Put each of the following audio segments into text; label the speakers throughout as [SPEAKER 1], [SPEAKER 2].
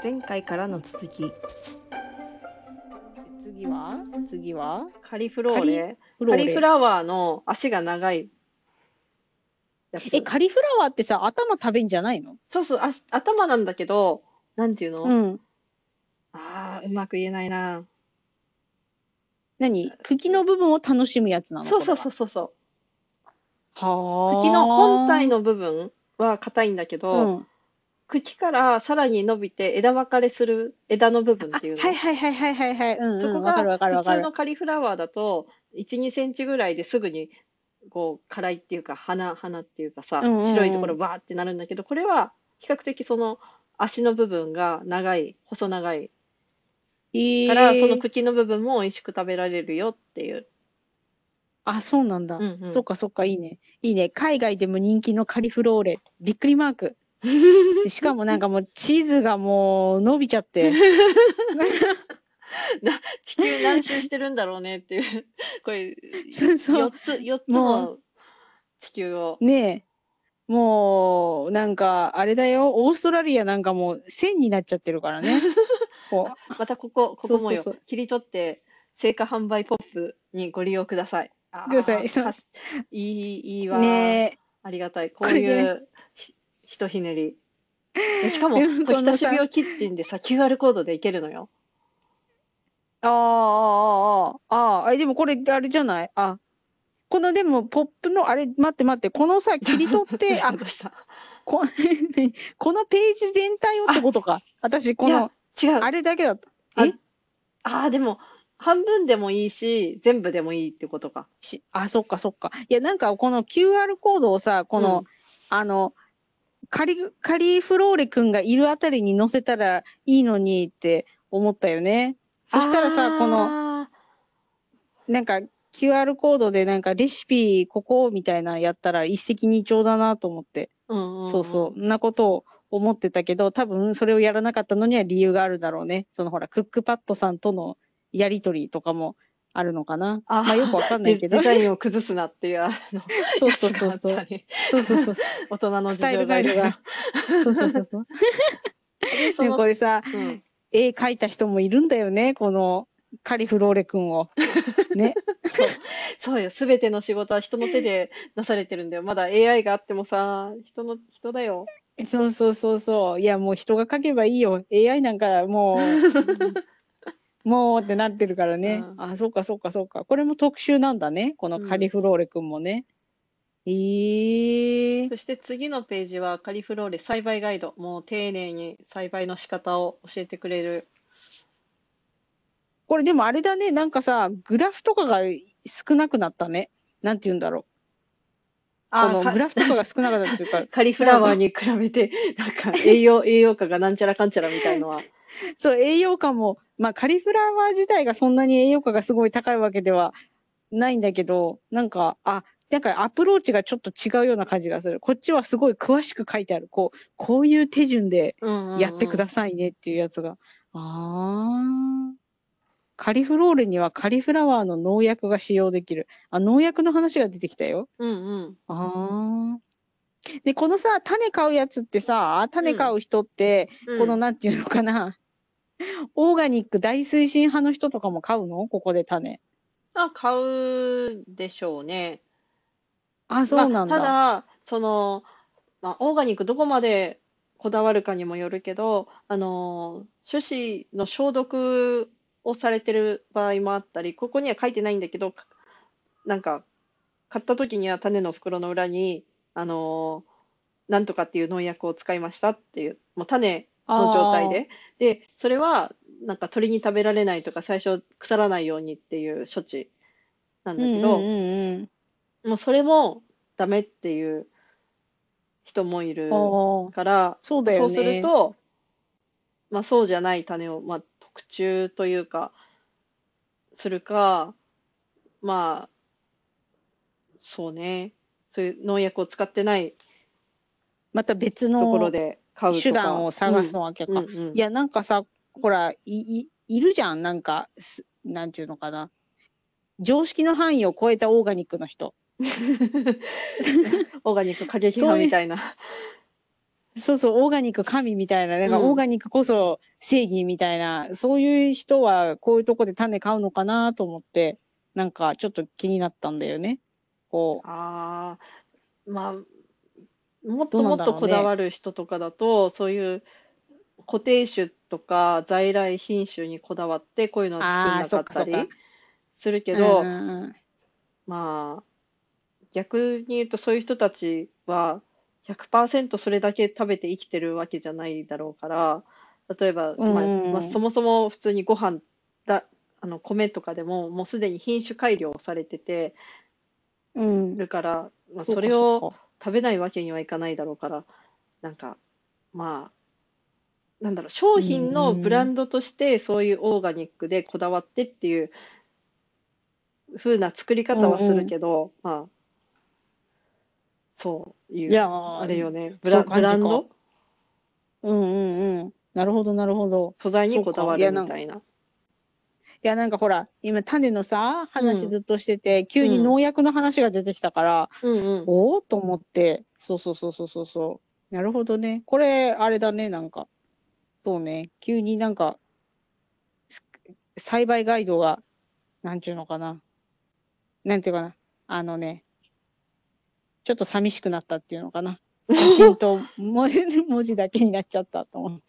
[SPEAKER 1] 前回からの続き。
[SPEAKER 2] 次は
[SPEAKER 1] カリフローレ。
[SPEAKER 2] フローレ。
[SPEAKER 1] カリフラワーの足が長いやつ。
[SPEAKER 2] カリフラワーってさ、頭食べんじゃないの？
[SPEAKER 1] そうそう、頭なんだけど、なんていうの？
[SPEAKER 2] うん。
[SPEAKER 1] うまく言えないな。
[SPEAKER 2] 茎の部分を楽しむやつなの、
[SPEAKER 1] そうそうそ
[SPEAKER 2] これは。
[SPEAKER 1] うそうそう。茎の本体
[SPEAKER 2] は
[SPEAKER 1] の部分は硬いんだけ
[SPEAKER 2] あ。う
[SPEAKER 1] ど、
[SPEAKER 2] ん。
[SPEAKER 1] 茎からさらに伸びて枝分かれする枝の部分っ
[SPEAKER 2] あ、
[SPEAKER 1] ていうの？
[SPEAKER 2] はいはいはいはいはいはい。うんうん。わか
[SPEAKER 1] そこが
[SPEAKER 2] るわかる
[SPEAKER 1] 普
[SPEAKER 2] わかる。
[SPEAKER 1] 通のカリフラワーだと1、2センチぐらいですぐにこう辛いっていうか花っていうかさ、
[SPEAKER 2] うん
[SPEAKER 1] 白いと
[SPEAKER 2] うんうん。
[SPEAKER 1] ころバーってなるんだけど、これは比較的その足の部分が長い、細長いから、その
[SPEAKER 2] ええ、
[SPEAKER 1] 茎の部分も美味しく食べられるよっていう。
[SPEAKER 2] あ、そうなんだ。
[SPEAKER 1] うんうん。
[SPEAKER 2] そっかそっか、いいね。いいね。海外でも人気のカリフローレ。びっくりマーク。でしかもなんかもうチーズがもう伸びちゃって。
[SPEAKER 1] 地球何周してるんだろうねっていう。これ、
[SPEAKER 2] そうそう。
[SPEAKER 1] 4つ
[SPEAKER 2] も
[SPEAKER 1] の地球を。
[SPEAKER 2] う、ねえ。もう、なんか、あれだよ。オーストラリアなんかもう線になっちゃってるからね。こう。
[SPEAKER 1] またここもよ。
[SPEAKER 2] そうそうそう。
[SPEAKER 1] 切り取って、成果販売ポップにご利用ください。
[SPEAKER 2] ください。そう。
[SPEAKER 1] いいわ。
[SPEAKER 2] ねえ。
[SPEAKER 1] ありがたい。こう
[SPEAKER 2] これで、
[SPEAKER 1] いうひとひねり。しかも、
[SPEAKER 2] でも
[SPEAKER 1] そう、
[SPEAKER 2] このさ、
[SPEAKER 1] 久しぶりキッチンでさ、QR コードでいけるのよ。
[SPEAKER 2] でもこれ、あれじゃない？このでも、ポップの、あれ、待って待って、このさ、切り取っ
[SPEAKER 1] どう
[SPEAKER 2] て、
[SPEAKER 1] したどうした？
[SPEAKER 2] こ、このページ全体をって
[SPEAKER 1] あ、
[SPEAKER 2] ことか。私、
[SPEAKER 1] いや、違う。
[SPEAKER 2] あれだけだった。
[SPEAKER 1] あ、でも、半分でもいいし、全部でもいいってことか。
[SPEAKER 2] そっかそっか。いや、なんか、この QR コードをさ、
[SPEAKER 1] うん。
[SPEAKER 2] あの、カリフローレ君がいるあたりに載せたらいいのにって思ったよね。そしたらさ、
[SPEAKER 1] あ
[SPEAKER 2] なんか QR コードでなんかレシピここみたいなやったら一石二鳥だなと思って。
[SPEAKER 1] うんうんうん。
[SPEAKER 2] そうそう。んなことを思ってたけど、多分それをやらなかったのには理由があるだろうね。そのほら、クックパッドさんとのやりとりとかもあるのかな。まあよくわかんないけど。
[SPEAKER 1] デザインを崩すなっていう
[SPEAKER 2] そうそう
[SPEAKER 1] やつが
[SPEAKER 2] そうそう。
[SPEAKER 1] あったり。
[SPEAKER 2] そうそうそう。
[SPEAKER 1] 大人の事
[SPEAKER 2] スタイル
[SPEAKER 1] 情がいろいろ。
[SPEAKER 2] ガイドが。そうそうそうそう。
[SPEAKER 1] で、
[SPEAKER 2] でもこれさ、
[SPEAKER 1] うん。
[SPEAKER 2] 絵描いた人もいるんだよね。このカリフローレ君を。ね。
[SPEAKER 1] そう。そうよ。すべての仕事は人の手でなされてるんだよ。まだ AI があってもさ、人だよ。
[SPEAKER 2] そうそうそうそう。いや、もう人が描けばいいよ。AI なんかもうってなってるからね。
[SPEAKER 1] うん。
[SPEAKER 2] そうかそうかそうか。これも特集なんだね。このカリ
[SPEAKER 1] うん。
[SPEAKER 2] フローレ君もね。ええ、
[SPEAKER 1] そして次のページはカリフローレ栽培ガイド。もう丁寧に栽培の仕方を教えてくれる。
[SPEAKER 2] これでもあれだね。なんかさ、グラフとかが少なくなったね。なんて言うんだろう。こ
[SPEAKER 1] あ、
[SPEAKER 2] のグラフとかが少なかったっていうか、
[SPEAKER 1] カリフラ
[SPEAKER 2] なんか
[SPEAKER 1] ワーに比べて、なんか栄養価がなんちゃらかんちゃらみたいのは。
[SPEAKER 2] そう、栄養価も、まあカリフラワー自体がそんなに栄養価がすごい高いわけではないんだけど、なんかアプローチがちょっと違うような感じがする。こっちはすごい詳しく書いてある。こういう手順で
[SPEAKER 1] うんう
[SPEAKER 2] やってく
[SPEAKER 1] んうん。
[SPEAKER 2] ださいねっていうやつが。カリフローレにはカリフラワーの農薬が使用できる。農薬の話が出てきたよ。
[SPEAKER 1] うんうん。
[SPEAKER 2] あで、このさ、種買うやつってさ、種
[SPEAKER 1] うん。
[SPEAKER 2] 買う人って、
[SPEAKER 1] うん。
[SPEAKER 2] なんていうのかな。オーガニック大推進派の人とかも買うの？ここで種。
[SPEAKER 1] 買うでしょうね。
[SPEAKER 2] そうなんだ。
[SPEAKER 1] ただ、オーガニックどこまでこだわるかにもよるけど、種子の消毒をされてる場合もあったり、ここには書いてないんだけど、なんか、買った時には種の袋の裏に、あの、なんとかっていう農薬を使いましたっていう、もう種の状態
[SPEAKER 2] ああ、
[SPEAKER 1] で。で、それは、なんか鳥に食べられないとか、最初腐らないようにっていう処置なん
[SPEAKER 2] うんうん
[SPEAKER 1] だけど、
[SPEAKER 2] うんうん。
[SPEAKER 1] もうそれもダメっていう人もいる
[SPEAKER 2] ああ、
[SPEAKER 1] から、
[SPEAKER 2] そうだ
[SPEAKER 1] そうする
[SPEAKER 2] よね。
[SPEAKER 1] と、そうじゃない種を、特注というか、するか、まあ、そうね、そういう農薬を使ってない
[SPEAKER 2] また別
[SPEAKER 1] ところ
[SPEAKER 2] の
[SPEAKER 1] で買う
[SPEAKER 2] 手段
[SPEAKER 1] とか、
[SPEAKER 2] を探すわけか。いや、なんかさ、ほら、いるじゃん。なんか、なんていうのかな。常識の範囲を超えたオーガニックの人。
[SPEAKER 1] オーガニック過激
[SPEAKER 2] そういう、
[SPEAKER 1] 派みたいな。
[SPEAKER 2] そうそう、オーガニック神みたいな、なんか
[SPEAKER 1] うん。
[SPEAKER 2] オーガニックこそ正義みたいな、そういう人はこういうとこで種買うのかなと思って、なんかちょっと気になったんだよね。こう、
[SPEAKER 1] ああ、まあ、もっ
[SPEAKER 2] どうなん
[SPEAKER 1] ともっと
[SPEAKER 2] だろうね。
[SPEAKER 1] こだわる人とかだと、そういう固定種とか在来品種にこだわってこういうのは作ん
[SPEAKER 2] ああ、
[SPEAKER 1] な
[SPEAKER 2] そっかそっか。
[SPEAKER 1] かったりするけ
[SPEAKER 2] うん
[SPEAKER 1] ど、
[SPEAKER 2] うんうん。
[SPEAKER 1] まあ、逆に言うとそういう人たちは100%それだけ食べて生きてるわけじゃないだろうから、例えば、
[SPEAKER 2] うん
[SPEAKER 1] そ
[SPEAKER 2] うん
[SPEAKER 1] もそも普通にご飯だ、米とかでももうすでに品種改良されてて
[SPEAKER 2] うん。うん。
[SPEAKER 1] るから、
[SPEAKER 2] そっ
[SPEAKER 1] それを
[SPEAKER 2] かそっか。
[SPEAKER 1] 食べないわけにはいかないだろうから、なんか、まなんだろう、商
[SPEAKER 2] う
[SPEAKER 1] 品のブラ
[SPEAKER 2] ん。
[SPEAKER 1] ンドとしてそういうオーガニックでこだわってっていう風な作り
[SPEAKER 2] うん
[SPEAKER 1] 方はする
[SPEAKER 2] うん。
[SPEAKER 1] けど、そういう、
[SPEAKER 2] いや
[SPEAKER 1] あれ
[SPEAKER 2] ー、
[SPEAKER 1] よね、
[SPEAKER 2] そういう
[SPEAKER 1] ブ
[SPEAKER 2] 感じか。
[SPEAKER 1] ランド
[SPEAKER 2] うんうんうん。なるほどなるほど。
[SPEAKER 1] 素材に
[SPEAKER 2] そうか。
[SPEAKER 1] こだわるみたいな。
[SPEAKER 2] なんかほら、今種のさ、
[SPEAKER 1] うん、
[SPEAKER 2] 話ずっとしてて、急に
[SPEAKER 1] うん、
[SPEAKER 2] 農薬の話が出てきたから、
[SPEAKER 1] うん、うん。
[SPEAKER 2] おおと思って、そうそうそうそうそうそう。なるほどね。これ、あれだね、なんか。そうね。急になんか、す栽培ガイドが、なんていうのかな。なんていうかな。あのね、ちょっと寂しくなったっていうのかな。写真と文字だけになっちゃったと思って。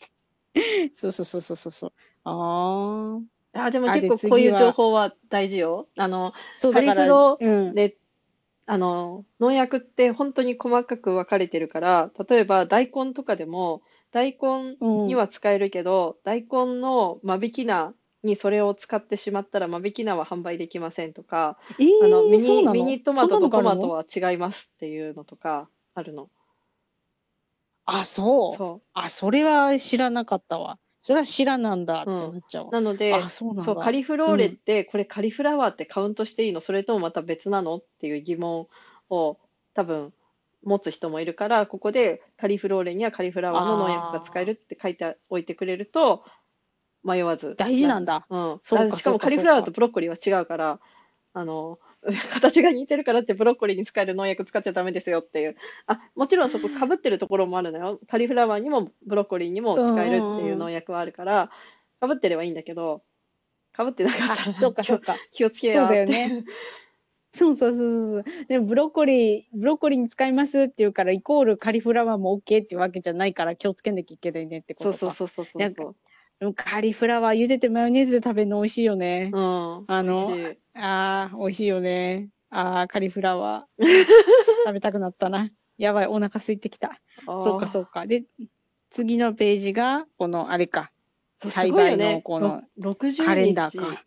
[SPEAKER 2] そうそうそうそうそう。あ
[SPEAKER 1] でも
[SPEAKER 2] あ。あ、で、
[SPEAKER 1] 結構こういう情
[SPEAKER 2] 次は、
[SPEAKER 1] 報は大事よ。カ
[SPEAKER 2] そうだから、
[SPEAKER 1] リフロ
[SPEAKER 2] うん、
[SPEAKER 1] で、農薬って本当に細かく分かれてるから、例えば大根とかでも、大根
[SPEAKER 2] うん。
[SPEAKER 1] には使えるけど、大根の間引き菜にそれを使ってしまったら間引き菜は販売できませんとか、
[SPEAKER 2] ええー、そうなの？
[SPEAKER 1] ミニトマ
[SPEAKER 2] そんな
[SPEAKER 1] トとトマト
[SPEAKER 2] のがあるの？
[SPEAKER 1] は違いますっていうのとかあるの。
[SPEAKER 2] あ、そう。
[SPEAKER 1] そ
[SPEAKER 2] あ、それは知らなかったわ。それは知らなんだっ
[SPEAKER 1] う。う
[SPEAKER 2] て
[SPEAKER 1] ん。
[SPEAKER 2] なっちゃうわ。
[SPEAKER 1] なので、
[SPEAKER 2] あ、そうなん
[SPEAKER 1] そう、カ
[SPEAKER 2] だ。
[SPEAKER 1] リフローレっ
[SPEAKER 2] うん。
[SPEAKER 1] て、これカリフラワーってカウントしていいのそれともまた別なのっていう疑問を多分持つ人もいるから、ここでカリフローレにはカリフラワーの農薬が使える
[SPEAKER 2] ああ、
[SPEAKER 1] って書いておいてくれると迷わず
[SPEAKER 2] 大事なんだ。
[SPEAKER 1] うん。しか
[SPEAKER 2] そうかそう
[SPEAKER 1] もカリフラワー
[SPEAKER 2] かそうか。
[SPEAKER 1] とブロッコリーは違うから、あの、形が似てるからってブロッコリーに使える農薬使っちゃダメですよっていう。もちろんそこ被ってるところもあるのよ。カリフラワーにもブロッコリーにも
[SPEAKER 2] うん
[SPEAKER 1] 使えるっていう
[SPEAKER 2] うんうん。
[SPEAKER 1] 農薬はあるから、被ってればいいんだけど、被ってなかっ
[SPEAKER 2] あ、
[SPEAKER 1] たら
[SPEAKER 2] そうかそうか。
[SPEAKER 1] 気をつけ
[SPEAKER 2] そう
[SPEAKER 1] やっ
[SPEAKER 2] だよね。
[SPEAKER 1] ていう。
[SPEAKER 2] そうそうそうそう。でもブロッコリーに使いますって言うから、イコールカリフラワーも OK っていうわけじゃないから気をつけなきゃいけないねって
[SPEAKER 1] そう
[SPEAKER 2] ことか。
[SPEAKER 1] そうそうそうそう
[SPEAKER 2] なんか、
[SPEAKER 1] そ
[SPEAKER 2] でもカリフラワー茹でてマヨネーズで食べるの美味しいよね。
[SPEAKER 1] う。うん。美味しい。
[SPEAKER 2] 美味しいよね。カリフラワー。食べたくなったな。やばい、お腹空いてきた。そうか、そう
[SPEAKER 1] ああ。
[SPEAKER 2] か。で、次のページが、この、あれか。
[SPEAKER 1] そう、す
[SPEAKER 2] 栽培の、
[SPEAKER 1] ごいよね。
[SPEAKER 2] この、
[SPEAKER 1] 60
[SPEAKER 2] カレンダー
[SPEAKER 1] 日、
[SPEAKER 2] か。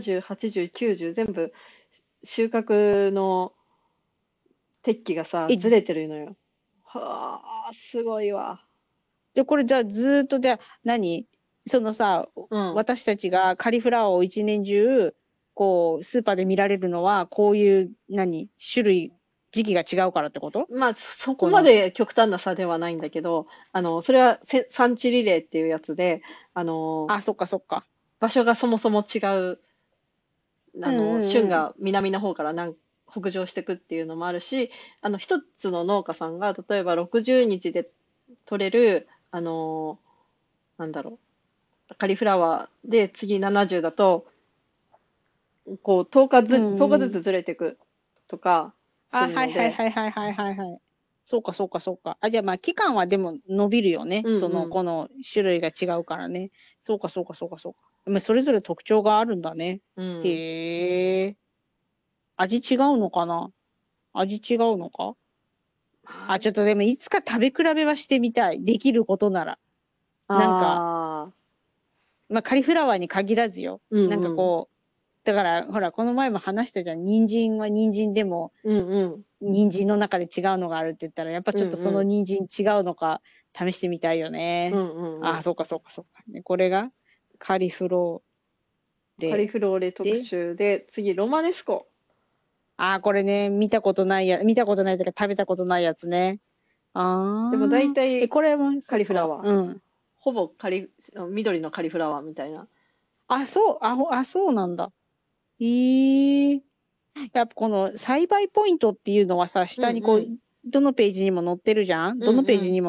[SPEAKER 1] 70、80、90、全部収穫の適期がさ、
[SPEAKER 2] え、
[SPEAKER 1] ずれてるのよ。はあ、すごいわ。
[SPEAKER 2] で、これじゃあずーっとじゃあそのさ、
[SPEAKER 1] うん。
[SPEAKER 2] 私たちがカリフラワーを一年中、こう、スーパーで見られるのは、こういう、種類、時期が違うからってこと？
[SPEAKER 1] そこ
[SPEAKER 2] この、
[SPEAKER 1] まで極端な差ではないんだけど、それは産地リレーっていうやつで、
[SPEAKER 2] あ、そっかそっか。
[SPEAKER 1] 場所がそもそも違う、
[SPEAKER 2] うんうんうん。
[SPEAKER 1] 旬が南の方から北上していくっていうのもあるし、一つの農家さんが、例えば60日で取れる、なんだろカリフラワーで次70だと、こう
[SPEAKER 2] うん
[SPEAKER 1] 10日ず
[SPEAKER 2] うん。
[SPEAKER 1] つずれていくとかす
[SPEAKER 2] あ、
[SPEAKER 1] る
[SPEAKER 2] はいはい
[SPEAKER 1] ので、
[SPEAKER 2] はいはいはいはいはい。そうかそうかそうか。あ、じゃあまあ期間はでも伸びるよね。
[SPEAKER 1] うんうん、
[SPEAKER 2] この種類が違うからね。そうかそうかそうかそうか。まあそれぞれ特徴があるんだね。
[SPEAKER 1] うん。
[SPEAKER 2] へえ。味違うのかな？味違うのか？あ、ちょっとでもいつか食べ比べはしてみたい。できることなら。なんか、
[SPEAKER 1] ああ、
[SPEAKER 2] まあカリフラワーに限らずよ。なんか
[SPEAKER 1] うんうん、
[SPEAKER 2] こう、だからほら、この前も話したじゃん。人参は人参でも、
[SPEAKER 1] うんうん、
[SPEAKER 2] 人参の中で違うのがあるって言ったら、やっぱ
[SPEAKER 1] う
[SPEAKER 2] ちょっとその
[SPEAKER 1] んうん、
[SPEAKER 2] 人参違うのか試してみたいよね。
[SPEAKER 1] うんうんう
[SPEAKER 2] あ、
[SPEAKER 1] ん。
[SPEAKER 2] そうかそうかそうか。ね、これがカリフロー
[SPEAKER 1] カリ
[SPEAKER 2] レ
[SPEAKER 1] フローレ特
[SPEAKER 2] で、
[SPEAKER 1] 集で、次、ロマネスコ。
[SPEAKER 2] これね、見たことないというか食べたことないやつね。
[SPEAKER 1] でも大体
[SPEAKER 2] これも、
[SPEAKER 1] カ
[SPEAKER 2] そっか、
[SPEAKER 1] リフラワー。
[SPEAKER 2] うん。
[SPEAKER 1] ほぼ緑のカリフラワーみたいな。
[SPEAKER 2] そうなんだ。ええ、やっぱこの栽培ポイントっていうのはさ、
[SPEAKER 1] うん
[SPEAKER 2] 下にこう、
[SPEAKER 1] うん、
[SPEAKER 2] どのページにも載ってるじゃん？
[SPEAKER 1] うん
[SPEAKER 2] どのペー
[SPEAKER 1] うん。
[SPEAKER 2] ジにもって、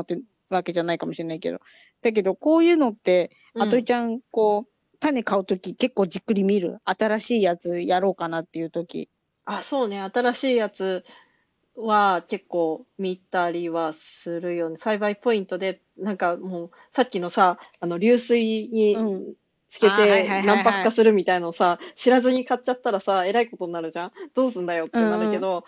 [SPEAKER 2] わけじゃないかもしれないけど。だけど、こういうのって、
[SPEAKER 1] うん。
[SPEAKER 2] あといちゃん、こう、種買うとき結構じっくり見る。新しいやつやろうかなっていうとき。
[SPEAKER 1] あ、そうね。新しいやつは結構見たりはするよね。栽培ポイントで、なんかもう、さっきのさ、流水に
[SPEAKER 2] うん。
[SPEAKER 1] つけ
[SPEAKER 2] ああ、はいはいは
[SPEAKER 1] て何
[SPEAKER 2] いはい。
[SPEAKER 1] 泊かするみたいのをさ、知らずに買っちゃったらさ、えらいことになるじゃん。どうすんだよっ
[SPEAKER 2] う
[SPEAKER 1] てなる
[SPEAKER 2] んうん。
[SPEAKER 1] けど、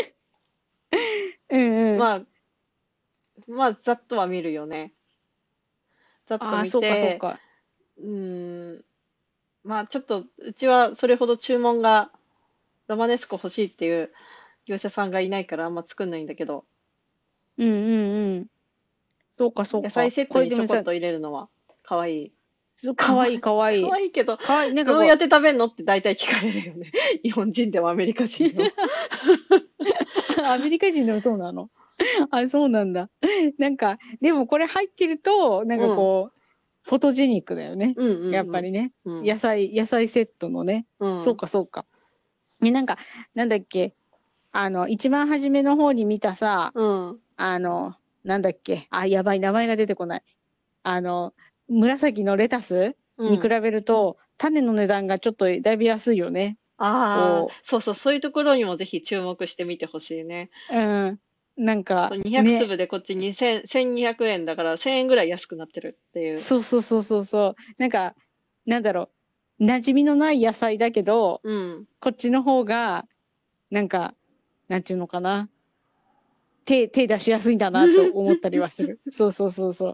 [SPEAKER 2] うんうん。
[SPEAKER 1] まあ、まあ、ざっとは見るよね。ざっと
[SPEAKER 2] ああ、
[SPEAKER 1] 見
[SPEAKER 2] そうかそう
[SPEAKER 1] て、
[SPEAKER 2] か。
[SPEAKER 1] うーん、まあ、ちょっと、うちはそれほど注文がロマネスコ欲しいっていう業者さんがいないからあんま作んないんだけど、
[SPEAKER 2] うんうんうん。そうかそうか。
[SPEAKER 1] 野菜セット
[SPEAKER 2] これでもさ、
[SPEAKER 1] にちょこっと入れるのは可愛い。
[SPEAKER 2] かわいいかわい
[SPEAKER 1] 可
[SPEAKER 2] い。
[SPEAKER 1] 愛いけど、
[SPEAKER 2] かわいい。なんか
[SPEAKER 1] どうやっ
[SPEAKER 2] こう、
[SPEAKER 1] て食べんのって大体聞かれるよね。日本人でもアメリカ人でも。
[SPEAKER 2] アメリカ人でもそうなの？あ、そうなんだ。なんか、でもこれ入ってると、なん
[SPEAKER 1] うん。
[SPEAKER 2] かこう、フォトジェニックだよね。
[SPEAKER 1] うんうん
[SPEAKER 2] やっぱりね。
[SPEAKER 1] うん。うん。
[SPEAKER 2] 野菜セットのね。そう
[SPEAKER 1] うん。
[SPEAKER 2] かそうか。なんか、なんだっけ、一番初めの方に見たさ、
[SPEAKER 1] うん。
[SPEAKER 2] あの、なんだっけ、あ、やばい、名前が出てこない。あの、紫のレタスに比
[SPEAKER 1] うん。
[SPEAKER 2] べると、種の値段がちょっとだいぶ安いよね。
[SPEAKER 1] ああ、
[SPEAKER 2] こ
[SPEAKER 1] そうそう、そういうところにもぜひ注目してみてほしいね。
[SPEAKER 2] う、うん。なんか、
[SPEAKER 1] 200
[SPEAKER 2] ね。
[SPEAKER 1] 粒でこっち2000、1200円だから1000円ぐらい安くなってるっていう。
[SPEAKER 2] そうそうそうそうそう。なんか、なんだろう。馴染みのない野菜だけど、
[SPEAKER 1] うん。
[SPEAKER 2] こっちの方が、なんか、なんていうのかな。手出しやすいんだなと思ったりはする。そうそうそうそう。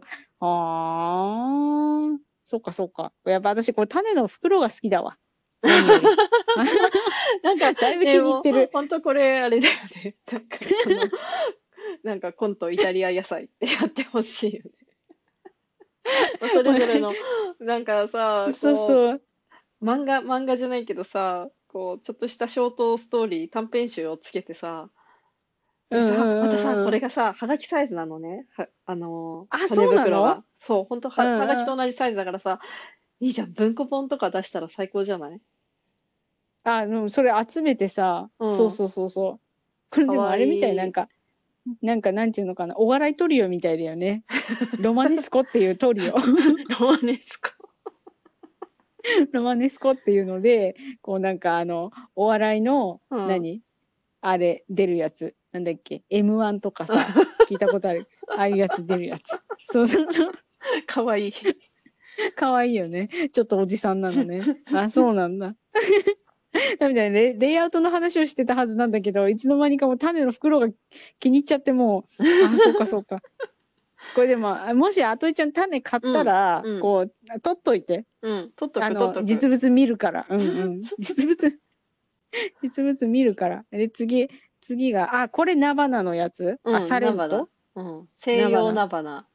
[SPEAKER 2] あー。そうかそうか。やっぱ私、これ種の袋が好きだわ。何より。
[SPEAKER 1] なんか
[SPEAKER 2] だいぶ気
[SPEAKER 1] ね、もう、
[SPEAKER 2] に入ってる。
[SPEAKER 1] ほんとこれ、あれだよね。なんか、なんかコントイタリア野菜ってやってほしいよね。まあそれぞれの、なんかさ、
[SPEAKER 2] そうそう。
[SPEAKER 1] 漫画じゃないけどさ、こう、ちょっとしたショートストーリー、短編集をつけてさ、で
[SPEAKER 2] うんう
[SPEAKER 1] さ、またさ、こ
[SPEAKER 2] んうんうん。
[SPEAKER 1] れがさ、はがきサイズなのね。
[SPEAKER 2] あ、そ
[SPEAKER 1] 種
[SPEAKER 2] うなの？
[SPEAKER 1] 袋が。そう、ほんとはがき
[SPEAKER 2] うんうん。
[SPEAKER 1] と同じサイズだからさ、いいじゃん。文庫本とか出したら最高じゃない？
[SPEAKER 2] あ、それ集めてさ、
[SPEAKER 1] うん。
[SPEAKER 2] そうそうそうそう。これ
[SPEAKER 1] かわ
[SPEAKER 2] でもあれみたい、
[SPEAKER 1] いい。
[SPEAKER 2] なんていうのかな、お笑いトリオみたいだよね。ロマネスコっていうトリオ。
[SPEAKER 1] ロマネスコ。
[SPEAKER 2] ロマネスコっていうので、こうなんかお笑いの、
[SPEAKER 1] うん。
[SPEAKER 2] 何あれ、出るやつ。なんだっけ？ M1 とかさ、聞いたことある。ああいうやつ出るやつ。そうそうそう。
[SPEAKER 1] かわいい。
[SPEAKER 2] かわいいよね。ちょっとおじさんなのね。あ、そうなんだ。みたいなレイアウトの話をしてたはずなんだけど、いつの間にかもう種の袋が気に入っちゃってもう、あ、そうかそうか。これでも、もしあといちゃん種買っ
[SPEAKER 1] うん、
[SPEAKER 2] たら、
[SPEAKER 1] うん、
[SPEAKER 2] こう、取っといて。
[SPEAKER 1] うん。取っとく。
[SPEAKER 2] 実物見るから。うんうん。実物見るから。で、次が、あ、これ菜花のやつ？あ、
[SPEAKER 1] うん、
[SPEAKER 2] サレント？
[SPEAKER 1] 菜花。うん。西洋
[SPEAKER 2] 菜花。
[SPEAKER 1] 菜花。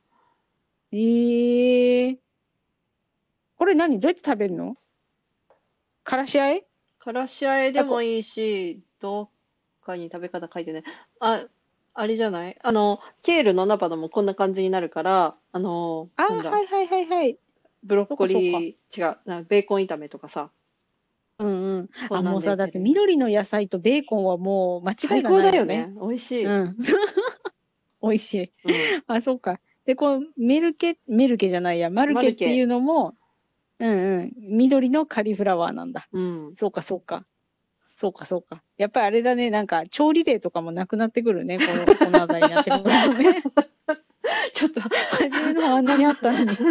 [SPEAKER 2] えー、これ何？どうやって食べるの？からしあえ？
[SPEAKER 1] からしあえで
[SPEAKER 2] あ、
[SPEAKER 1] もいいし、どっかに食べ方書いてない。あ、あれじゃない？ケールの菜花もこんな感じになるから、なんだ、
[SPEAKER 2] はいはいはいはい。
[SPEAKER 1] ブロッコ
[SPEAKER 2] そうかそうか。
[SPEAKER 1] リー、違う、ベーコン炒めとかさ、
[SPEAKER 2] うんうん。あ、
[SPEAKER 1] そんなんで
[SPEAKER 2] もうさ、だって
[SPEAKER 1] 出るよ。
[SPEAKER 2] 緑の野菜とベーコンはもう間違いが
[SPEAKER 1] 最高
[SPEAKER 2] ないよね。
[SPEAKER 1] だよね。美味しい。
[SPEAKER 2] うん。美味しい。
[SPEAKER 1] うん。
[SPEAKER 2] あ、そうか。で、こう、メルケじゃないや、マルケってい
[SPEAKER 1] マルケ。
[SPEAKER 2] うのも、うんうん、緑のカリフラワーなんだ。
[SPEAKER 1] うん。
[SPEAKER 2] そうか、そうか。そうか、そうか。やっぱりあれだね、なんか、調理例とかもなくなってくるね。このあたりになってくるとね。
[SPEAKER 1] ちょっと
[SPEAKER 2] 初めの方あんなにあったのに。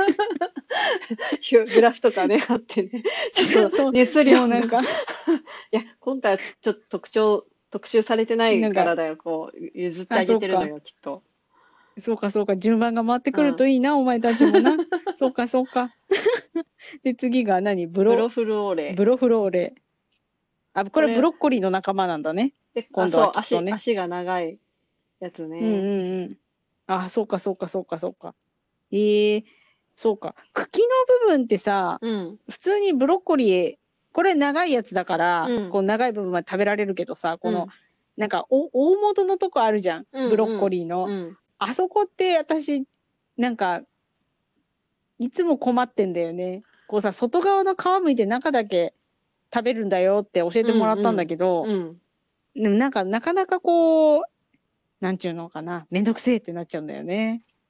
[SPEAKER 1] グラフとかね、あってね。ちょっと
[SPEAKER 2] そう、
[SPEAKER 1] 熱量が。
[SPEAKER 2] もうなんか、
[SPEAKER 1] いや、今回はちょっと特集されてない
[SPEAKER 2] なんか、
[SPEAKER 1] からだよ。こう、譲って
[SPEAKER 2] あ、
[SPEAKER 1] あげ
[SPEAKER 2] そうか。
[SPEAKER 1] てるのよ、きっと。
[SPEAKER 2] そうか、そうか。順番が回ってくる
[SPEAKER 1] うん。
[SPEAKER 2] といいな、お前たちもな。そうか、そうか。で、次が何？
[SPEAKER 1] ブロフルオーレ。
[SPEAKER 2] ブロフローレ。あ、これブ
[SPEAKER 1] これ、
[SPEAKER 2] ロッコリーの仲間なんだね。今度は
[SPEAKER 1] そう、
[SPEAKER 2] きっとね。
[SPEAKER 1] 足が長いやつ
[SPEAKER 2] うん
[SPEAKER 1] ね。
[SPEAKER 2] うんうん。あ、そうかそうかそうかそうか。ええ、そうか。茎の部分ってさ、
[SPEAKER 1] うん。
[SPEAKER 2] 普通にブロッコリー、これ長いやつだから、
[SPEAKER 1] うん。
[SPEAKER 2] こう長い部分は食べられるけどさ、
[SPEAKER 1] うん。
[SPEAKER 2] なんか大元のとこあるじゃん。
[SPEAKER 1] うん。
[SPEAKER 2] ブロッ
[SPEAKER 1] うん。
[SPEAKER 2] コリーの。
[SPEAKER 1] うん。
[SPEAKER 2] あそこって私、なんか、いつも困ってんだよね。こうさ、外側の皮むいて中だけ食べるんだよって教え
[SPEAKER 1] うん。
[SPEAKER 2] てもらったん
[SPEAKER 1] うん。
[SPEAKER 2] だけど、
[SPEAKER 1] うん。
[SPEAKER 2] でもなんか、なかなかこう、なんちゅうのかな、めんどくせえってなっちゃうんだよね。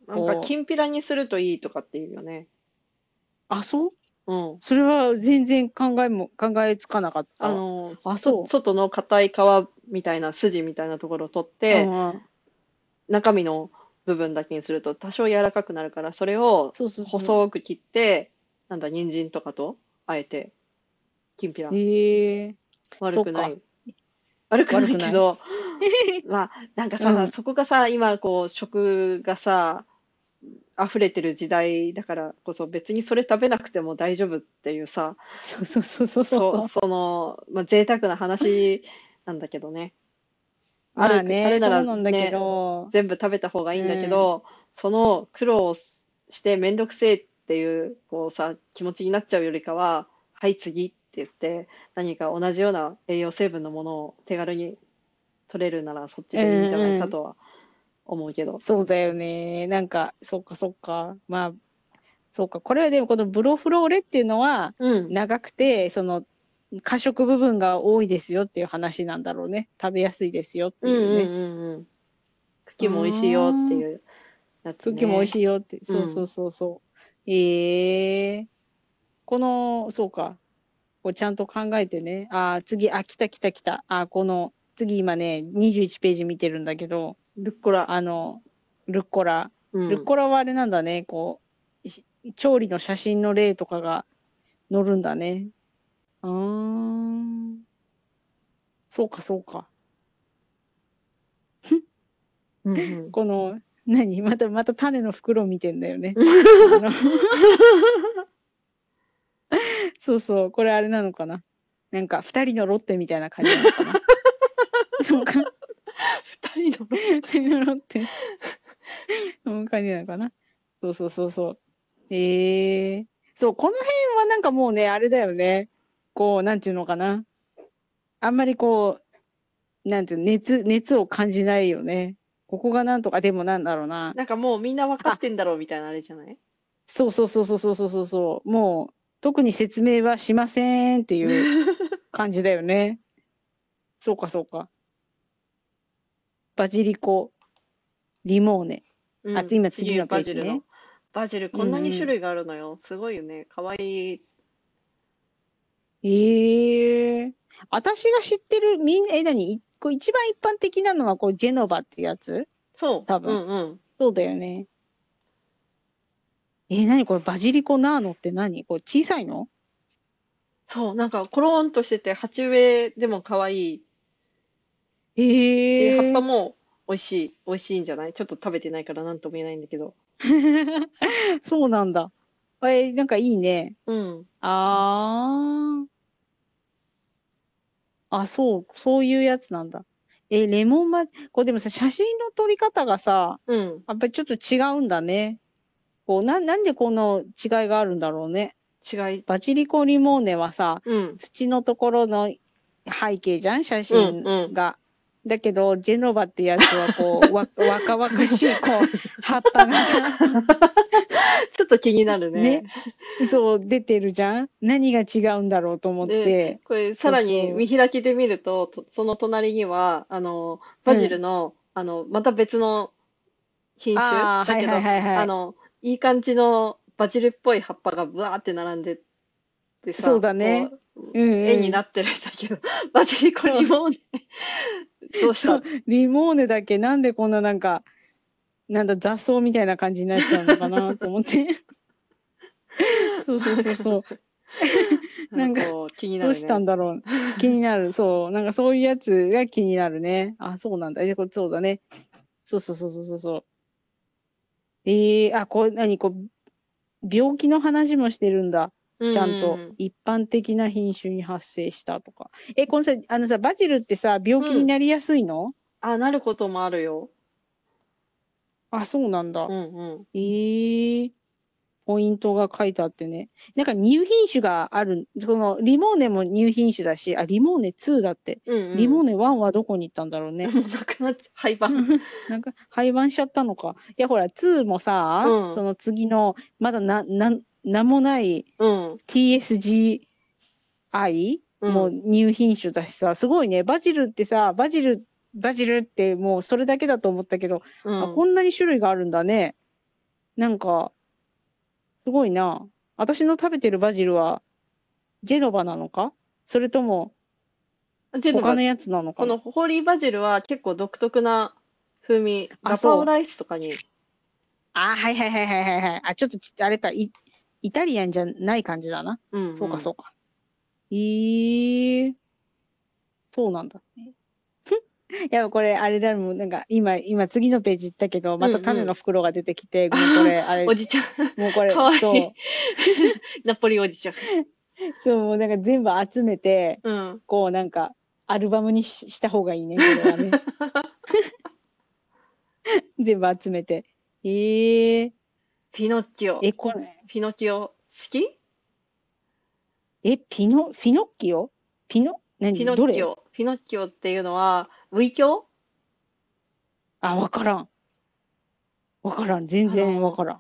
[SPEAKER 1] やっぱ、きんぴらにするといいとかっていうよね。
[SPEAKER 2] あ、そう
[SPEAKER 1] うん。
[SPEAKER 2] それは全然考えつかなかったわ。あ、そ
[SPEAKER 1] 外の硬い皮みたいな筋みたいなところを取っ
[SPEAKER 2] う。う
[SPEAKER 1] て、
[SPEAKER 2] んうん。
[SPEAKER 1] 中身の部分だけにすると多少柔らかくなるから、それを
[SPEAKER 2] そうそうそう。
[SPEAKER 1] 細く切って、なんだ、人参とかとあえて、きんぴら。
[SPEAKER 2] ええそうか。
[SPEAKER 1] 悪くない。悪くな
[SPEAKER 2] 悪くない。
[SPEAKER 1] いけど、まあ、なんかさ、
[SPEAKER 2] うん。
[SPEAKER 1] そこがさ、今、こう、食がさ、溢れてる時代だからこそ、別にそれ食べなくても大丈夫っていうさ、
[SPEAKER 2] そうそうそうそうそうそう。
[SPEAKER 1] まあ、贅沢な話なんだけどね。ある
[SPEAKER 2] まあね、
[SPEAKER 1] なら
[SPEAKER 2] そうなんだけ
[SPEAKER 1] ね、
[SPEAKER 2] ど、
[SPEAKER 1] 全部食べた方がいいんだけ
[SPEAKER 2] うん。
[SPEAKER 1] ど、その苦労をしてめんどくせえっていう、こうさ、気持ちになっちゃうよりかは、はい次って言って、何か同じような栄養成分のものを手軽に取れるならそっち
[SPEAKER 2] う
[SPEAKER 1] でいいんじゃない
[SPEAKER 2] んうん。
[SPEAKER 1] かとは思うけど。
[SPEAKER 2] そうだよね。なんか、そっかそっか。まあ、そうか。これはでもこのブロフローレっていうのは
[SPEAKER 1] うん。
[SPEAKER 2] 長くて、過食部分が多いですよっていう話なんだろうね。食べやすいですよっ
[SPEAKER 1] うんうん
[SPEAKER 2] ていうね。
[SPEAKER 1] うんうん。
[SPEAKER 2] うー
[SPEAKER 1] 茎も美味しいよって
[SPEAKER 2] ん。
[SPEAKER 1] いうやつ
[SPEAKER 2] 空気も美味
[SPEAKER 1] ね。
[SPEAKER 2] しいよって。そうそう
[SPEAKER 1] うん。
[SPEAKER 2] そうそう。ええこの、そうか。こうちゃんと考えてね。あー、次、あ、来た来た来た。あ、次今ね、21ページ見てるんだけど、
[SPEAKER 1] ルッコラ。
[SPEAKER 2] あの、ルッコラ。ルッ
[SPEAKER 1] うん。
[SPEAKER 2] コラはあれなんだね。調理の写真の例とかが載るんだね。うーん。そうか、そうか。
[SPEAKER 1] うんうん。
[SPEAKER 2] この、また種の袋見てんだよね。あの、そうそう。これあれなのかな。なんか、二人のロッテみたいな感じなのかな。そうか。
[SPEAKER 1] 二人の。
[SPEAKER 2] 二人のロッテ。そんな感じなのかな。そうそうそうそう。そう、この辺はなんかもうね、あれだよね。こう、なんていうのかな。あんまりこなんていうの、熱を感じないよね。ここがなんとか、でもなんだろうな。
[SPEAKER 1] なんかもうみんな分かっ
[SPEAKER 2] あ、
[SPEAKER 1] てんだろうみたいなあれじゃない？
[SPEAKER 2] そうそうそうそうそうそうそう。もう、特に説明はしませんっていう感じだよね。そうかそうか。バジリコ、リモーネ。あ、
[SPEAKER 1] うん。
[SPEAKER 2] 今次
[SPEAKER 1] 次、
[SPEAKER 2] のペ
[SPEAKER 1] バジルの。
[SPEAKER 2] ージね。
[SPEAKER 1] バジル、
[SPEAKER 2] う
[SPEAKER 1] こんなに
[SPEAKER 2] んう
[SPEAKER 1] 種類があるのよ。すごいよね。かわいい。
[SPEAKER 2] ん。私が知ってる、一番一般的なのは、ジェノバってやつ
[SPEAKER 1] そう。う
[SPEAKER 2] 多分。
[SPEAKER 1] んうん。
[SPEAKER 2] そうだよね。何これ、バジリコナーノって何これ、小さいの
[SPEAKER 1] そう。なんか、コロンとしてて、鉢植えでもかわいいし、葉っぱ
[SPEAKER 2] ええ
[SPEAKER 1] も美味しい。美味しいんじゃない？ちょっと食べてないから何とも言えないんだけど。
[SPEAKER 2] そうなんだ。なんかいいね。
[SPEAKER 1] うん。
[SPEAKER 2] あそういうやつなんだ。レモンバジ、これでもさ、写真の撮り方がさ、
[SPEAKER 1] うん。
[SPEAKER 2] やっぱりちょっと違うんだね。なんでこの違いがあるんだろうね。
[SPEAKER 1] 違い。
[SPEAKER 2] バジリコリモーネはさ、
[SPEAKER 1] うん。
[SPEAKER 2] 土のところの背景じゃん写
[SPEAKER 1] うん。
[SPEAKER 2] 真
[SPEAKER 1] うん。
[SPEAKER 2] が。だけど、ジェノバってやつは若々しい、葉っぱがさ、
[SPEAKER 1] ちょっと気になるね。
[SPEAKER 2] ね、そう、出てるじゃん何が違うんだろうと思っ
[SPEAKER 1] で、
[SPEAKER 2] て。
[SPEAKER 1] これさ
[SPEAKER 2] そう
[SPEAKER 1] らに
[SPEAKER 2] そ
[SPEAKER 1] 見開きで見ると、その隣には、
[SPEAKER 2] う。
[SPEAKER 1] バ
[SPEAKER 2] うん。
[SPEAKER 1] ジルの、また別の品種
[SPEAKER 2] ああ、はいはい
[SPEAKER 1] だけど、
[SPEAKER 2] はいはい。
[SPEAKER 1] いい感じのバジルっぽい葉っぱがブワーって並んでて
[SPEAKER 2] そう
[SPEAKER 1] さ、
[SPEAKER 2] だね。
[SPEAKER 1] う、
[SPEAKER 2] うん
[SPEAKER 1] 絵に
[SPEAKER 2] うん。
[SPEAKER 1] なってるんだけど、バジリコ
[SPEAKER 2] そう、
[SPEAKER 1] リモーネ、どうした？
[SPEAKER 2] そう、リモーネだけなんでこんななんか、なんだ雑草みたいな感じになっちゃうのかなと思って。そうそうそうそう。
[SPEAKER 1] なんか
[SPEAKER 2] なんか、
[SPEAKER 1] こう、気にな
[SPEAKER 2] どうした
[SPEAKER 1] るね。
[SPEAKER 2] んだろう。気になる。そう。なんかそういうやつが気になるね。あ、そうなんだ。そうだね。そうそうそうそうそうそう。病気の話もしてるんだ。
[SPEAKER 1] うん
[SPEAKER 2] ちゃんと。
[SPEAKER 1] うん
[SPEAKER 2] 一般的な品種に発生したとか。このさ、バジルってさ、病
[SPEAKER 1] うん。うん。
[SPEAKER 2] 気になりやすいの
[SPEAKER 1] あ、なることもあるよ。
[SPEAKER 2] あ、そうなんだ。
[SPEAKER 1] うんうん。
[SPEAKER 2] ええポイントが書いてあってね。なんか乳品種がある。リモーネも乳品種だし、あ、リモーネ2だって。
[SPEAKER 1] うんうん。
[SPEAKER 2] リモーネ1はどこに行ったんだろうね。
[SPEAKER 1] もうなくなっちゃう。廃盤。
[SPEAKER 2] なんか、廃盤しちゃったのか。いや、ほら、2も
[SPEAKER 1] う
[SPEAKER 2] さ、そ
[SPEAKER 1] ん。
[SPEAKER 2] の次の、まだなんもない
[SPEAKER 1] うん。
[SPEAKER 2] TSGI も
[SPEAKER 1] うん。
[SPEAKER 2] 乳品種だしさ、すごいね。バジルってもうそれだけだと思ったけど、あ、
[SPEAKER 1] うん。
[SPEAKER 2] こんなに種類があるんだね。 なんか、すごいな。私の食べてるバジルは、ジェノバなのかそれとも、
[SPEAKER 1] ジェノバ、
[SPEAKER 2] 他のやつなのかな。
[SPEAKER 1] このホーリーバジルは結構独特な風味、
[SPEAKER 2] あ、そう。
[SPEAKER 1] ガパオライスとかに、
[SPEAKER 2] あ、はいはいはいはいはいはい。あ、ちょっとあれか、イタリアンじゃない感じだな。
[SPEAKER 1] うんうん。
[SPEAKER 2] そうかそうか。ええ、そうなんだ。いや、これ、あれだもん、なんか、今次のページ行ったけど、また種
[SPEAKER 1] うんうん。
[SPEAKER 2] の袋が出てきて、ごめん、こ
[SPEAKER 1] あ
[SPEAKER 2] れ、あ
[SPEAKER 1] あ、お
[SPEAKER 2] れ、
[SPEAKER 1] じちゃん。
[SPEAKER 2] もうこれ、
[SPEAKER 1] かわいい。
[SPEAKER 2] そ
[SPEAKER 1] ナポリおじちゃん。
[SPEAKER 2] う、そう、もうなんか全部集めて、
[SPEAKER 1] うん。
[SPEAKER 2] こうなんか、アルバムにした方がいいね、これはね。全部集めて。ええ、
[SPEAKER 1] ピノッキオ。
[SPEAKER 2] これ、
[SPEAKER 1] ピノキオ好き？
[SPEAKER 2] フィノッキオ
[SPEAKER 1] ピノッ
[SPEAKER 2] どれ？
[SPEAKER 1] キオ。ピノッキオっていうのは、ウイキョウ。
[SPEAKER 2] あ、わからん。わからん。全
[SPEAKER 1] あの、
[SPEAKER 2] 然わからん。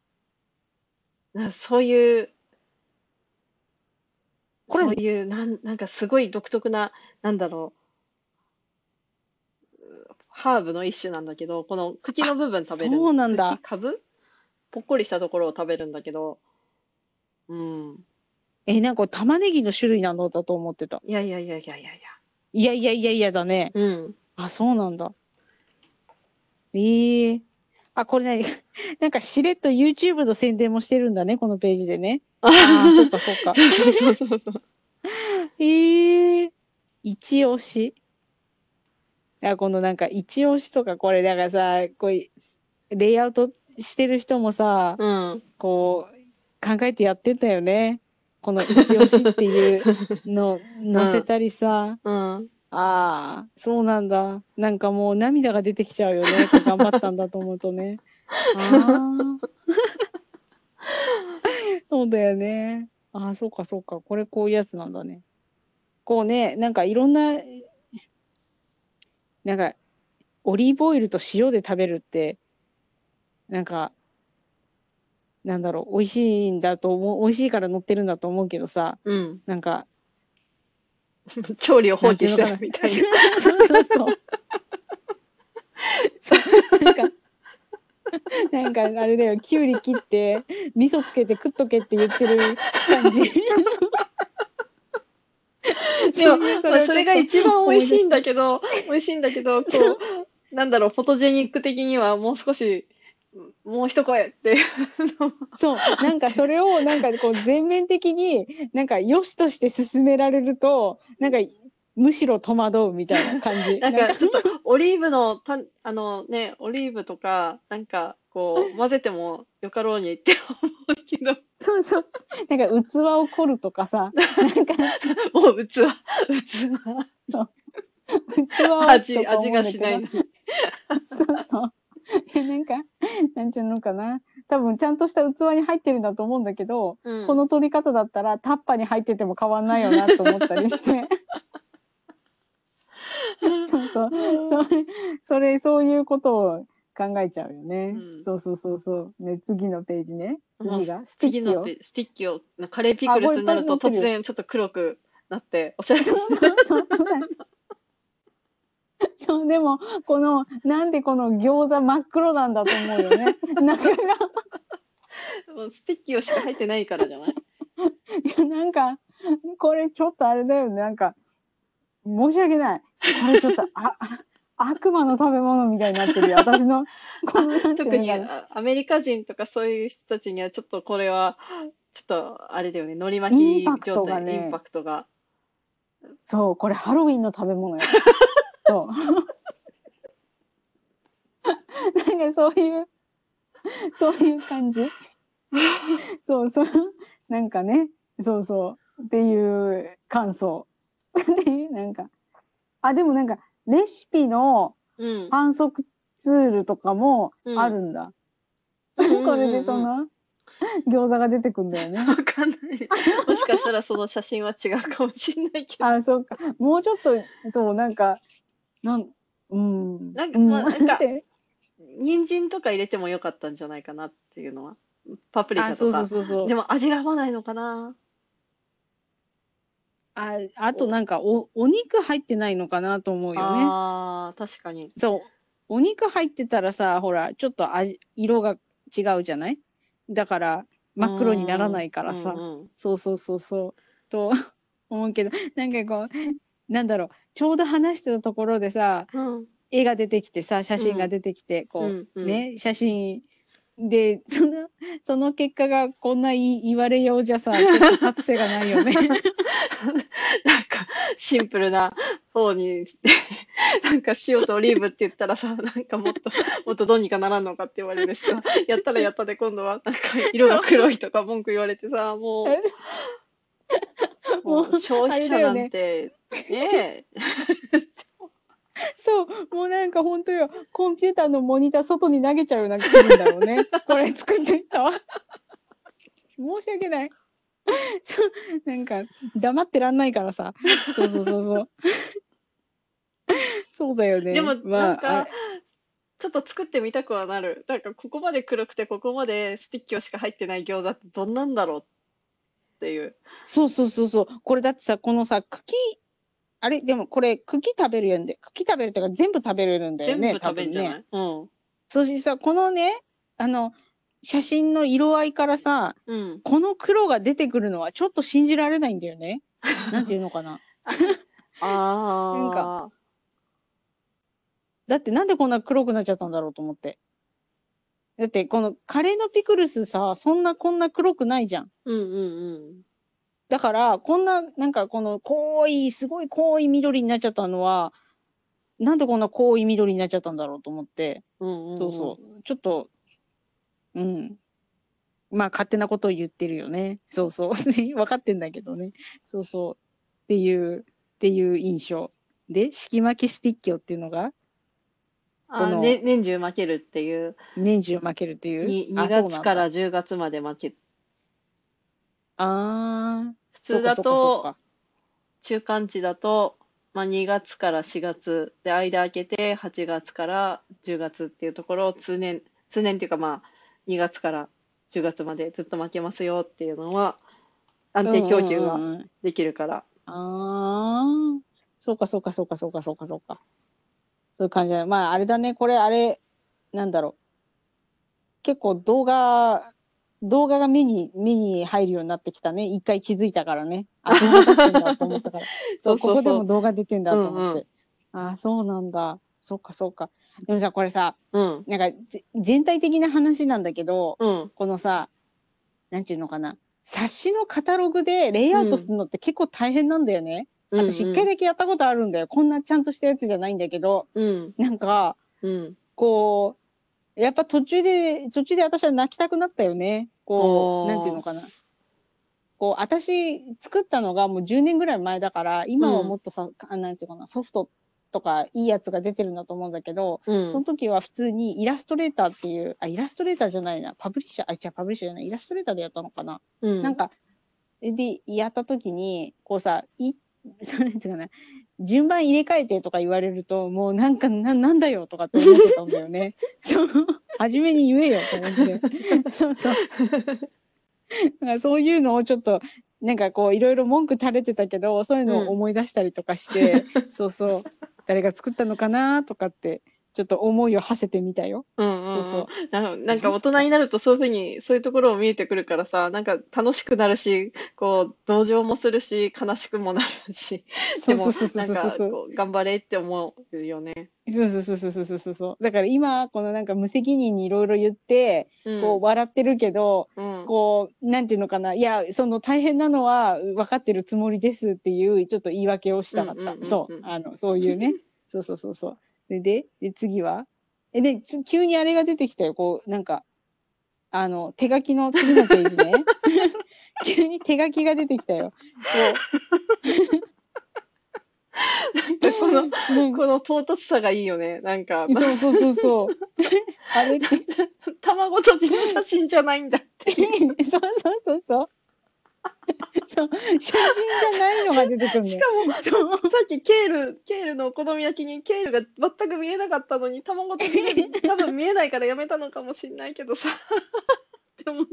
[SPEAKER 1] そういう、
[SPEAKER 2] これ、
[SPEAKER 1] なんかすごい独特な、なんだろハーブの一種なんだけど、この茎の
[SPEAKER 2] あ、
[SPEAKER 1] 部分食べる
[SPEAKER 2] そうなんだ。
[SPEAKER 1] 株ぽっこりしたところを食べるんだけど、うん。
[SPEAKER 2] なんか玉ねぎの種類なのだと思ってた。
[SPEAKER 1] いやいやいやいやいやいや。
[SPEAKER 2] いやいやいやいやだね。
[SPEAKER 1] うん。
[SPEAKER 2] あ、そうなんだ。ええ、あ、これ何なんかしれっと YouTube の宣伝もしてるんだね、このページでね。ああ、そっかそっか。
[SPEAKER 1] そうそうそうそうそう。
[SPEAKER 2] ええ、一押し。いや、このなんか一押しとか、これだからさ、こう、レイアウトしてる人もさ、
[SPEAKER 1] うん。
[SPEAKER 2] こう、考えてやってたよね。この一押しっていうの
[SPEAKER 1] うん。
[SPEAKER 2] 載せたりさ。
[SPEAKER 1] うん。
[SPEAKER 2] ああ、そうなんだ。なんかもう涙が出てきちゃうよね。こう頑張ったんだと思うとね。ああ、そうだよね。ああ、そうかそうか。これこういうやつなんだね。こうね、なんかいろんな、なんかオリーブオイルと塩で食べるって、なんか、なんだろう、美味しいんだと思う、美味しいから乗ってるんだと思うけどさ、
[SPEAKER 1] うん。
[SPEAKER 2] なんか、
[SPEAKER 1] 調理を放棄してる
[SPEAKER 2] なんていうのかな。
[SPEAKER 1] みたいな。
[SPEAKER 2] そうそうそう。そう。なんか、あれだよ、きゅうり切って、味噌つけて食っとけって言ってる感じ。
[SPEAKER 1] でも、
[SPEAKER 2] そういう、そ
[SPEAKER 1] まあ、
[SPEAKER 2] れをちょっと
[SPEAKER 1] それが一番美味しいん
[SPEAKER 2] 思い出した。
[SPEAKER 1] だけど、美味しいんだけど、こう、なんだろう、フォトジェニック的にはもう少し、もう一声っていうのも
[SPEAKER 2] そう、なんか
[SPEAKER 1] あって。
[SPEAKER 2] それをなんかこう全面的になんか良しとして進められると、なんかむしろ戸惑うみたいな感じ。
[SPEAKER 1] なん
[SPEAKER 2] なんか
[SPEAKER 1] かちょっとオリーブのオリーブとか、なんかこう混ぜてもよかろうにって思うけど、
[SPEAKER 2] そうそう。なんか器を凝るとかさ、なんか
[SPEAKER 1] もう器、
[SPEAKER 2] そう器をとか
[SPEAKER 1] 味
[SPEAKER 2] 思うんだけど、
[SPEAKER 1] がしないのに。
[SPEAKER 2] そうそう。なんか、なんちゅうのかな。多分ちゃんとした器に入ってるんだと思うんだけど、
[SPEAKER 1] うん。
[SPEAKER 2] この取り方だったらタッパに入ってても変わんないよなと思ったりして。そうそう。そういうことを考えちゃうよね。
[SPEAKER 1] うん。
[SPEAKER 2] そうそうそうそう。ね、次のページね。
[SPEAKER 1] もう
[SPEAKER 2] 次が、スティッキを。
[SPEAKER 1] 次のスティッキを、カレーピク
[SPEAKER 2] あ、
[SPEAKER 1] ル
[SPEAKER 2] これいっぱい
[SPEAKER 1] スになると
[SPEAKER 2] 載ってるよ。
[SPEAKER 1] 突然ちょっと黒くなっておしゃれ。
[SPEAKER 2] そうそうそう。そう、でも、なんでこの餃子真っ黒なんだと思うよね。中が。
[SPEAKER 1] もうスティッキをしか入ってないからじゃない？
[SPEAKER 2] いや、なんか、これちょっとあれだよね。なんか、申し訳ない。これちょっと、悪魔の食べ物みたいになってるよ。私の、
[SPEAKER 1] あ、
[SPEAKER 2] なんていう
[SPEAKER 1] 特に
[SPEAKER 2] のかな。
[SPEAKER 1] アメリカ人とかそういう人たちにはちょっとこれは、ちょっとあれだよね、海苔
[SPEAKER 2] インパ
[SPEAKER 1] 巻き
[SPEAKER 2] クトが
[SPEAKER 1] 状態、インパ
[SPEAKER 2] ね、
[SPEAKER 1] クトが。
[SPEAKER 2] そう、これハロウィンの食べ物よ。そう。なんかそういう感じ。そうそう。なんかね、そうそう。っていう感想。で、なんか、でもなんか、レシピの
[SPEAKER 1] うん、
[SPEAKER 2] 反則ツールとかも
[SPEAKER 1] うん、
[SPEAKER 2] あるんだ。
[SPEAKER 1] うんう
[SPEAKER 2] これで
[SPEAKER 1] んうんうん。
[SPEAKER 2] 餃子が出てくんだよね。
[SPEAKER 1] わかんない。もしかしたらその写真は違うかもしれないけど。
[SPEAKER 2] あ、そっか。もうちょっと、そう、なんか、なん、うん、
[SPEAKER 1] なんか、
[SPEAKER 2] うん、
[SPEAKER 1] まあ、なんか、
[SPEAKER 2] って。
[SPEAKER 1] 人参とか入れてもよかったんじゃないかなっていうのは。パプリカと
[SPEAKER 2] そうそう
[SPEAKER 1] か。
[SPEAKER 2] そうそう。
[SPEAKER 1] でも味が合わないのかな。
[SPEAKER 2] あとなんか、お肉入ってないのかなと思うよね。
[SPEAKER 1] ああ、確かに。
[SPEAKER 2] そう。お肉入ってたらさ、ほら、ちょっと色が違うじゃない？だから、真っ黒にならないからさ。
[SPEAKER 1] うん
[SPEAKER 2] そうそうそうそう。と思うけど、なんかこう、なんだろう、ちょうど話してたところでさ、
[SPEAKER 1] うん
[SPEAKER 2] 絵が出てきてさ、写真が
[SPEAKER 1] うん
[SPEAKER 2] 出てきて、
[SPEAKER 1] う
[SPEAKER 2] こう、
[SPEAKER 1] んうん。
[SPEAKER 2] ね、写真で、その結果がこんな言われようじゃさ、ちょっと立つ瀬がないよね。
[SPEAKER 1] なんかシンプルな方にして、なんか塩とオリーブって言ったらさ、なんかもっとどうにかならんのかって言われるしさ、やったらやったで今度はなんか色が
[SPEAKER 2] そう。
[SPEAKER 1] 黒いとか文句言われてさ、もう、
[SPEAKER 2] もう、
[SPEAKER 1] もう消費
[SPEAKER 2] あれ
[SPEAKER 1] 者なん
[SPEAKER 2] だよね。
[SPEAKER 1] て、ねえ、
[SPEAKER 2] そう、もうなんか本当よ、コンピューターのモニター外に投げちゃうような気分だろうね。これ作ってみたわ。申し訳ない。そう、なんか、黙ってらんないからさ。そうそうそうそう。そうだよね。
[SPEAKER 1] でも
[SPEAKER 2] まあ、あ
[SPEAKER 1] なんか、
[SPEAKER 2] れ。
[SPEAKER 1] ちょっと作ってみたくはなる。なんかここまで黒くてここまでスティッキオしか入ってない餃子ってどんなんだろうっていう。
[SPEAKER 2] そうそうそうそう。これだってさ、このさ、茎、あれ、でもこれ、茎食べるやんで、茎食べるっていうか全部食べれるんだよね、
[SPEAKER 1] 全部食べん
[SPEAKER 2] 多分ね。
[SPEAKER 1] じゃない？うん。
[SPEAKER 2] そしてさ、このね、あの、写真の色合いからさ、
[SPEAKER 1] うん。
[SPEAKER 2] この黒が出てくるのはちょっと信じられないんだよね。なんていうのかな。なんか、
[SPEAKER 1] ああ、
[SPEAKER 2] だってなんでこんな黒くなっちゃったんだろうと思って。だってこのカレーのピクルスさ、こんな黒くないじゃん。
[SPEAKER 1] うんうんうん。
[SPEAKER 2] だから、こんな、なんかこのすごい濃い緑になっちゃったのは、なんでこんな濃い緑になっちゃったんだろうと思って。
[SPEAKER 1] うんうんうん。
[SPEAKER 2] そうそう。ちょっと、うん。まあ、勝手なことを言ってるよね。そうそう。ね、分かってんだけどね。そうそう。っていう印象。で、敷巻きスティッキオっていうのが、この、
[SPEAKER 1] 年中負けるっていう、
[SPEAKER 2] 年中負けるっていう。あ、
[SPEAKER 1] 2月から
[SPEAKER 2] そうなんだ。
[SPEAKER 1] 10月まで負け、
[SPEAKER 2] あー、
[SPEAKER 1] 普通だ
[SPEAKER 2] そっかそっかそっ
[SPEAKER 1] と、
[SPEAKER 2] か。
[SPEAKER 1] 中間値だと、まあ、2月から4月で間空けて8月から10月っていうところを通年っていうかまあ2月から10月までずっと負けますよっていうのは安定
[SPEAKER 2] うんう
[SPEAKER 1] 供給が
[SPEAKER 2] んうんうん。
[SPEAKER 1] できるから。
[SPEAKER 2] あー、そうかそうかそうかそうかそうかそうか。そういう感じだね。まあ、あれだね。これ、あれ、なんだろう。結構動画が目に入るようになってきたね。一回気づいたからね。あ、動画出してんだと思ったから。
[SPEAKER 1] そ
[SPEAKER 2] そう、ここで
[SPEAKER 1] うそうそう。
[SPEAKER 2] も動画出てん
[SPEAKER 1] う
[SPEAKER 2] だと思って。
[SPEAKER 1] んうん。
[SPEAKER 2] あ、そうなんだ。そっかそっか。でもさ、これさ、
[SPEAKER 1] うん。
[SPEAKER 2] なんか、全体的な話なんだけど、
[SPEAKER 1] うん。
[SPEAKER 2] このさ、なんていうのかな。冊子のカタログでレイアウトす
[SPEAKER 1] うん。
[SPEAKER 2] るのって結構大変なんだよね。
[SPEAKER 1] うん
[SPEAKER 2] 私一回
[SPEAKER 1] うん。
[SPEAKER 2] だけやったことあるんだよ。こんなちゃんとしたやつじゃないんだけど、
[SPEAKER 1] うん。
[SPEAKER 2] なんか、
[SPEAKER 1] うん。
[SPEAKER 2] こやっぱ途中で私は泣きたくなったよね。こう、なんていう
[SPEAKER 1] おー。
[SPEAKER 2] のかな。こう、私作ったのがもう10年ぐらい前だから、今はも
[SPEAKER 1] うん。
[SPEAKER 2] っとさ、なんていうかな、ソフトとかいいやつが出てるんだと思うんだけど、
[SPEAKER 1] うん。
[SPEAKER 2] その時は普通にイラストレーターっていう、イラストレーターじゃないな、パブリッシャー、違う、パブリッシャーじゃない、イラストレーターでやったのかな。
[SPEAKER 1] うん。
[SPEAKER 2] なんか、で、やった時に、こうさ、なんていうかな、順番入れ替えてとか言われると、もうなんか、なんだよとかって思ってたんだよね。そう、初めに言えよと思って。そうそう。なんかそういうのをちょっと、なんかこう、いろいろ文句垂れてたけど、そういうのを
[SPEAKER 1] うん。
[SPEAKER 2] 思い出したりとかして、そうそう、誰が作ったのかなとかって、ちょっと思いを馳せてみたよ。
[SPEAKER 1] うんうんうん。
[SPEAKER 2] そうそう。
[SPEAKER 1] なんか大人になるとそういうふうに、そういうところも見えてくるからさ、なんか楽しくなるし、こう、同情もするし、悲しくもなるし、でも
[SPEAKER 2] そうそうそう
[SPEAKER 1] なん
[SPEAKER 2] そうそうそう。
[SPEAKER 1] かこう、頑張れって思うよね。
[SPEAKER 2] そうそうそうそうそうそうそう。だから今、このなんか無責任にいろいろ言って、こう
[SPEAKER 1] うん、
[SPEAKER 2] 笑ってるけど、
[SPEAKER 1] うん、
[SPEAKER 2] こう、なんていうのかな。いや、その大変なのは分かってるつもりですっていう、ちょっと言い訳をし
[SPEAKER 1] うん、
[SPEAKER 2] たかった。
[SPEAKER 1] うん、
[SPEAKER 2] そう。
[SPEAKER 1] うん。
[SPEAKER 2] そういうね。そうそうそうそう。で、次はで、急にあれが出てきたよ。こう、なんか、手書きの次のページね。急に手書きが出てきたよ。こ
[SPEAKER 1] なんかこの、
[SPEAKER 2] う、なんか、
[SPEAKER 1] この唐突さがいいよね。なんか、
[SPEAKER 2] そうそうそうそう。あれって、
[SPEAKER 1] 卵とじの写真じゃないんだっていう。
[SPEAKER 2] そうそうそうそう。そう、写真じゃないのが出てくるんだよ。
[SPEAKER 1] しかも、
[SPEAKER 2] そう。
[SPEAKER 1] さっきケールのお好み焼きにケールが全く見えなかったのに、卵とじで多分見えないからやめたのかもしんないけどさ、って思って。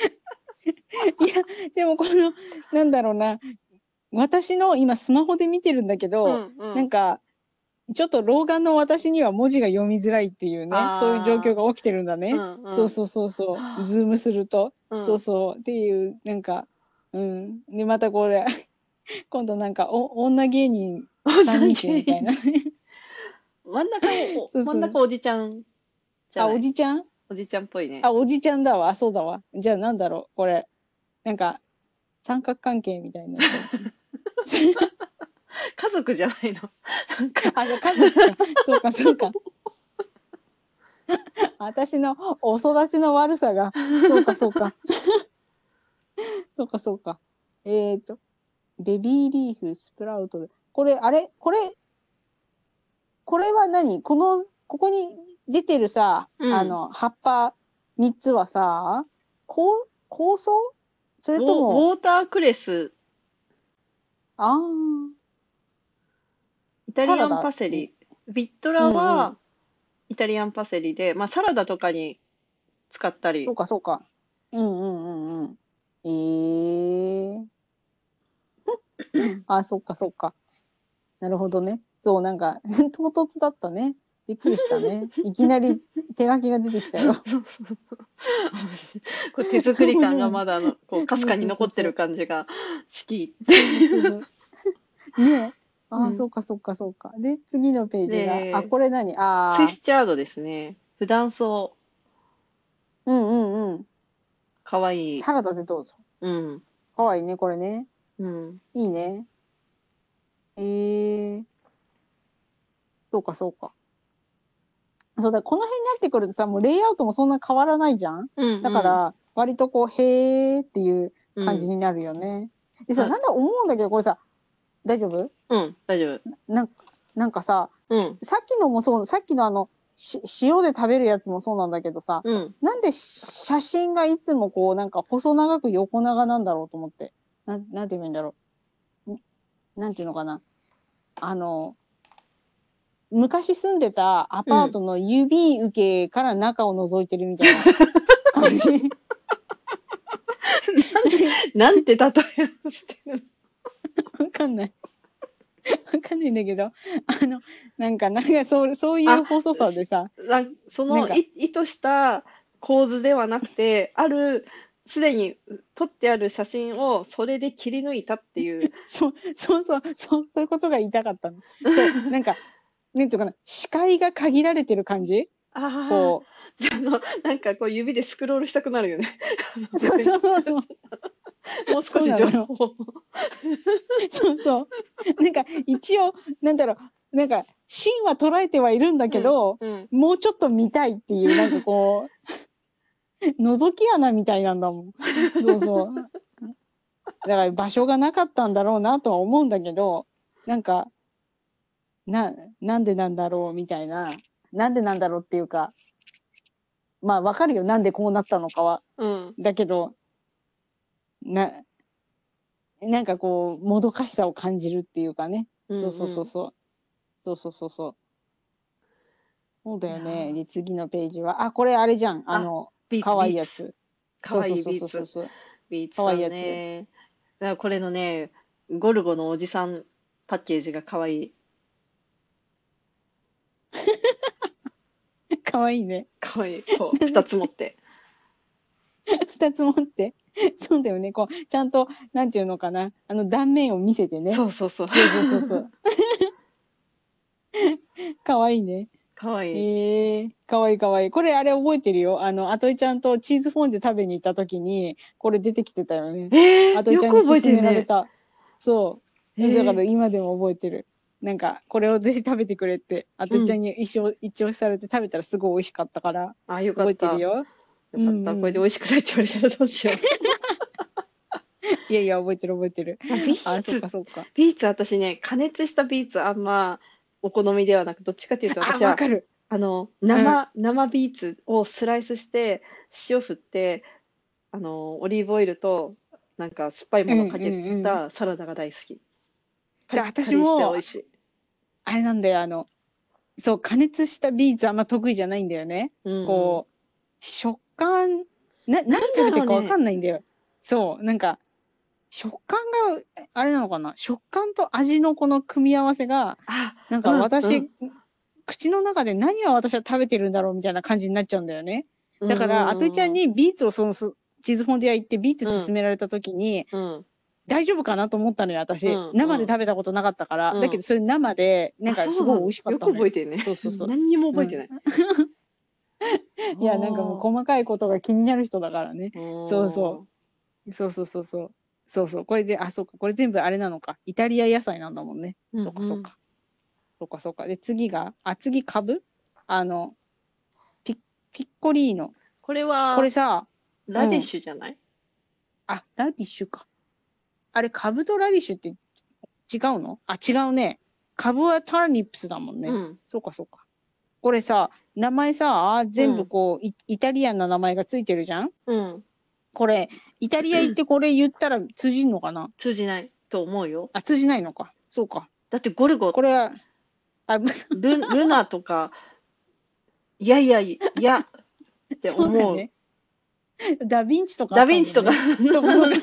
[SPEAKER 2] いや、でもこの、なんだろうな、私の今スマホで見てるんだけど、
[SPEAKER 1] うん、うん、
[SPEAKER 2] なんか、 ちょっと老眼の私には文字が読みづらいっていうね、そういう状況が起きてるんだ
[SPEAKER 1] う
[SPEAKER 2] ね。
[SPEAKER 1] んうん。
[SPEAKER 2] そうそうそうそう。
[SPEAKER 1] は
[SPEAKER 2] ズームすると。
[SPEAKER 1] あ、うん。
[SPEAKER 2] そうそう。っていう、なんか、うん。で、またこれ、今度なんか、女芸人三人衆みたいな。そうそう。
[SPEAKER 1] 真ん中おじちゃんじゃ
[SPEAKER 2] あ、お
[SPEAKER 1] ない？
[SPEAKER 2] じちゃん
[SPEAKER 1] おじちゃんっぽいね。
[SPEAKER 2] あ、おじちゃんだわ。あ、そうだわ。じゃあなんだろう。これ。なんか、三角関係みたいになってる。
[SPEAKER 1] 家族じゃないの？なんか、
[SPEAKER 2] あ、じゃあ家族か。そうか、そうか。私のお育ちの悪さが。そうか、そうか。そうか、そうか。ベビーリーフ、スプラウトで。これ、あれこれは何ここに出てるさ、
[SPEAKER 1] うん。
[SPEAKER 2] 葉っぱ3つはさ、香草それと
[SPEAKER 1] ウ
[SPEAKER 2] も、
[SPEAKER 1] ォータークレス、
[SPEAKER 2] あー、
[SPEAKER 1] イタリアン
[SPEAKER 2] サラダ。
[SPEAKER 1] パセリ。ビットラ
[SPEAKER 2] うんうん。
[SPEAKER 1] はイタリアンパセリで、まあサラダとかに使ったり。
[SPEAKER 2] そうか、そうか。うんうんうんうん。あ、そっか、そっか。なるほどね。そう、なんか、唐突だったね。びっくりしたね。いきなり手書きが出てきたよ。
[SPEAKER 1] こう手作り感が
[SPEAKER 2] 面白い。
[SPEAKER 1] まだこう、かす
[SPEAKER 2] そう
[SPEAKER 1] かに残ってる
[SPEAKER 2] そうそうそう。
[SPEAKER 1] 感じが好き。
[SPEAKER 2] そうそうそうそう。ねえ。ああ、そ
[SPEAKER 1] うん。
[SPEAKER 2] っかそっかそっか。で、次のページが、あ、
[SPEAKER 1] で、
[SPEAKER 2] これ何
[SPEAKER 1] スイ
[SPEAKER 2] ああ
[SPEAKER 1] スチャードですね。普段草。
[SPEAKER 2] うんうんうん。
[SPEAKER 1] かわいい。
[SPEAKER 2] サラダでどうぞ。
[SPEAKER 1] うん。
[SPEAKER 2] かわいいね、これね。
[SPEAKER 1] うん。
[SPEAKER 2] いいね。ええそうかそうか。そうだ、この辺になってくるとさ、もうレイアウトもそんな変わらないじゃん
[SPEAKER 1] うんうん。
[SPEAKER 2] だから、割とこう、へーっていう
[SPEAKER 1] うん。
[SPEAKER 2] 感じになるよね。でさ、
[SPEAKER 1] あ、
[SPEAKER 2] なんだ思うんだけど、これさ、大丈夫
[SPEAKER 1] うん、大丈夫。
[SPEAKER 2] なんか、なんかさ、
[SPEAKER 1] うん、
[SPEAKER 2] さっきのもそう、さっきの塩で食べるやつもそうなんだけどさ、
[SPEAKER 1] うん。
[SPEAKER 2] なんで写真がいつもこう、なんか細長く横長なんだろうと思って。なんて言うんだろう。なんていうのかな。あの、昔住んでたア
[SPEAKER 1] うん。
[SPEAKER 2] パートの指受けから中を覗いてるみたいな感じ。
[SPEAKER 1] なんて例えをしてる
[SPEAKER 2] わかんない。わかんないんだけど、なんかそうい
[SPEAKER 1] あ、
[SPEAKER 2] う細さでさ、
[SPEAKER 1] その
[SPEAKER 2] なんか、
[SPEAKER 1] 意図した構図ではなくて、すでに撮ってある写真をそれで切り抜いたっていう。
[SPEAKER 2] そういうことが言いたかったの。そう、なんか、なんていうかな、視界が限られてる感じ
[SPEAKER 1] ああ、
[SPEAKER 2] こ
[SPEAKER 1] じゃあなんかこう指でスクロールしたくなるよね。
[SPEAKER 2] う、そうそうそうそう、
[SPEAKER 1] もう少し
[SPEAKER 2] そうなのよ。
[SPEAKER 1] 情報を。
[SPEAKER 2] そうそう。なんか、一応、なんだろなんか、芯は捉えてはいるんだ
[SPEAKER 1] うん、
[SPEAKER 2] けど、
[SPEAKER 1] うん。
[SPEAKER 2] もうちょっと見たいっていう、なんかこう、覗き穴みたいなんだもん。そうそう。だから場所がなかったんだろうなとは思うんだけど、なんか、なんでなんだろうみたいな。なんでなんだろうっていうか、まあわかるよ。なんでこうなったのかは。
[SPEAKER 1] うん、
[SPEAKER 2] だけど、な、なんかこう、もどかしさを感じるっていうかね。
[SPEAKER 1] うん、
[SPEAKER 2] そうそう
[SPEAKER 1] うん。
[SPEAKER 2] そうそう。そうそうそうそう。そうだ
[SPEAKER 1] いや
[SPEAKER 2] よね。で、
[SPEAKER 1] ー、
[SPEAKER 2] 次のページは、あ、これあれじゃん。
[SPEAKER 1] ビーツ、
[SPEAKER 2] かわ
[SPEAKER 1] ビーツ。
[SPEAKER 2] いいやつ。
[SPEAKER 1] かわいい
[SPEAKER 2] そうそうそう
[SPEAKER 1] ビーツ。
[SPEAKER 2] そうそうそう。かわいい
[SPEAKER 1] ビーツさん
[SPEAKER 2] やつ。
[SPEAKER 1] ね。だからこれのね、ゴルゴのおじさんパッケージがかわいい。
[SPEAKER 2] かわいいね。
[SPEAKER 1] かわいい。こう、二つ持って。
[SPEAKER 2] 二つ持って。そうだよね。こう、ちゃんと、なんていうのかな。断面を見せてね。
[SPEAKER 1] そうそうそう。
[SPEAKER 2] そうそうそうそう。かわいいね。
[SPEAKER 1] かわいい。
[SPEAKER 2] かわいいかわいい。これあれ覚えてるよ。あといちゃんとチーズフォンデュ食べに行った時に、これ出てきてたよね。あといちゃんに
[SPEAKER 1] よく覚えて
[SPEAKER 2] 勧められ
[SPEAKER 1] るね。
[SPEAKER 2] た。そう。だから
[SPEAKER 1] えー、
[SPEAKER 2] 今でも覚えてる。なんか、これをぜひ食べてくれって、あといちゃん
[SPEAKER 1] うん。
[SPEAKER 2] に一押しされて食べたらすごい美味しかったから、
[SPEAKER 1] あ、よか
[SPEAKER 2] 覚えてる
[SPEAKER 1] った。
[SPEAKER 2] よ。う
[SPEAKER 1] よかった。これで
[SPEAKER 2] んうん。
[SPEAKER 1] 美味しくないって言われたらどうしよう。
[SPEAKER 2] いやいや、覚えてる覚えてる。
[SPEAKER 1] ビー
[SPEAKER 2] あ、そっ
[SPEAKER 1] ツ、
[SPEAKER 2] かそっか。
[SPEAKER 1] 私ね、加熱したビーツあんまお好みではなく、どっちかっていうと
[SPEAKER 2] あ、
[SPEAKER 1] 私は、
[SPEAKER 2] わかる。うん。
[SPEAKER 1] 生ビーツをスライスして、塩振って、オリーブオイルと、なんか酸っぱい
[SPEAKER 2] うん
[SPEAKER 1] ものかけ
[SPEAKER 2] うんうん。
[SPEAKER 1] たサラダが大好き。カ
[SPEAKER 2] じゃあ
[SPEAKER 1] リッカリして美
[SPEAKER 2] 私も、
[SPEAKER 1] 味しい。
[SPEAKER 2] あれなんだよ、そう、加熱したビーツあんま得意じゃないんだよね。
[SPEAKER 1] うんうん。
[SPEAKER 2] こう、食感、何
[SPEAKER 1] なん
[SPEAKER 2] 食べてるかわか
[SPEAKER 1] だろうね。
[SPEAKER 2] んないんだよ。そう、なんか、 食感が、あれなのかな、食感と味のこの組み合わせが、
[SPEAKER 1] あ、
[SPEAKER 2] なんか私、
[SPEAKER 1] うん、
[SPEAKER 2] 口の中で何を私は食べてるんだろうみたいな感じになっちゃうんだよね。
[SPEAKER 1] うん、
[SPEAKER 2] だから、あといちゃん
[SPEAKER 1] うん、
[SPEAKER 2] にビーツをチーズフォンデュ屋行ってビーツ
[SPEAKER 1] うん、
[SPEAKER 2] 勧められた時に、
[SPEAKER 1] うん、
[SPEAKER 2] 大丈夫かなと思ったのよ、私。
[SPEAKER 1] うん、
[SPEAKER 2] 生で
[SPEAKER 1] うん、
[SPEAKER 2] 食べたことなかったから。だ
[SPEAKER 1] うん。
[SPEAKER 2] けど、それ生で、なん
[SPEAKER 1] あ、
[SPEAKER 2] か
[SPEAKER 1] そうなの。
[SPEAKER 2] すごい美味しかっ
[SPEAKER 1] よ
[SPEAKER 2] たのよ。
[SPEAKER 1] く覚えてるね。
[SPEAKER 2] そうそうそう。
[SPEAKER 1] 何にも
[SPEAKER 2] うん。
[SPEAKER 1] 覚えてない。
[SPEAKER 2] いや、なんかもう
[SPEAKER 1] おー、
[SPEAKER 2] 細かいことが気になる人だからね。そうそ
[SPEAKER 1] おー、
[SPEAKER 2] う。そうそうそうそう。そうそう。これで、あ、そうか。これ全部あれなのか。イタリア野菜なんだもんね。
[SPEAKER 1] うん、
[SPEAKER 2] そうか
[SPEAKER 1] うん。
[SPEAKER 2] そうか。そうかそうか。で、次が、次、カブあの、ピ、ピッコリーノ。
[SPEAKER 1] これは、
[SPEAKER 2] これさ、う
[SPEAKER 1] ラディッ
[SPEAKER 2] ん。
[SPEAKER 1] シュじゃない？
[SPEAKER 2] ラディッシュか。あれ、カブとラディッシュって違うの？違うね。カブはターニップスだもんね。
[SPEAKER 1] うん、
[SPEAKER 2] そうかそうか。これさ、名前さ、全部
[SPEAKER 1] うん、
[SPEAKER 2] こう、イタリアンな名前がついてるじゃん。
[SPEAKER 1] うん。
[SPEAKER 2] これ、イタリア行ってこれ言ったら通じんのかな？
[SPEAKER 1] 通じないと思うよ。
[SPEAKER 2] 通じないのか。そうか。
[SPEAKER 1] だってゴルゴ、
[SPEAKER 2] これは、あ、
[SPEAKER 1] ルナとか、いやいやいやって思う。
[SPEAKER 2] そうだね。ダヴィンチとかあ
[SPEAKER 1] ダ
[SPEAKER 2] っ
[SPEAKER 1] ヴィンチとか
[SPEAKER 2] たもんね。そうか、そうか。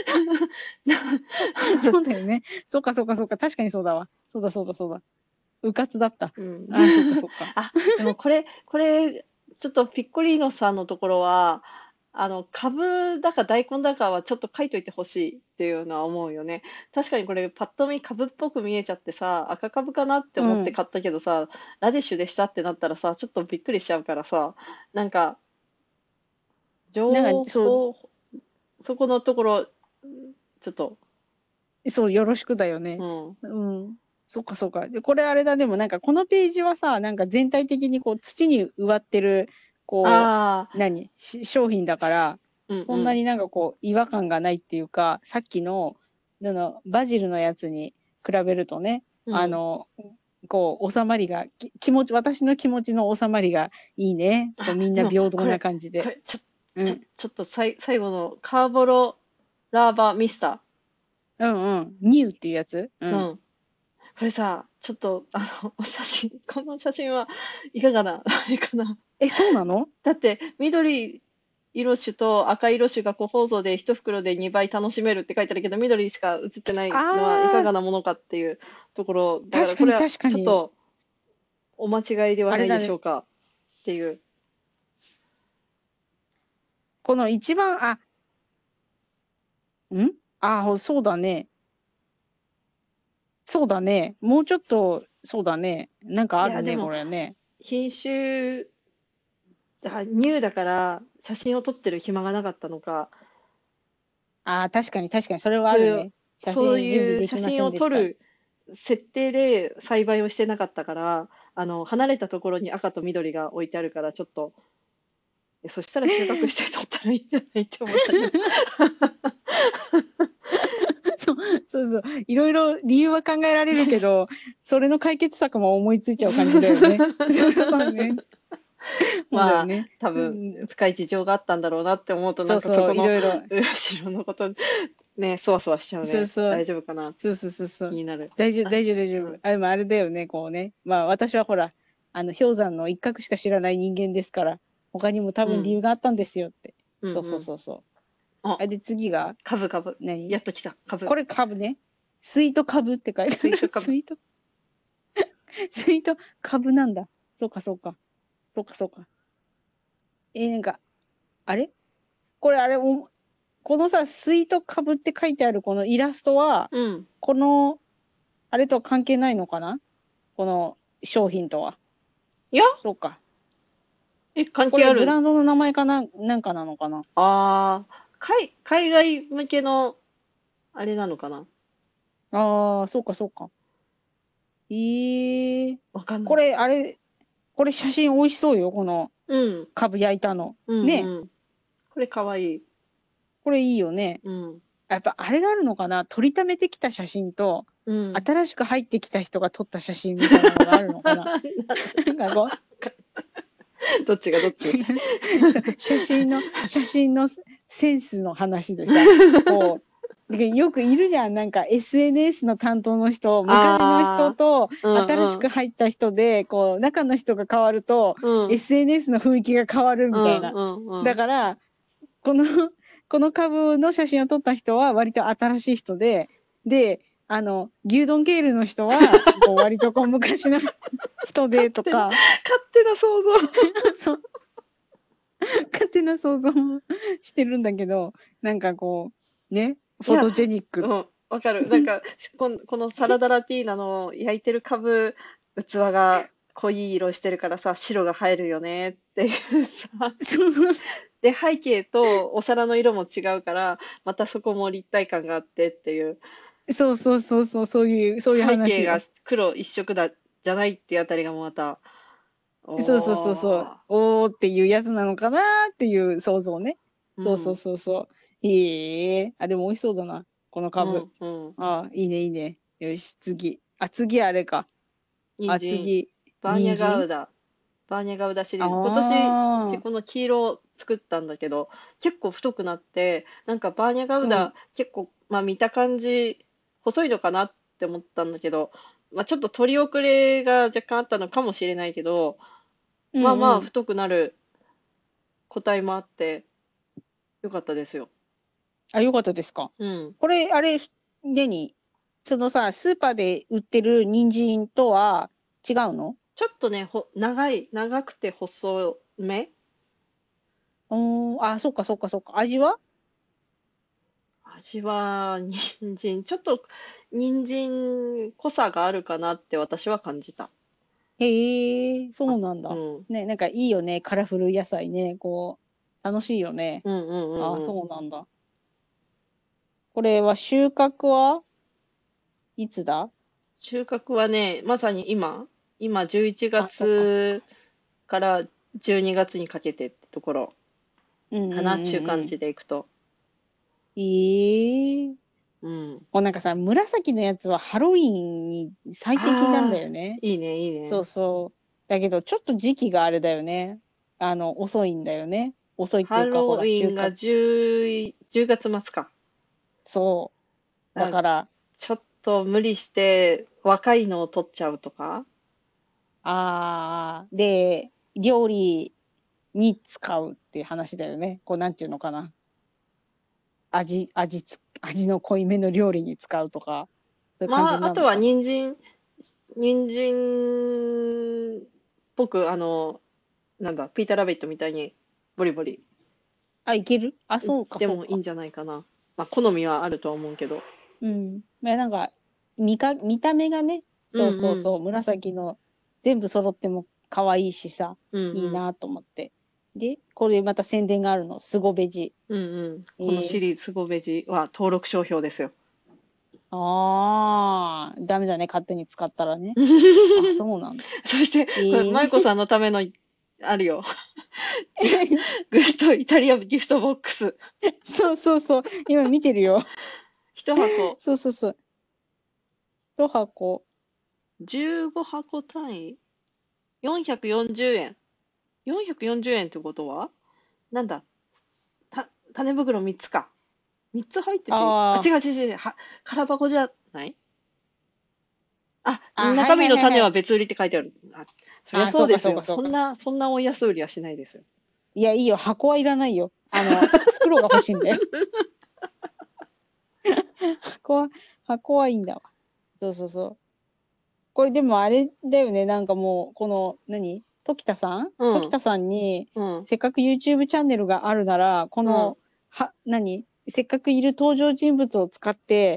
[SPEAKER 2] そうだよね。そうか、そうか、そうか。確かにそうだわ。そうだ、そうだ、そうだ。うかつだった。
[SPEAKER 1] うん。
[SPEAKER 2] そっか、そっか。
[SPEAKER 1] あ、でもこれ、ちょっとピッコリーノさんのところは、株だか大根だかはちょっと書いといてほしいっていうのは思うよね。確かにこれパッと見株っぽく見えちゃってさ、赤株かなって
[SPEAKER 2] うん。
[SPEAKER 1] 思って買ったけどさ、ラディッシュでしたってなったらさ、ちょっとびっくりしちゃうからさ、なんか、情
[SPEAKER 2] そう、
[SPEAKER 1] 報、そこのところ、ちょっと、
[SPEAKER 2] そう、よろしくだよね。
[SPEAKER 1] うん。
[SPEAKER 2] うん。そっか、そっか。で、これあれだ、でもなんかこのページはさ、なんか全体的にこう土に植わってる、こ
[SPEAKER 1] ああ、
[SPEAKER 2] う、商品だから、
[SPEAKER 1] うんうん。
[SPEAKER 2] そんなになんかこう違和感がないっていうか、さっきの、バジルのやつに比べるとね、
[SPEAKER 1] うん。
[SPEAKER 2] こう、収まりが、私の気持ちの収まりがいいね。こう、
[SPEAKER 1] あ、
[SPEAKER 2] みんな
[SPEAKER 1] でも、
[SPEAKER 2] 平等な感じで。
[SPEAKER 1] これ、
[SPEAKER 2] うん。
[SPEAKER 1] ちょっと最後のカーボロラーバミスタ
[SPEAKER 2] うんうん。ニューっていうやつう
[SPEAKER 1] ー。
[SPEAKER 2] ん。
[SPEAKER 1] うん。これさ、ちょっと、お写真、この写真はいかがな、あれかな。
[SPEAKER 2] そうなの？
[SPEAKER 1] だって、緑色種と赤色種が個包装で一袋で2倍楽しめるって書いてあるけど、緑しか写ってないのはいか
[SPEAKER 2] ああ
[SPEAKER 1] がなものかっていうところ、だから
[SPEAKER 2] 確かに
[SPEAKER 1] これは
[SPEAKER 2] 確かに。
[SPEAKER 1] ちょっとお間違いではないで
[SPEAKER 2] あれだね。
[SPEAKER 1] しょうかっていう。
[SPEAKER 2] この一番、んそうだね。そうだね。もうちょっと、そうだね。なんか
[SPEAKER 1] いや、で
[SPEAKER 2] あるね、
[SPEAKER 1] も、
[SPEAKER 2] これね。
[SPEAKER 1] 品種ニューだから写真を撮ってる暇がなかったのか、
[SPEAKER 2] 確かに確かに、それはあ
[SPEAKER 1] そういう、
[SPEAKER 2] るね。写
[SPEAKER 1] そう
[SPEAKER 2] 真準備
[SPEAKER 1] いう写真
[SPEAKER 2] できませんでした。
[SPEAKER 1] を撮る設定で栽培をしてなかったから、離れたところに赤と緑が置いてあるから、ちょっと、そしたら収穫して撮ったらいいんじゃないって思ったけど。
[SPEAKER 2] そうそうそう。いろいろ理由は考えられるけど、それの解決策も思いついちゃう感じだよね。そうね。そうだよ
[SPEAKER 1] まあ、
[SPEAKER 2] ね。
[SPEAKER 1] 多分、
[SPEAKER 2] うん、
[SPEAKER 1] 深い事情があったんだろうなって思うと、なんかそ
[SPEAKER 2] そうそう、い
[SPEAKER 1] この
[SPEAKER 2] ろいろ。
[SPEAKER 1] 後ろのこと、ね、そわそわしちゃうね。
[SPEAKER 2] そうそう。
[SPEAKER 1] 大丈夫かな？
[SPEAKER 2] そうそうそうそう。
[SPEAKER 1] 気になる。
[SPEAKER 2] 大丈夫、
[SPEAKER 1] あ、
[SPEAKER 2] 大丈夫、大丈夫。
[SPEAKER 1] うん、
[SPEAKER 2] でもあれだよね、こうね。まあ私はほら、氷山の一角しか知らない人間ですから、他にも多分理
[SPEAKER 1] うん、
[SPEAKER 2] 由があったんですよって。そうそう
[SPEAKER 1] うん、うん。
[SPEAKER 2] そうそう。
[SPEAKER 1] あ、
[SPEAKER 2] で、次が、
[SPEAKER 1] 株。や
[SPEAKER 2] 何
[SPEAKER 1] っと来た、株。
[SPEAKER 2] これ株ね。スイート株って書いてある。
[SPEAKER 1] スイート株。
[SPEAKER 2] スイート株なんだ。そうか、そうか。そうか、そうか。なんか、あれこれあれ、このさ、スイート株って書いてあるこのイラストは、
[SPEAKER 1] うん。
[SPEAKER 2] この、あれとは関係ないのかな？この商品とは。
[SPEAKER 1] いや、
[SPEAKER 2] そうか。
[SPEAKER 1] 関
[SPEAKER 2] これ
[SPEAKER 1] 係ある。
[SPEAKER 2] ブランドの名前かな？なんかなのかな？
[SPEAKER 1] ああ、海外向けの、あれなのかな？
[SPEAKER 2] そうかそうか。ええこ
[SPEAKER 1] わかんない。
[SPEAKER 2] れあれ、これ写真美味しそうよ、この
[SPEAKER 1] うん、
[SPEAKER 2] カブ焼いたの。
[SPEAKER 1] うん、
[SPEAKER 2] ね。
[SPEAKER 1] うん。これかわいい。
[SPEAKER 2] これいいよね。
[SPEAKER 1] うん、
[SPEAKER 2] やっぱあれがあるのかな？撮りためてきた写真と、
[SPEAKER 1] うん。
[SPEAKER 2] 新しく入ってきた人が撮った写真みたいなのがあるのかな？なんかこう、
[SPEAKER 1] どっちがどっち？
[SPEAKER 2] 写真のセンスの話でさ、こう、でよくいるじゃん。なんか SNS の担当の人、昔の人
[SPEAKER 1] あ
[SPEAKER 2] と
[SPEAKER 1] あ、
[SPEAKER 2] 新し
[SPEAKER 1] うん、
[SPEAKER 2] く入った人で、こう、中の人が変わると、
[SPEAKER 1] うん、うん、
[SPEAKER 2] SNS の雰囲気が変わる
[SPEAKER 1] うん、
[SPEAKER 2] みたいな。
[SPEAKER 1] うん、うん。
[SPEAKER 2] だから、この、 この株の写真を撮った人は割と新しい人で、で、牛丼ケールの人は、こう割とこう昔の人でとか、
[SPEAKER 1] 勝手な想像。
[SPEAKER 2] そう、勝手な想像もしてるんだけど、なんかこう、ね、フォトジェニック。
[SPEAKER 1] うん、わかる。なんか、このサラダラティーナの焼いてる株、器が濃い色してるからさ、白が入るよねっていうさ。で、背景とお皿の色も違うから、またそこも立体感があってっていう。
[SPEAKER 2] そうそうそうそう、そういう
[SPEAKER 1] 背景が
[SPEAKER 2] 話よ。
[SPEAKER 1] 黒一色じゃないっていうあたりがまた、
[SPEAKER 2] そうそうそうそう。
[SPEAKER 1] おー。
[SPEAKER 2] おーっていうやつなのかなっていう想像ね。そうそう
[SPEAKER 1] うん、
[SPEAKER 2] そうそう。へえ。あ、でも美味しそうだな。このカブ。
[SPEAKER 1] うん、うん。
[SPEAKER 2] あ、いいね、いいね。よし、次。あ、次あれか。あ、
[SPEAKER 1] 人参、
[SPEAKER 2] 次。
[SPEAKER 1] バーニャガ
[SPEAKER 2] 人参。
[SPEAKER 1] ウダ。バーニャガウダシリーズ。今年、うち
[SPEAKER 2] ああ。
[SPEAKER 1] この黄色作ったんだけど、結構太くなって、なんかバーニャガウ
[SPEAKER 2] うん。
[SPEAKER 1] ダ結構、まあ見た感じ、細いのかなって思ったんだけど、まあちょっと取り遅れが若干あったのかもしれないけど、
[SPEAKER 2] う
[SPEAKER 1] まあ
[SPEAKER 2] んうん。
[SPEAKER 1] まあ太くなる個体もあって、よかったですよ。
[SPEAKER 2] あ、よかったですか。
[SPEAKER 1] うん。
[SPEAKER 2] これ、あれ、何そのさ、スーパーで売ってる人参とは違うの？
[SPEAKER 1] ちょっとね、長くて細め。
[SPEAKER 2] あ、そっかそっかそっか。味は？
[SPEAKER 1] 味は、ちょっと、人参濃さがあるかなって私は感じた。
[SPEAKER 2] へえ、そうなんだ。
[SPEAKER 1] うん。
[SPEAKER 2] ね、なんかいいよね。カラフル野菜ね。こう、楽しいよね。
[SPEAKER 1] うんうんう
[SPEAKER 2] あ、
[SPEAKER 1] んうん。
[SPEAKER 2] そうなんだ。これは収穫はいつだ？
[SPEAKER 1] 収穫はね、まさに今11
[SPEAKER 2] あ、そっかそっ
[SPEAKER 1] 月
[SPEAKER 2] か。
[SPEAKER 1] から12月にかけてってところ
[SPEAKER 2] うんうん
[SPEAKER 1] かな、中間
[SPEAKER 2] うんうん。
[SPEAKER 1] 値でいくと。
[SPEAKER 2] ええ、
[SPEAKER 1] うん。
[SPEAKER 2] こうなんかさ、紫のやつはハロウィーンに最適なんだ
[SPEAKER 1] ああ、
[SPEAKER 2] よね。
[SPEAKER 1] いいね、いい
[SPEAKER 2] そう
[SPEAKER 1] ね。
[SPEAKER 2] そう。だけど、ちょっと時期があれだよね。遅いんだよね。遅いっていうか、ほ
[SPEAKER 1] ハロウ
[SPEAKER 2] ら、収穫。
[SPEAKER 1] ィンが10月末か。
[SPEAKER 2] そう。だ
[SPEAKER 1] あ、
[SPEAKER 2] から、
[SPEAKER 1] ちょっと無理して若いのを取っちゃうとか。
[SPEAKER 2] で、料理に使うっていう話だよね。こう、なんていうのかな。味の濃いめの料理に使うとか、そういう感じ
[SPEAKER 1] まあ、あとは
[SPEAKER 2] になるのかな。
[SPEAKER 1] 人参っぽく、なんだ、ピーターラビットみたいにボリボリ
[SPEAKER 2] あ、いける？あ、
[SPEAKER 1] いっ
[SPEAKER 2] そうか、そうか。
[SPEAKER 1] てもいいんじゃないかな。まあ、好みはあるとは思うけど。
[SPEAKER 2] うん。まあ、なんか、見た目がね、そう
[SPEAKER 1] うんうん。
[SPEAKER 2] そうそう、紫の全部揃っても可愛いしさ、
[SPEAKER 1] うんうん。
[SPEAKER 2] いいなと思って。で、これまた宣伝があるの、スゴベジ。
[SPEAKER 1] うんうん。このシ
[SPEAKER 2] えー、
[SPEAKER 1] リーズ、スゴベジは登録商標ですよ。
[SPEAKER 2] ダメだね、勝手に使ったらね。あ、そうなんだ。
[SPEAKER 1] そして、これ、
[SPEAKER 2] えー、
[SPEAKER 1] 舞子さんのための、あるよ。じグスト、イタリアギフトボックス。
[SPEAKER 2] そうそうそう、今見てるよ。
[SPEAKER 1] 一箱、
[SPEAKER 2] そうそうそう、一箱。
[SPEAKER 1] 15箱単位、440円。440円ってことはなんだ、種袋3つか。3つ入ってて、あ、違
[SPEAKER 2] あ
[SPEAKER 1] う違う違う、空箱じゃない
[SPEAKER 2] はい
[SPEAKER 1] 中身の種は
[SPEAKER 2] はいはいはい。
[SPEAKER 1] 別売りって書いてある。そりゃ
[SPEAKER 2] そうか
[SPEAKER 1] そうですよ。
[SPEAKER 2] そうかそうか。
[SPEAKER 1] そんなお安売りはしないですよ。
[SPEAKER 2] いや、いいよ、箱はいらないよ。袋が欲しいんだよ。箱は、箱はいいんだわ。そうそうそう。これでもあれだよね、なんかもう、この、時
[SPEAKER 1] うん、
[SPEAKER 2] 田さんに、
[SPEAKER 1] うん、
[SPEAKER 2] せっかく YouTube チャンネルがあるなら、こ
[SPEAKER 1] うん、
[SPEAKER 2] の、せっかくいる登場人物を使って、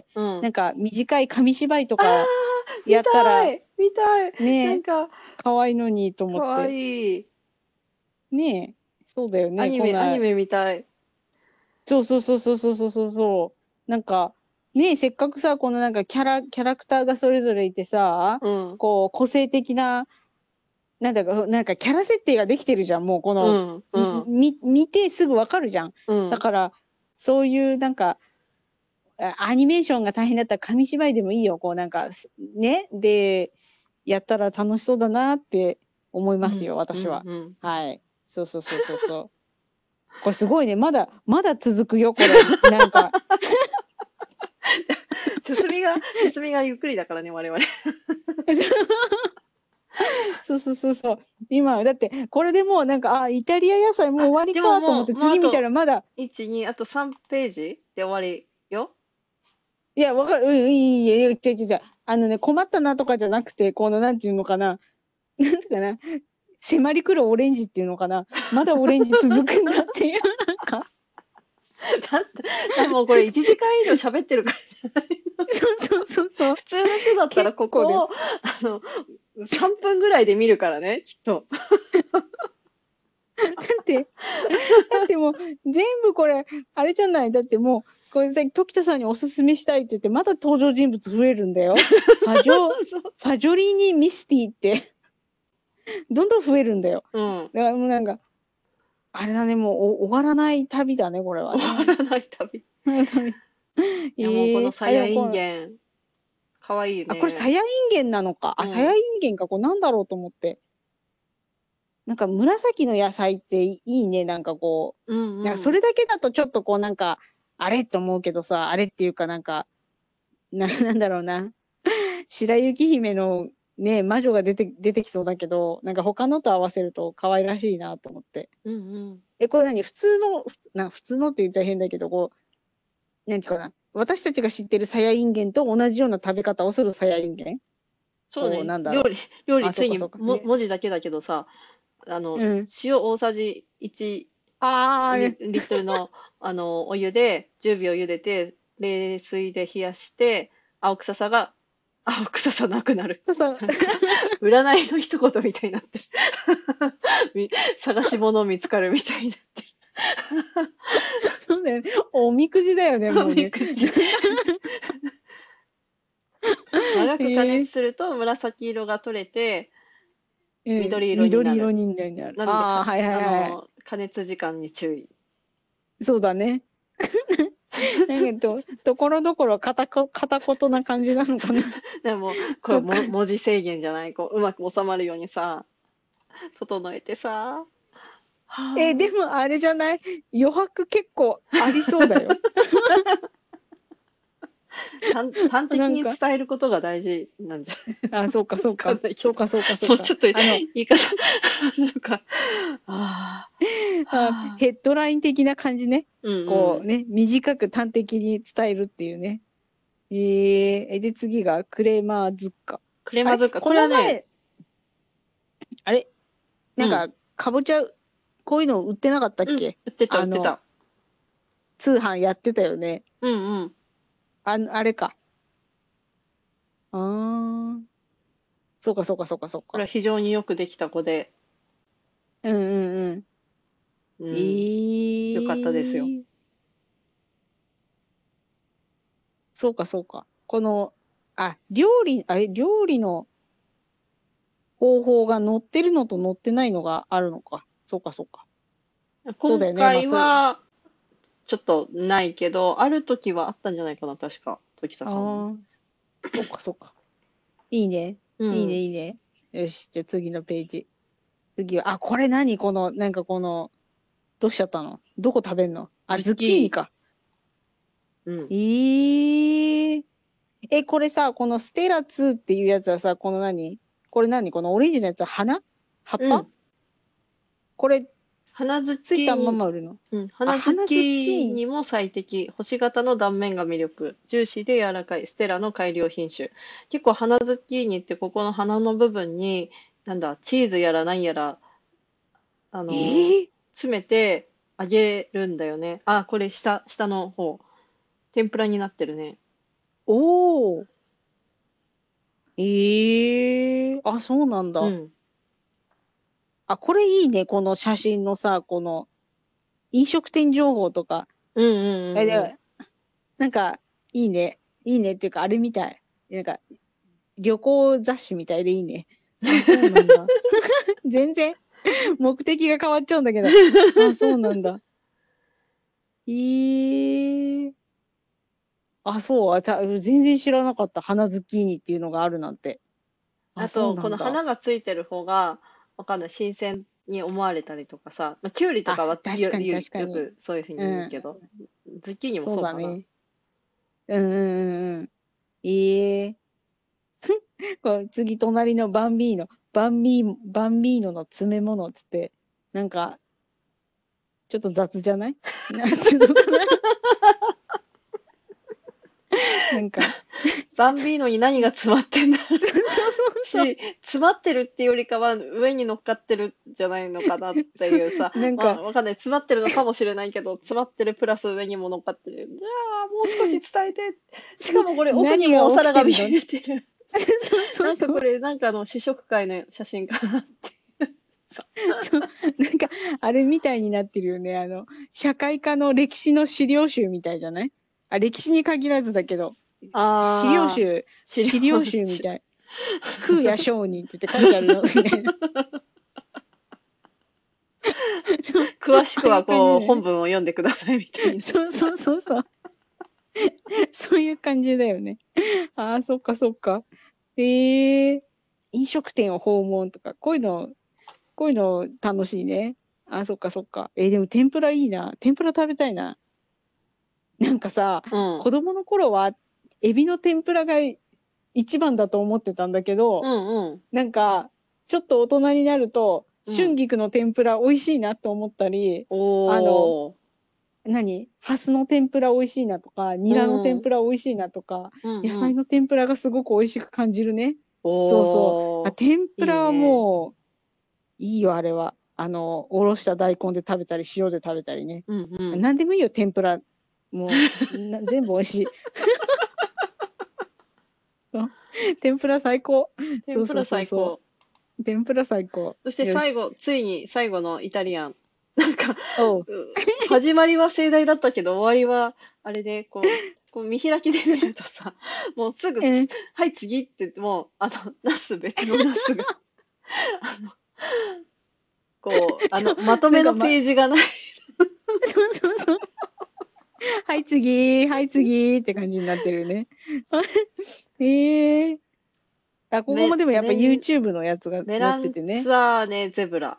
[SPEAKER 1] うん。
[SPEAKER 2] なんか短い紙芝居と
[SPEAKER 1] あ
[SPEAKER 2] か
[SPEAKER 1] ー、見
[SPEAKER 2] やったら、
[SPEAKER 1] たい見たいなん
[SPEAKER 2] ねえ、
[SPEAKER 1] か、
[SPEAKER 2] 可愛いのにと思
[SPEAKER 1] かわ
[SPEAKER 2] って。
[SPEAKER 1] いい。
[SPEAKER 2] ねえ、そうだよね、
[SPEAKER 1] アニメ見たい。
[SPEAKER 2] そうそうそうそうそうそうそうそう。なんか、ねえ、せっかくさ、このなんかキャラクターがそれぞれいてさ、
[SPEAKER 1] うん、
[SPEAKER 2] こう、個性的な、なんかキャラ設定ができてるじゃん、もうこの、
[SPEAKER 1] うん、うん、
[SPEAKER 2] 見てすぐわかるじゃん。
[SPEAKER 1] うん。
[SPEAKER 2] だから、そういうなんか、アニメーションが大変だったら紙芝居でもいいよ、こうなんか、ね。で、やったら楽しそうだなって思い
[SPEAKER 1] うん、
[SPEAKER 2] ますよ、
[SPEAKER 1] うん、
[SPEAKER 2] 私は。
[SPEAKER 1] うん。
[SPEAKER 2] はい。そうそうそうそうそう。これすごいね。まだ続くよ、これ。なんか、
[SPEAKER 1] 進みがゆっくりだからね、我々。
[SPEAKER 2] そうそうそうそう。今、だって、これでもうなんか、あ、イタリア野菜もう終わり
[SPEAKER 1] でも
[SPEAKER 2] かと思って、
[SPEAKER 1] もうあ
[SPEAKER 2] 次見たら
[SPEAKER 1] と、
[SPEAKER 2] まだ、
[SPEAKER 1] 1、2、あと3ページで終わりよ。
[SPEAKER 2] いや、わかる、うん、いい、いい、いい、違う違う違う。困ったなとかじゃなくて、なんていうのかな。なんていうかな。迫り来るオレンジっていうのかな。まだオレンジ続くんだっていう、なんか、
[SPEAKER 1] だって、もうこれ1時間以上喋ってるからじゃない。
[SPEAKER 2] そうそうそうそう。
[SPEAKER 1] 普通の人だったら
[SPEAKER 2] 結構だよ。
[SPEAKER 1] ここを、の、3分ぐらいで見るからね、きっと。
[SPEAKER 2] だって、だってもう、全部これ、あれじゃない。だってもう、これさ、時田さんにおすすめしたいって言って、まだ登場人物増えるんだよ。ファジョ、
[SPEAKER 1] そう。
[SPEAKER 2] ファジョリーニミスティって、どんどん増えるんだよ。
[SPEAKER 1] うん。
[SPEAKER 2] だからもうなんか、あれだね、もう終わらない旅だね、これはね。
[SPEAKER 1] 終わらない旅。いや、もうこの
[SPEAKER 2] あ、で
[SPEAKER 1] さやいん
[SPEAKER 2] も
[SPEAKER 1] げん、かわいい
[SPEAKER 2] これ、サ
[SPEAKER 1] ね。
[SPEAKER 2] ヤインゲンなのか。あ、サヤ
[SPEAKER 1] うん。
[SPEAKER 2] インゲンか。これなんだろうと思って。なんか紫の野菜っていいね。
[SPEAKER 1] うん
[SPEAKER 2] なんか
[SPEAKER 1] うん。
[SPEAKER 2] それだけだとちょっとあれって思うけどさ、あれっていうかなんだろうな。白雪姫のね、魔女が出てきそうだけど、なんか他のと合わせると可愛らしいなと思って。
[SPEAKER 1] うんうん。
[SPEAKER 2] これ普通のって言ったら変だけど、なんていうかな。私たちが知ってるさやいんげんと同じような食べ方をするさやいんげん。
[SPEAKER 1] そうね。
[SPEAKER 2] なんだろ
[SPEAKER 1] 料
[SPEAKER 2] う。あ、
[SPEAKER 1] 理ついに
[SPEAKER 2] そうかそうか。ね。
[SPEAKER 1] 文字だけだけどさ、
[SPEAKER 2] うん。
[SPEAKER 1] 塩大さじ1
[SPEAKER 2] あー、あれ。
[SPEAKER 1] リットルの、お湯で10秒茹でて、冷水で冷やして、青臭さなくなる。
[SPEAKER 2] そう、
[SPEAKER 1] なんか、占いの一言みたいになってる。探し物見つかるみたいになって
[SPEAKER 2] そうだよね。おみくじだよね、
[SPEAKER 1] る。お
[SPEAKER 2] もうね。
[SPEAKER 1] みくじ。長く加熱
[SPEAKER 2] ええ
[SPEAKER 1] すると紫色が取れて、
[SPEAKER 2] うん。
[SPEAKER 1] 緑色になる。
[SPEAKER 2] 緑色になる。ああ、
[SPEAKER 1] なので
[SPEAKER 2] はいはいはい。
[SPEAKER 1] 加熱時間に注意。
[SPEAKER 2] そうだね。なんかところどころ片言な感じなのかな。
[SPEAKER 1] でも、これ
[SPEAKER 2] そっか。
[SPEAKER 1] 文字制限じゃない、うまく収まるようにさ、整えてさ、は
[SPEAKER 2] でもあれじゃない余白結構ありそうだよ。
[SPEAKER 1] 端的に
[SPEAKER 2] なんか、
[SPEAKER 1] 伝えることが大事なんじゃ
[SPEAKER 2] あ、そうかそう
[SPEAKER 1] わかん
[SPEAKER 2] か。
[SPEAKER 1] ないけど、
[SPEAKER 2] そうかそうかそうか。
[SPEAKER 1] もうちょっと言い方、なんか、
[SPEAKER 2] ヘッドライン的な感じね。
[SPEAKER 1] うんうん。
[SPEAKER 2] 短く端的に伝えるっていうね。で、次がクレマーズッカ。あれ
[SPEAKER 1] クレマズカ、
[SPEAKER 2] こ
[SPEAKER 1] これはね、
[SPEAKER 2] の前、あれ
[SPEAKER 1] うん、
[SPEAKER 2] かぼちゃ、こういうの売ってなかったっ
[SPEAKER 1] うん、
[SPEAKER 2] け？
[SPEAKER 1] 売ってた、売ってた。
[SPEAKER 2] 通販やってたよね。
[SPEAKER 1] うんうん。
[SPEAKER 2] あれか。あー。そうかそうかそうかそうか。
[SPEAKER 1] これは非常によくできた子で、
[SPEAKER 2] うんうんうん。
[SPEAKER 1] うん、よかったですよ。
[SPEAKER 2] ー。そうかそうか。料理の方法が載ってるのと載ってないのがあるのか。そうかそうか。そうだよね。まあ
[SPEAKER 1] 今回は、ちょっとないけど、ある時はあったんじゃないかな、確か、時田さんも。
[SPEAKER 2] ああ、そうかそうか。いいね。いいね、
[SPEAKER 1] うん。
[SPEAKER 2] いいね。よし、じゃあ次のページ。次は、これ何どうしちゃったの？どこ食べんの？あ、
[SPEAKER 1] ズッ
[SPEAKER 2] ズッキーニ
[SPEAKER 1] キ
[SPEAKER 2] か。
[SPEAKER 1] ー。うん。
[SPEAKER 2] えこれさ、このステラ2っていうやつはさ、これこのオレンジのやつは葉っぱ？
[SPEAKER 1] うん。
[SPEAKER 2] これ、
[SPEAKER 1] 花ズッ
[SPEAKER 2] ついたま
[SPEAKER 1] キーニ、
[SPEAKER 2] ま売るの？
[SPEAKER 1] うん。
[SPEAKER 2] あ、
[SPEAKER 1] 花ズッ
[SPEAKER 2] 花ズッキーニ。
[SPEAKER 1] キーニも最適。星型の断面が魅力。ジューシーで柔らかい。ステラの改良品種。結構花ズッキーニってここの花の部分に、なんだ、チーズやら何やら、あ
[SPEAKER 2] え
[SPEAKER 1] のー
[SPEAKER 2] ー、
[SPEAKER 1] 詰めてあげるんだよね。あ、これ下の方。天ぷらになってるね。
[SPEAKER 2] おー。あ、そうなんだ。
[SPEAKER 1] うん。
[SPEAKER 2] あ、これいいね。この写真のさ、この飲食店情報とか。
[SPEAKER 1] うんうんうんうん。
[SPEAKER 2] で、なんか、いいね。いいねっていうか、あれみたい。なんか、旅行雑誌みたいでいいね。あ、そうなんだ。全然、目的が変わっちゃうんだけど。あ、そうなんだ。えー。あ、そう。全然知らなかった。花ズッキーニっていうのがあるなんて。あ、そう
[SPEAKER 1] あと、
[SPEAKER 2] なんだ。
[SPEAKER 1] この花がついてる方が、わかんない。新鮮に思われたりとかさ、まあ、キュウリと
[SPEAKER 2] あ、
[SPEAKER 1] かは
[SPEAKER 2] 確かに確かに。
[SPEAKER 1] よくそういうふう
[SPEAKER 2] う
[SPEAKER 1] に言うけ
[SPEAKER 2] ん。
[SPEAKER 1] ど、ズッキーニも
[SPEAKER 2] そう
[SPEAKER 1] そうかな。
[SPEAKER 2] だね。うんうんうんうん。ええこう次、隣のバンビーノ。 バンビーノの詰め物っつって、なんか、ちょっと雑じゃないなんていうのかななんか、
[SPEAKER 1] バンビーノに何が詰まってんだ
[SPEAKER 2] そうそう
[SPEAKER 1] し、詰まってるっていうよりかは上に乗っかってるんじゃないのかなっていうさ、
[SPEAKER 2] なんか、
[SPEAKER 1] まあわかんない。詰まってるのかもしれないけど、詰まってるプラス上にも乗っかってる。じゃあ、もう少し伝えて。しかもこれ奥に
[SPEAKER 2] 何が
[SPEAKER 1] もお皿が見
[SPEAKER 2] 起きてるの
[SPEAKER 1] えてる。
[SPEAKER 2] そうそうそう。
[SPEAKER 1] なんかこれ、なんか試食会の写真かなって。
[SPEAKER 2] そう、なんか、あれみたいになってるよね。社会科の歴史の資料集みたいじゃないあ、歴史に限らずだけど、資料
[SPEAKER 1] ああ、
[SPEAKER 2] 集、
[SPEAKER 1] 資料
[SPEAKER 2] 資料集み
[SPEAKER 1] 中。
[SPEAKER 2] たい。空也上人って言って書いてあるのみたいな。そう、
[SPEAKER 1] 詳しく
[SPEAKER 2] ああいう感じ
[SPEAKER 1] はこう、
[SPEAKER 2] だよね。
[SPEAKER 1] 本文を読んでくださいみたいな。
[SPEAKER 2] そうそうそうそう。そういう感じだよね。ああ、そっかそっか。飲食店を訪問とか、こういうの楽しいね。ああ、そっかそっか。でも天ぷらいいな。天ぷら食べたいな。なんかさ、
[SPEAKER 1] うん。
[SPEAKER 2] 子供の頃は、エビの天ぷらが一番だと思ってたんだけど、
[SPEAKER 1] うんうん。
[SPEAKER 2] なんか、ちょっと大人になると、
[SPEAKER 1] うん。
[SPEAKER 2] 春菊の天ぷら美味しいなと思ったり、あの、
[SPEAKER 1] おー。
[SPEAKER 2] ハスの天ぷら美味しいなとか、ニ
[SPEAKER 1] う
[SPEAKER 2] ラの天
[SPEAKER 1] ん。
[SPEAKER 2] ぷら美味しいなとか、
[SPEAKER 1] うんうん。
[SPEAKER 2] 野菜の天ぷらがすごく美味しく感じるね。そうそう。あ、
[SPEAKER 1] おー。
[SPEAKER 2] 天ぷらは
[SPEAKER 1] いいね。
[SPEAKER 2] もう、いいよ、あれは。おろした大根で食べたり、塩で食べたりね。
[SPEAKER 1] うんうん。
[SPEAKER 2] なんでもいいよ、天ぷら。もう、全部美味しい。そう天ぷら最高。そうそう
[SPEAKER 1] 天ぷら
[SPEAKER 2] そうそ
[SPEAKER 1] 最高。
[SPEAKER 2] う。天ぷら最高。
[SPEAKER 1] そして
[SPEAKER 2] よし。
[SPEAKER 1] 最後、ついに最後のイタリアン。なんか、
[SPEAKER 2] おう。
[SPEAKER 1] 始まりは盛大だったけど、終わりは、あれで、こう見開きで見るとさ、もうすぐ
[SPEAKER 2] うん。
[SPEAKER 1] はい、次って言っても、別のナスが、あの、
[SPEAKER 2] そう、
[SPEAKER 1] まとめの
[SPEAKER 2] なんか
[SPEAKER 1] ページがない。
[SPEAKER 2] そうそうそう。はい次、はい次って感じになってるね。ええあ、ここも
[SPEAKER 1] メ、
[SPEAKER 2] でもやっぱ
[SPEAKER 1] メン、
[SPEAKER 2] YouTube のやつが載っ
[SPEAKER 1] メラン
[SPEAKER 2] ててね。
[SPEAKER 1] ツァーネゼブラ。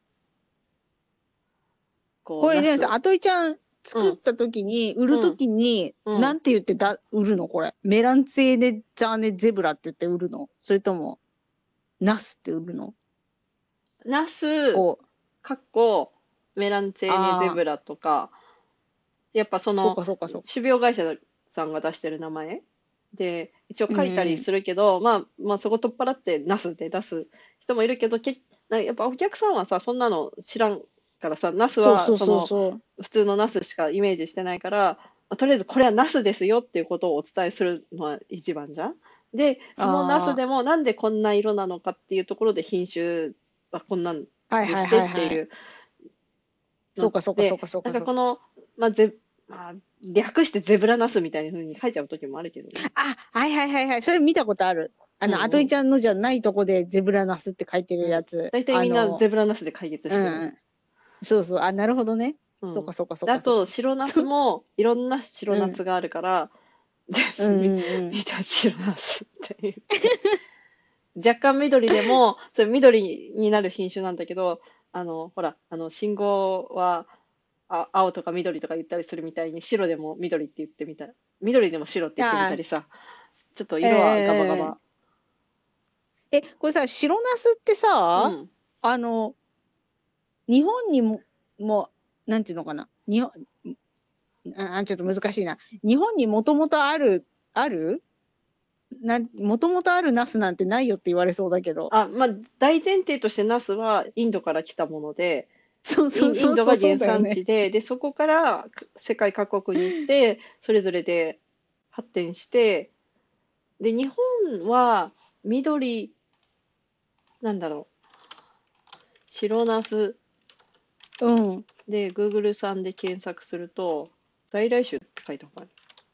[SPEAKER 2] これね、
[SPEAKER 1] ナス。
[SPEAKER 2] あといちゃん
[SPEAKER 1] うん、
[SPEAKER 2] 作った時に、売る
[SPEAKER 1] うん、
[SPEAKER 2] 時に、
[SPEAKER 1] うん。
[SPEAKER 2] なんて言って売るのこれ。メランツェーネザーネゼブラって言って売るのそれとも、ナスって売るの
[SPEAKER 1] ナス、
[SPEAKER 2] こう、
[SPEAKER 1] かっこ、メランツェーネゼ
[SPEAKER 2] ああ、
[SPEAKER 1] ブラとか、やっぱその、
[SPEAKER 2] そうかそうかそうか。
[SPEAKER 1] 種苗会社さんが出してる名前で、一応
[SPEAKER 2] うん
[SPEAKER 1] 書いたり
[SPEAKER 2] うん。
[SPEAKER 1] するけど、まあそこ取っ払ってナスで出す人もいるけど、やっぱお客さんはさ、そんなの知らんからさ、ナス
[SPEAKER 2] そうそう
[SPEAKER 1] はその、
[SPEAKER 2] そうそう。
[SPEAKER 1] 普通のナスしかイメージしてないから、とりあえずこれはナスですよっていうことをお伝えするのは一番じゃん。で、そのナス
[SPEAKER 2] あ
[SPEAKER 1] でもなんでこんな色なのかっていうところで品種はこんなん
[SPEAKER 2] あ、はいはい
[SPEAKER 1] でして
[SPEAKER 2] はいはい。
[SPEAKER 1] っていうの
[SPEAKER 2] そうかそうかそ
[SPEAKER 1] で、
[SPEAKER 2] うかそうかそうか。
[SPEAKER 1] なんかまあ、まあ、略してゼブラナスみたいな風に書いちゃう時もあるけどね。
[SPEAKER 2] あ、はいはいはいはい。それ見たことある。アトイ
[SPEAKER 1] うんうん。
[SPEAKER 2] ちゃんのじゃないとこでゼブラナスって書いてる
[SPEAKER 1] うん。
[SPEAKER 2] やつ。
[SPEAKER 1] 大体みんなゼブラナスで解決してる。
[SPEAKER 2] うん。そうそう。あ、なるほどね。
[SPEAKER 1] うん。
[SPEAKER 2] そうかそうかそう
[SPEAKER 1] で、あと、
[SPEAKER 2] かそうか。
[SPEAKER 1] 白ナスもいろんな白
[SPEAKER 2] うん。
[SPEAKER 1] ナスがあるから、
[SPEAKER 2] うん
[SPEAKER 1] 全部
[SPEAKER 2] うんうん。
[SPEAKER 1] 見た白ナスって言って。若干緑でも、それ緑になる品種なんだけど、ほら、信号は、青とか緑とか言ったりするみたいに、白でも緑って言ってみた。緑でも白って言ってみた
[SPEAKER 2] あ
[SPEAKER 1] りさ、ちょっと
[SPEAKER 2] え
[SPEAKER 1] 色はガバガバ。
[SPEAKER 2] これさ、白ナスってさ、
[SPEAKER 1] うん。
[SPEAKER 2] あの、日本にも、なんていうのかな。ちょっと難しいな。日本にもともとあるもともとあるナスなんてないよって言われそうだけど。
[SPEAKER 1] まあ、大前提としてナスはインドから来たもので、
[SPEAKER 2] そうそう
[SPEAKER 1] イン
[SPEAKER 2] そうそうそ
[SPEAKER 1] ドが原
[SPEAKER 2] うだよね。
[SPEAKER 1] 産地で、そこから世界各国に行って、それぞれで発展して、で、日本は緑、なんだろ白ナス
[SPEAKER 2] うん。
[SPEAKER 1] で、Google さんで検索すると、在来種って書いた方がある。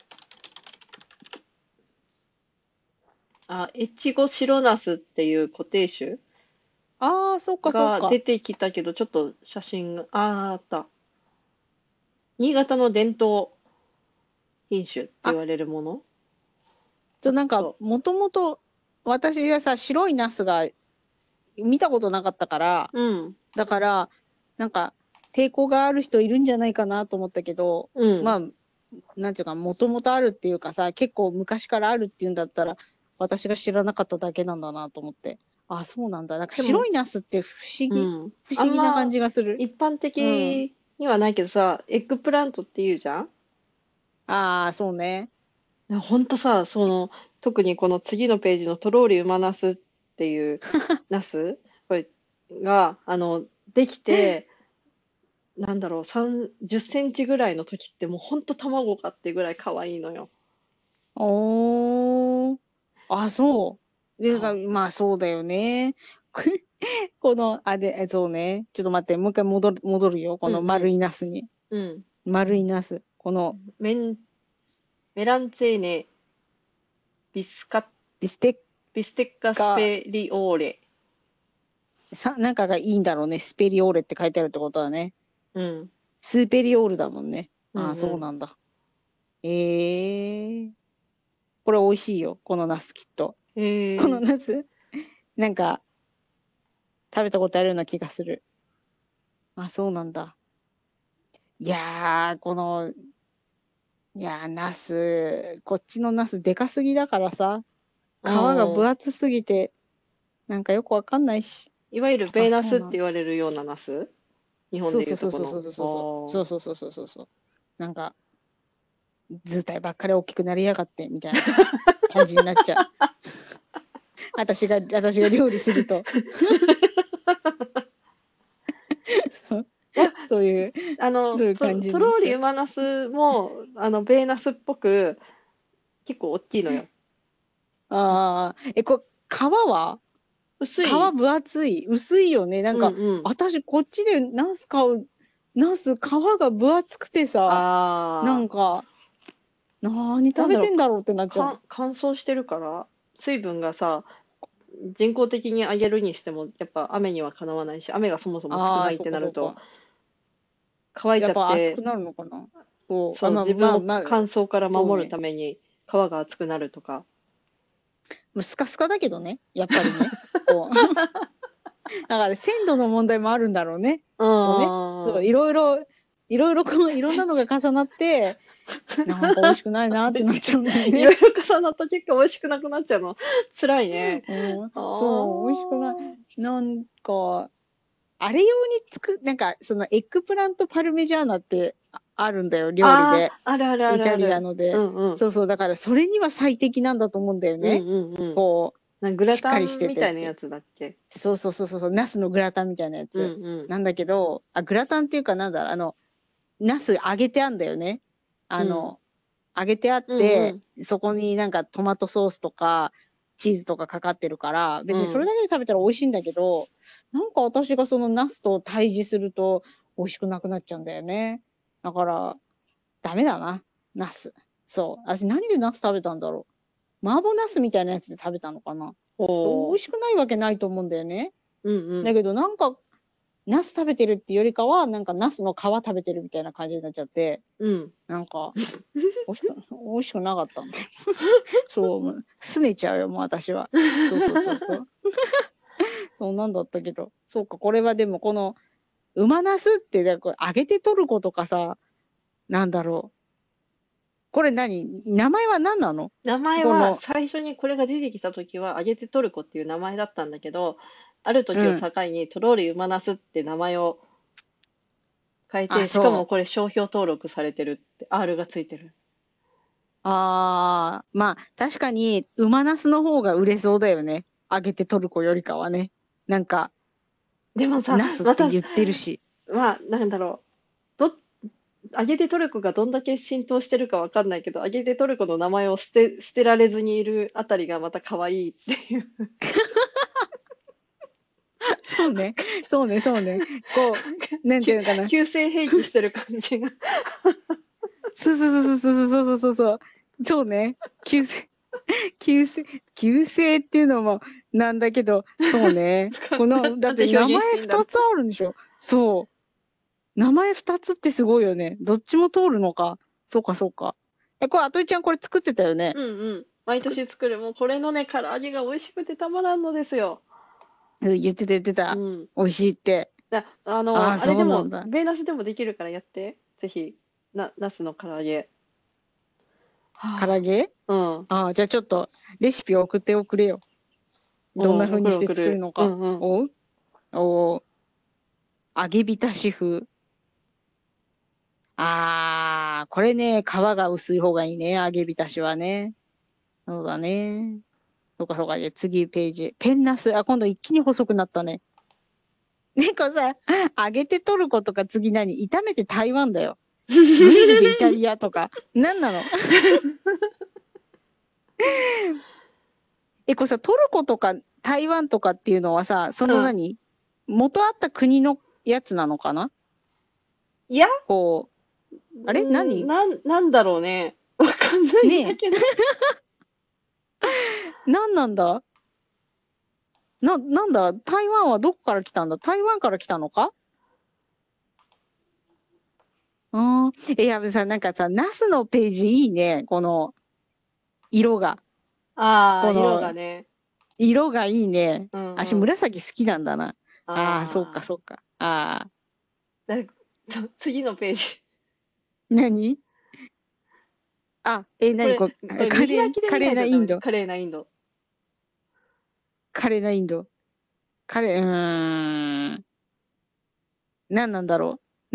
[SPEAKER 1] 越後白ナスっていう固定種
[SPEAKER 2] ああ、そっかそっか。
[SPEAKER 1] が出てきたけど、ちょっと写真が、あった。新潟の伝統品種って言
[SPEAKER 2] あ、
[SPEAKER 1] われるもの。
[SPEAKER 2] なんか、
[SPEAKER 1] そ
[SPEAKER 2] もともと、私がさ、白いナスが見たことなかったから、
[SPEAKER 1] う。うん。
[SPEAKER 2] だから、なんか、抵抗がある人いるんじゃないかなと思ったけど、
[SPEAKER 1] うん。
[SPEAKER 2] まあ、なんていうか、もともとあるっていうかさ、結構昔からあるっていうんだったら、私が知らなかっただけなんだなと思って。 あ、そうなんだ。なんか
[SPEAKER 1] でも、
[SPEAKER 2] 白いナスって
[SPEAKER 1] うん。
[SPEAKER 2] 不
[SPEAKER 1] あんま
[SPEAKER 2] 思議な感じがする。
[SPEAKER 1] 一般
[SPEAKER 2] うん。
[SPEAKER 1] 的にはないけどさ、エッグプラントって言うじゃん。
[SPEAKER 2] ああ、そうね。
[SPEAKER 1] ほんとさ、特にこの次のページのトローリウマナスっていうナス、これが、できて、なんだろう、10センチぐらいの時ってもうほんと卵かってぐらい可愛いのよ。
[SPEAKER 2] おー。あ、そう。で、
[SPEAKER 1] そ
[SPEAKER 2] まあそうだよね。そうね。ちょっと待って、もう一回戻るよ。こ
[SPEAKER 1] う。うん
[SPEAKER 2] の丸いナスに。
[SPEAKER 1] うん。うん。
[SPEAKER 2] 丸いナス。この
[SPEAKER 1] メン、メランツェーネ、ビスカ、
[SPEAKER 2] ビステ
[SPEAKER 1] ビステッカス
[SPEAKER 2] ッカ、
[SPEAKER 1] ペリオーレ。
[SPEAKER 2] なんかがいいんだろうね。スペリオーレって書いてあるってことはね。
[SPEAKER 1] うん。
[SPEAKER 2] スーペリオールだもんね。ああ、
[SPEAKER 1] うんうん。
[SPEAKER 2] そうなんだ。これ美味しいよ。このナスきっと。この
[SPEAKER 1] え
[SPEAKER 2] ナスなんか食べたことあるような気がする。あ、そうなんだ。いやー、ナス、こっちのナスでかすぎだからさ、皮が
[SPEAKER 1] うん。
[SPEAKER 2] 分厚すぎて、なんかよくわかんないし。
[SPEAKER 1] いわゆるベー
[SPEAKER 2] あ、
[SPEAKER 1] ナスって
[SPEAKER 2] そうなんだ。
[SPEAKER 1] 言われるようなナス、日本でい
[SPEAKER 2] そうそう
[SPEAKER 1] うとこの。
[SPEAKER 2] そうそうそうそうそうそう。
[SPEAKER 1] ああ。
[SPEAKER 2] そうそうそうそうそうそう。なんか、図体ばっかり大きくなりやがって、みたいな感じになっちゃう。私が料理すると。そう、
[SPEAKER 1] いや、
[SPEAKER 2] そういう、そういう感じ
[SPEAKER 1] ト
[SPEAKER 2] になっちゃう。
[SPEAKER 1] ローリウマナスも、ベーナスっぽく、結構大きいのよ。
[SPEAKER 2] ああ、皮は皮
[SPEAKER 1] 薄い。
[SPEAKER 2] 分厚い薄いよね。なんか、
[SPEAKER 1] うんうん。
[SPEAKER 2] 私こっちでナス皮が分厚くてさ、な
[SPEAKER 1] ああ。
[SPEAKER 2] んか、何食
[SPEAKER 1] なんだろう、
[SPEAKER 2] べてんだろうってなっちゃうの。
[SPEAKER 1] 乾燥してるから、水分がさ、人工的に上げるにしても、やっぱ雨にはかなわないし、雨がそもそも少
[SPEAKER 2] ああ、
[SPEAKER 1] ないっ
[SPEAKER 2] そっ
[SPEAKER 1] てなると、
[SPEAKER 2] かそっか。
[SPEAKER 1] 乾いちゃっ
[SPEAKER 2] やっぱ熱く
[SPEAKER 1] て、
[SPEAKER 2] なるのかな。そう。
[SPEAKER 1] そう、自分を乾燥から守る
[SPEAKER 2] そうね。
[SPEAKER 1] ために皮が厚くなるとか。
[SPEAKER 2] もうスカスカだけどね。やっぱりね。だから鮮度の問題もあるんだろうね。
[SPEAKER 1] う
[SPEAKER 2] きっとね。そう、
[SPEAKER 1] ーん。
[SPEAKER 2] いろんなのが重なって、なんか美味しくないなってなっちゃうんだよね。
[SPEAKER 1] いろいろ重なった結果美味しくなくなっちゃうの。辛いね。
[SPEAKER 2] うん、
[SPEAKER 1] あ
[SPEAKER 2] そう、美味しくない。
[SPEAKER 1] あ。
[SPEAKER 2] なんか、あれ用になんか、そのエッグプラントパルメジャーナってあるんだよ、料理で。
[SPEAKER 1] ああ、あるあるあ
[SPEAKER 2] イタリア
[SPEAKER 1] るある。
[SPEAKER 2] ので。
[SPEAKER 1] うんうん。
[SPEAKER 2] そうそう、だからそれには最適なんだと思うんだよね。
[SPEAKER 1] うんうんうん。
[SPEAKER 2] こ
[SPEAKER 1] グラ
[SPEAKER 2] しっかりし
[SPEAKER 1] タン
[SPEAKER 2] ててって。
[SPEAKER 1] みたいなやつだっけ？
[SPEAKER 2] そうそうそうそう、ナスのグラタンみたいなや
[SPEAKER 1] うん
[SPEAKER 2] つ。
[SPEAKER 1] うん。
[SPEAKER 2] なんだけど、グラタンっていうかナス揚げてあんだよね。
[SPEAKER 1] うん。
[SPEAKER 2] 揚げてあっ
[SPEAKER 1] うんう
[SPEAKER 2] て、
[SPEAKER 1] ん。
[SPEAKER 2] そこになんかトマトソースとか、チーズとかかかってるから、別にそれ
[SPEAKER 1] うん。
[SPEAKER 2] だけで食べたら美味しいんだけど、なんか私がそのナスと対峙すると美味しくなくなっちゃうんだよね。だから、ダメだな。ナス。そう。私何でナス食べたんだろう。麻婆ナスみたいなやつで食べたのかな。美
[SPEAKER 1] おー。
[SPEAKER 2] 味しくないわけないと思うんだよね。
[SPEAKER 1] うんうん。
[SPEAKER 2] だけどなんか、ナス食べてるっていうよりかは、なんかナスの皮食べてるみたいな感じになっちゃって、
[SPEAKER 1] うん。
[SPEAKER 2] なんか、美味しくなかったんだよ。そう、拗ねちゃうよ、もう私は。そうそうそうそう。そうなんだったけど。そうか、これはでもこの、馬ナスって、これ揚げてトルコとかさ、なんだろう。これ名前は何なの？
[SPEAKER 1] 名前
[SPEAKER 2] この、
[SPEAKER 1] は最初にこれが出てきた時は、揚げてトルコっていう名前だったんだけど、ある時を
[SPEAKER 2] うん。
[SPEAKER 1] 境にトローリウマナスって名前を変え
[SPEAKER 2] あ、
[SPEAKER 1] て、しかも
[SPEAKER 2] そう。
[SPEAKER 1] これ商標登録されてるって、R がついてる。
[SPEAKER 2] まあ、確かに、馬ナスの方が売れそうだよね。揚げてトルコよりかはね。なんか、
[SPEAKER 1] でもさ、
[SPEAKER 2] ナスっ
[SPEAKER 1] また、
[SPEAKER 2] て言ってるし。
[SPEAKER 1] まあ、なんだろう。揚げてトルコがどんだけ浸透してるかわかんないけど、揚げてトルコの名前を捨てられずにいるあたりがまた可愛いっていう。
[SPEAKER 2] そうね。そうね、そうね。なんていうのかな。
[SPEAKER 1] 旧姓兵器してる感じが。
[SPEAKER 2] そうそうそうそうそうそうそうそう。そうね。旧姓、旧姓っていうのもなんだけど、そうね。だっ
[SPEAKER 1] なんて
[SPEAKER 2] て名
[SPEAKER 1] 表現していいんだろ
[SPEAKER 2] 前二つあるんでしょ？そう。名前二つってすごいよね。どっちも通るのか。そうか、そうか。これ、あといちゃんこれ作ってたよね。
[SPEAKER 1] う。うんうん。毎
[SPEAKER 2] 作っ、
[SPEAKER 1] 年作る。もうこれのね、唐揚げが美味しくてたまらんのですよ。
[SPEAKER 2] 言ってた言ってた。
[SPEAKER 1] うん。
[SPEAKER 2] 美味しいって。ああ、
[SPEAKER 1] あれでも、
[SPEAKER 2] そうなんだ。
[SPEAKER 1] ベーナスでもできるからやって。ぜひ、ナスの唐揚げ。は
[SPEAKER 2] 唐揚げ。
[SPEAKER 1] あ、うん。
[SPEAKER 2] ああ、じゃあちょっとレシピ送っておくれよ。 どんな
[SPEAKER 1] 送る
[SPEAKER 2] 風にして
[SPEAKER 1] 送る。
[SPEAKER 2] 作るのか。
[SPEAKER 1] うんうん。
[SPEAKER 2] お揚げ浸し風。これね、皮が薄い方がいいね。揚げ浸しはね。そうだね。そうかそうか。じゃあ次ページ。ペンナス。今度一気に細くなったね。これさ、揚げてトルコとか次何炒めて台湾だよ。グリルでイタリアとか。何なの？これさ、トルコとか台湾とかっていうのはさ、そ
[SPEAKER 1] うん。
[SPEAKER 2] の元あった国のやつなのかな？
[SPEAKER 1] いや、
[SPEAKER 2] こう、あれ何
[SPEAKER 1] なんだろうね。わかんないんだ
[SPEAKER 2] ね
[SPEAKER 1] けど。
[SPEAKER 2] 何なんだなんだ台湾はどこから来たんだ？台湾から来たのか？いや、さ、なんかさ、ナスのページいいね。この、色が。
[SPEAKER 1] ああ、色が
[SPEAKER 2] この、
[SPEAKER 1] ね。
[SPEAKER 2] 色がいいね。私、
[SPEAKER 1] うんうん。
[SPEAKER 2] 紫好きなんだな。そうか、
[SPEAKER 1] あ
[SPEAKER 2] そうか。
[SPEAKER 1] あ。次のページ。
[SPEAKER 2] 何
[SPEAKER 1] これ、
[SPEAKER 2] 何
[SPEAKER 1] これ見開きで
[SPEAKER 2] 華
[SPEAKER 1] 見ないとダメね。
[SPEAKER 2] 麗なインド。
[SPEAKER 1] 華麗なインド。
[SPEAKER 2] 華麗なインド。何なんだろう。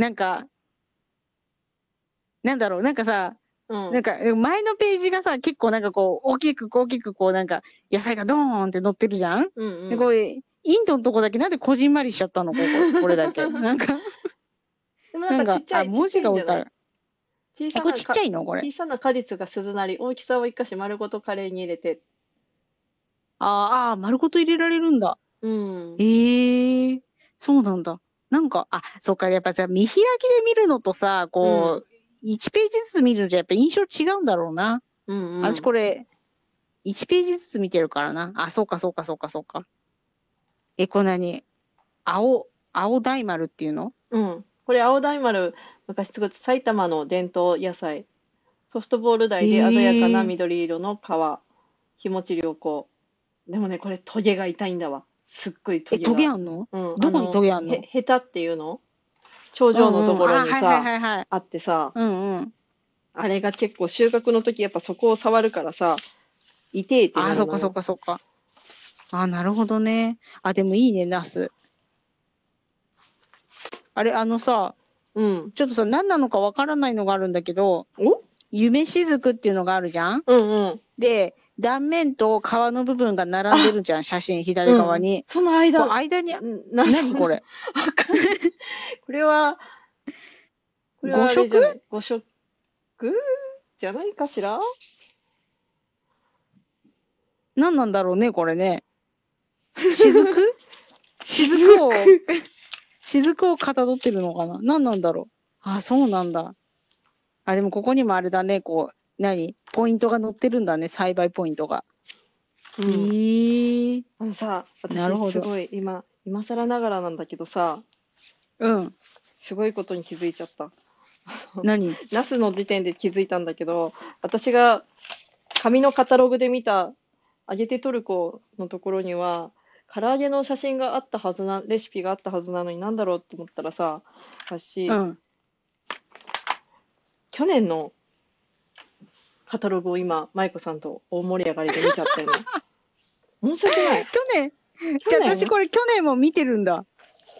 [SPEAKER 2] なんかさ、
[SPEAKER 1] うん。
[SPEAKER 2] なんか、前のページがさ、結構なんかこう、大きくこう、なんか、野菜がドーンって乗ってるじゃん。
[SPEAKER 1] うん
[SPEAKER 2] で、
[SPEAKER 1] うん。
[SPEAKER 2] これ、インドのとこだけなんでこじんまりしちゃったのこれだけ。なんか、
[SPEAKER 1] でもなんかちっ
[SPEAKER 2] 文字
[SPEAKER 1] ちゃいんじゃない？
[SPEAKER 2] が多いから。これちっちゃいのこれ。
[SPEAKER 1] 小さな果実が鈴なり、大きさを生かし丸ごとカレーに入れて。
[SPEAKER 2] 丸ごと入れられるんだ。
[SPEAKER 1] うん。
[SPEAKER 2] ええそうなんだ。そうか、やっぱさ、見開きで見るのとさ、
[SPEAKER 1] うん。
[SPEAKER 2] こう、1ページずつ見るのじゃやっぱ印象違うんだろうな。
[SPEAKER 1] うんうん。
[SPEAKER 2] 私これ、1ページずつ見てるからな。そうか。これ青大丸っていうの？
[SPEAKER 1] うん。これ、青大丸、昔作った埼玉の伝統野菜。ソフトボール大で鮮やかな
[SPEAKER 2] ええ
[SPEAKER 1] 緑色の皮。日持ち良好。でもね、これ、トゲが痛いんだわ。すっごいトゲ
[SPEAKER 2] トゲ
[SPEAKER 1] が。
[SPEAKER 2] あんの？
[SPEAKER 1] うん。
[SPEAKER 2] どこにトゲあんの？
[SPEAKER 1] ヘタっていうの？頂上のところ
[SPEAKER 2] はい
[SPEAKER 1] にさ、
[SPEAKER 2] はい。
[SPEAKER 1] あってさ、
[SPEAKER 2] うんうん。
[SPEAKER 1] あれが結構収穫の時、やっぱそこを触るからさ、痛えってなるのよ。
[SPEAKER 2] そっか。なるほどね。でもいいね、ナス。さ、
[SPEAKER 1] うん。
[SPEAKER 2] ちょっとさ、何なのかわからないのがあるんだけど、
[SPEAKER 1] お
[SPEAKER 2] 夢しずくっていうのがあるじゃん。
[SPEAKER 1] うんうん。
[SPEAKER 2] で、断面と皮の部分が並んで
[SPEAKER 1] あ、
[SPEAKER 2] るじゃん、写真、左
[SPEAKER 1] うん。
[SPEAKER 2] 側に。
[SPEAKER 1] その間、
[SPEAKER 2] これ間に、
[SPEAKER 1] その、わ
[SPEAKER 2] 何これ？
[SPEAKER 1] かんない。これは、これは
[SPEAKER 2] 五色？
[SPEAKER 1] あれじゃない。五色じゃないかしら？
[SPEAKER 2] 何なんだろうね、これね。雫雫を、
[SPEAKER 1] 雫。
[SPEAKER 2] 雫をかたどってるのかな？何なんだろう。そうなんだ。でもここにもあれだね、こう、ポイントが載ってるんだね、栽培ポイントが。
[SPEAKER 1] うん。
[SPEAKER 2] へえ、
[SPEAKER 1] あのさ、私
[SPEAKER 2] なるほど。
[SPEAKER 1] すごい今更ながらなんだけどさ、
[SPEAKER 2] うん。
[SPEAKER 1] すごいことに気づいちゃった。
[SPEAKER 2] 何？
[SPEAKER 1] ナスの時点で気づいたんだけど、私が紙のカタログで見た揚げてトルコのところには、唐揚げの写真があったはずな、レシピがあったはずなのになんだろうと思ったらさ、私、
[SPEAKER 2] うん。
[SPEAKER 1] 去年のカタログを今、舞子さんと大盛り上がりで見ちゃってるの。申し訳ない。
[SPEAKER 2] 去年、じゃあ私
[SPEAKER 1] 去年
[SPEAKER 2] これ去年も見てるんだ。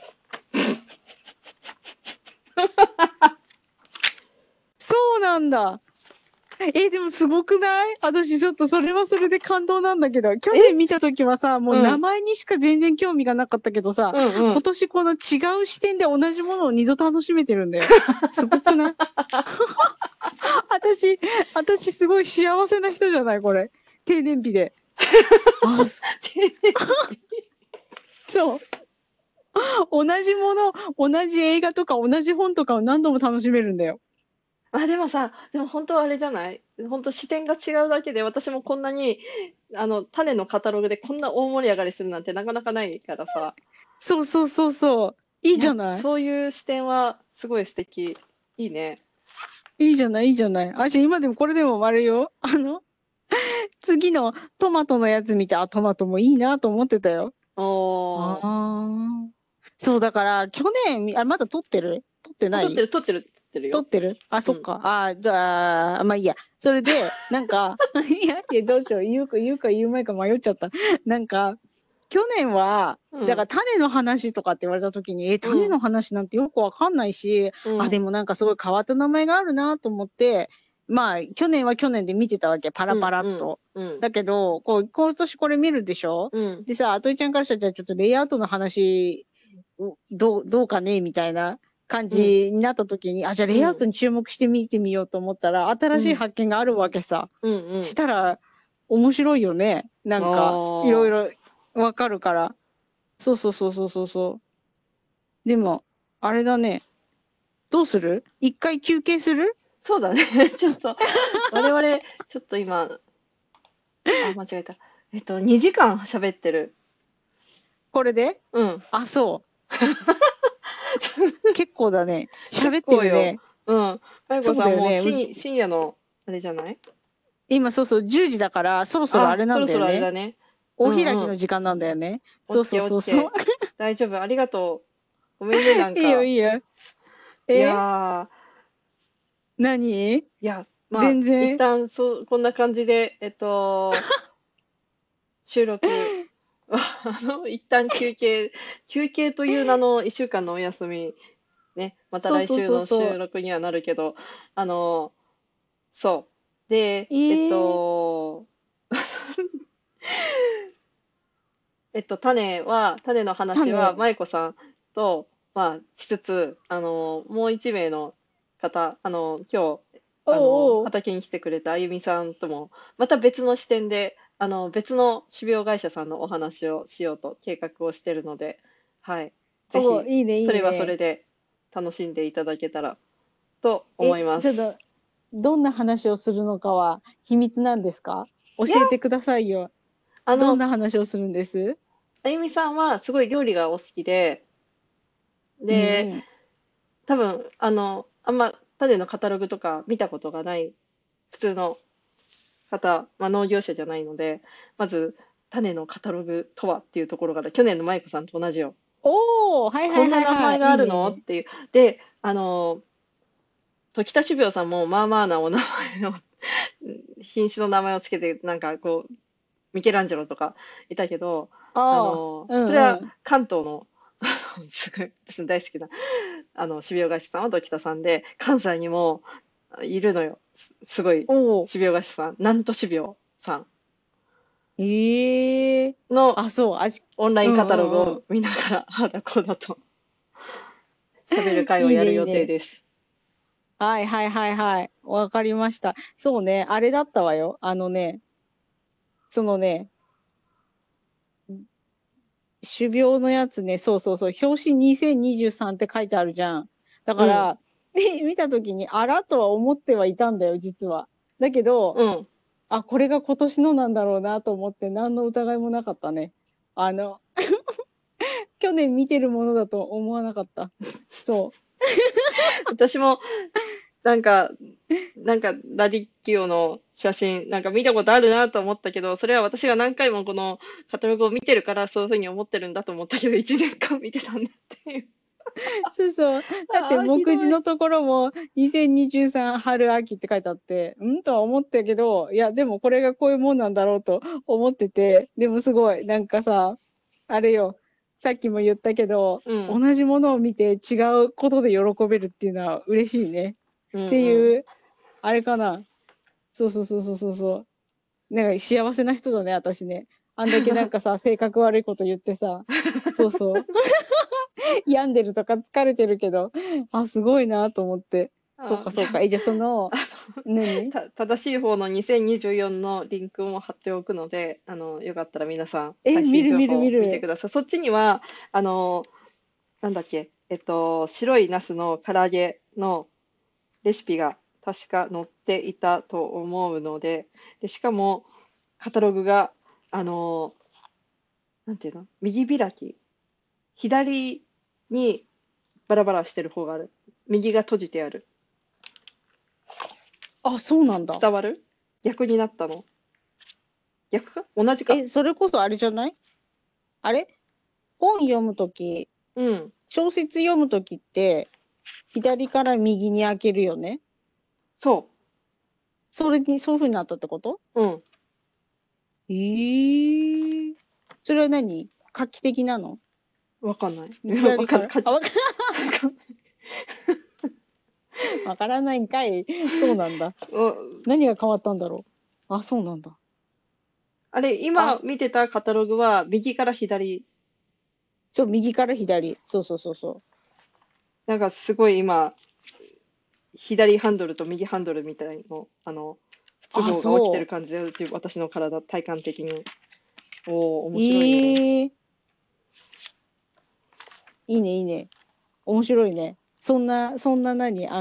[SPEAKER 2] そうなんだ。でもすごくない？私ちょっとそれはそれで感動なんだけど、去
[SPEAKER 1] え
[SPEAKER 2] 年見たときはさ、もう
[SPEAKER 1] うん、
[SPEAKER 2] 名前にしか全然興味がなかったけどさ、
[SPEAKER 1] うん、うん。
[SPEAKER 2] 今年この違う視点で同じものを二度楽しめてるんだよ。すごくない？私、私すごい幸せな人じゃないこれ。低燃費で。あ、そう。同じもの、同じ映画とか同じ本とかを何度も楽しめるんだよ。
[SPEAKER 1] でもさ、でも本当はあれじゃない？本当視点が違うだけで、私もこんなに、種のカタログでこんな大盛り上がりするなんてなかなかないからさ、
[SPEAKER 2] そう。いい
[SPEAKER 1] いや、
[SPEAKER 2] じゃない？
[SPEAKER 1] そういう視点はすごい素敵。いいね。
[SPEAKER 2] いいじゃない。今でもこれでもあれよ。次のトマトのやつ見て、トマトもいいなと思ってたよ。あ
[SPEAKER 1] おー。
[SPEAKER 2] あ。そう、だから、去年、まだ撮ってる？撮ってない？
[SPEAKER 1] 撮ってるよ。
[SPEAKER 2] 撮ってる？
[SPEAKER 1] うん。
[SPEAKER 2] そっか。まあいいや。それで、いや、どうしよう。言うか言うまいか迷っちゃった。なんか、 去年は、
[SPEAKER 1] うん、
[SPEAKER 2] だから種の話とかって言われた時に、
[SPEAKER 1] うん、
[SPEAKER 2] 種の話なんてよくわかんないし、あ、で
[SPEAKER 1] うん、
[SPEAKER 2] もなんかすごい変わった名前があるなと思って、まあ、去年は去年で見てたわけ、パラパ
[SPEAKER 1] うん、うん、
[SPEAKER 2] ラっと。
[SPEAKER 1] うん、
[SPEAKER 2] だけど、こう、今年これ見るでしょ？
[SPEAKER 1] うん、
[SPEAKER 2] でさ、あといちゃんからしたら、じゃあちょっとレイアウトの話、どうかねみたいな感
[SPEAKER 1] うん、
[SPEAKER 2] じになった時に、あ、じゃあレイアウト
[SPEAKER 1] うん、
[SPEAKER 2] に注目して見てみようと思ったら、新しい
[SPEAKER 1] うん、
[SPEAKER 2] 発見があるわけさ。
[SPEAKER 1] うん、うん。
[SPEAKER 2] したら、面白いよね。な
[SPEAKER 1] あ
[SPEAKER 2] んか、いろい
[SPEAKER 1] あ、
[SPEAKER 2] ろわかるから。そうそうそうそうそうそう。でも、あれだね。どうする？一回休憩する？
[SPEAKER 1] そうだね。ちょっと、我々、ちょっと今、あ、間違えた。2時間喋ってる。
[SPEAKER 2] これで？
[SPEAKER 1] うん。
[SPEAKER 2] あ、そう。結構だね。
[SPEAKER 1] 結
[SPEAKER 2] 喋って
[SPEAKER 1] 構よ。
[SPEAKER 2] るね。
[SPEAKER 1] うん。まゆこさん、もう
[SPEAKER 2] そうだよね。
[SPEAKER 1] 深夜の、あれじゃない？
[SPEAKER 2] 今そうそう、10時だから、そろそろあ
[SPEAKER 1] あ、
[SPEAKER 2] れな
[SPEAKER 1] そろそろあれ
[SPEAKER 2] んだよね。
[SPEAKER 1] だね。う
[SPEAKER 2] お開
[SPEAKER 1] んうん。
[SPEAKER 2] きの時間なんだよね。そうそう
[SPEAKER 1] オッケーオッ
[SPEAKER 2] そうそう。
[SPEAKER 1] ケー。大丈夫。ありがとう。ごめんね、なん
[SPEAKER 2] いいよ
[SPEAKER 1] か。
[SPEAKER 2] いいよ。
[SPEAKER 1] い
[SPEAKER 2] え？
[SPEAKER 1] や
[SPEAKER 2] 何？
[SPEAKER 1] いや、まあ、一
[SPEAKER 2] 全然。
[SPEAKER 1] 旦、こんな感じで、収録は、一旦休憩という名の一週間のお休み、ね、また
[SPEAKER 2] そうそう
[SPEAKER 1] 来週の
[SPEAKER 2] そうそう。
[SPEAKER 1] 収録にはなるけど、あの、そう。で、
[SPEAKER 2] ええー、
[SPEAKER 1] 種の話は、
[SPEAKER 2] 種。
[SPEAKER 1] 舞子さんと、まあ、しつつ、もう一名の方、今日、
[SPEAKER 2] おうおう。
[SPEAKER 1] 畑に来てくれたあゆみさんとも、また別の視点で、別の種苗会社さんのお話をしようと計画をしているので、はい。ぜ
[SPEAKER 2] おう、
[SPEAKER 1] ひ、
[SPEAKER 2] いいね
[SPEAKER 1] それはそ
[SPEAKER 2] いいね。
[SPEAKER 1] れで楽しんでいただけたらと思います。
[SPEAKER 2] ちょっと、どんな話をするのかは秘密なんですか？教
[SPEAKER 1] いや、
[SPEAKER 2] えてくださいよ。
[SPEAKER 1] あの、
[SPEAKER 2] どんな話をするんです？
[SPEAKER 1] あゆみさんはすごい料理がお好きで、
[SPEAKER 2] うん
[SPEAKER 1] で、
[SPEAKER 2] うん。
[SPEAKER 1] 多分、あんま種のカタログとか見たことがない普通の方、まあ、農業者じゃないので、まず種のカタログとはっていうところから、去年の舞子さんと同じよ。
[SPEAKER 2] おー、はいはい
[SPEAKER 1] こんな
[SPEAKER 2] はいはい。
[SPEAKER 1] 名前がある
[SPEAKER 2] いいねいいね。
[SPEAKER 1] のっていう。で、時田種苗さんもまあまあなお名前を、品種の名前をつけて、なんかこう、ミケランジェロとかいたけど、
[SPEAKER 2] ああ、う
[SPEAKER 1] それは
[SPEAKER 2] んうん。
[SPEAKER 1] 関東の、すごい、私の大好きな、種苗菓子さんは時田さんで、関西にもいるのよ。すごい、
[SPEAKER 2] おー、
[SPEAKER 1] 種苗菓子さん、南都種苗さん
[SPEAKER 2] ええー。
[SPEAKER 1] の
[SPEAKER 2] あ、そう、
[SPEAKER 1] オンラインカ
[SPEAKER 2] うんう
[SPEAKER 1] タログ
[SPEAKER 2] んうん。
[SPEAKER 1] を見ながら、ああだこうだと喋る会を
[SPEAKER 2] いい
[SPEAKER 1] やる予定
[SPEAKER 2] ねいいね。
[SPEAKER 1] です。
[SPEAKER 2] はいはいはいはい。わかりました。そうね、あれだったわよ。あのね、そのね、種苗のやつね、そうそうそう、表紙2023って書いてあるじゃん。だ
[SPEAKER 1] うん、
[SPEAKER 2] から、見たときに、あらとは思ってはいたんだよ、実は。だけど、
[SPEAKER 1] うん。
[SPEAKER 2] あ、これが今年のなんだろうなと思って、何の疑いもなかったね。あの、去年見てるものだと思わなかった。そ
[SPEAKER 1] 私も、なんか、ラディッキオの写真、なんか見たことあるなと思ったけど、それは私が何回もこのカタログを見てるからそういうふうに思ってるんだと思ったけど、1年間見てたんだっていう。
[SPEAKER 2] う。そうそう。だって
[SPEAKER 1] ああ、ひどい。
[SPEAKER 2] 目次のところも2023春秋って書いてあって、とは思ったけど、いや、でもこれがこういうもんなんだろうと思ってて、でもすごい、なんかさ、あれよ、さっきも言ったけど、
[SPEAKER 1] うん、
[SPEAKER 2] 同じものを見て違うことで喜べるっていうのは嬉しいね。
[SPEAKER 1] うん、
[SPEAKER 2] って
[SPEAKER 1] うん。
[SPEAKER 2] いう、あれかな。そうそうそうそうそうそう。なんか幸せな人だね、私ね。あんだけなんかさ、性格悪いこと言ってさ、そうそう。病んでるとか疲れてるけど、あ、すごいなと思って。そう
[SPEAKER 1] あ、
[SPEAKER 2] かそうか。じゃあ
[SPEAKER 1] あ
[SPEAKER 2] 何？
[SPEAKER 1] 正しい方の2024のリンクも貼っておくので、よかったら皆さん最
[SPEAKER 2] 見る見る
[SPEAKER 1] 新情報を見て
[SPEAKER 2] 見る。
[SPEAKER 1] ください。そっちには、あの、なんだっけ、白いナスの唐揚げのレシピが確か載っていたと思うので、で、しかも、カタログが、あの、なんていうの右開き。左にバラバラしてる方がある。右が閉じてある。
[SPEAKER 2] あ、そうなんだ。
[SPEAKER 1] 伝わる？逆になったの。逆か同じか。
[SPEAKER 2] それこそあれじゃない？あれ？本読むとき、
[SPEAKER 1] うん。
[SPEAKER 2] 小説読むときって、左から右に開けるよね。
[SPEAKER 1] そ
[SPEAKER 2] それに、そういう風になったってこと？
[SPEAKER 1] う。うん。
[SPEAKER 2] ええー。それは何？ 画期的なの？
[SPEAKER 1] わかんない。わかんない。
[SPEAKER 2] 右上から。わからないんかい。そうなんだ。何が変わったんだろう。あ、そうなんだ。
[SPEAKER 1] あれ、今
[SPEAKER 2] あ、
[SPEAKER 1] 見てたカタログは右から左。
[SPEAKER 2] そう、右から左。そうそうそうそう。
[SPEAKER 1] なんかすごい今、左ハンドルと右ハンドルみたいの、不都
[SPEAKER 2] あ、
[SPEAKER 1] 合が起きてる
[SPEAKER 2] そ
[SPEAKER 1] 感じで、私の体、体感的に。おー、
[SPEAKER 2] う。
[SPEAKER 1] 面白いね。
[SPEAKER 2] いいね、いいね。面白いね。そんな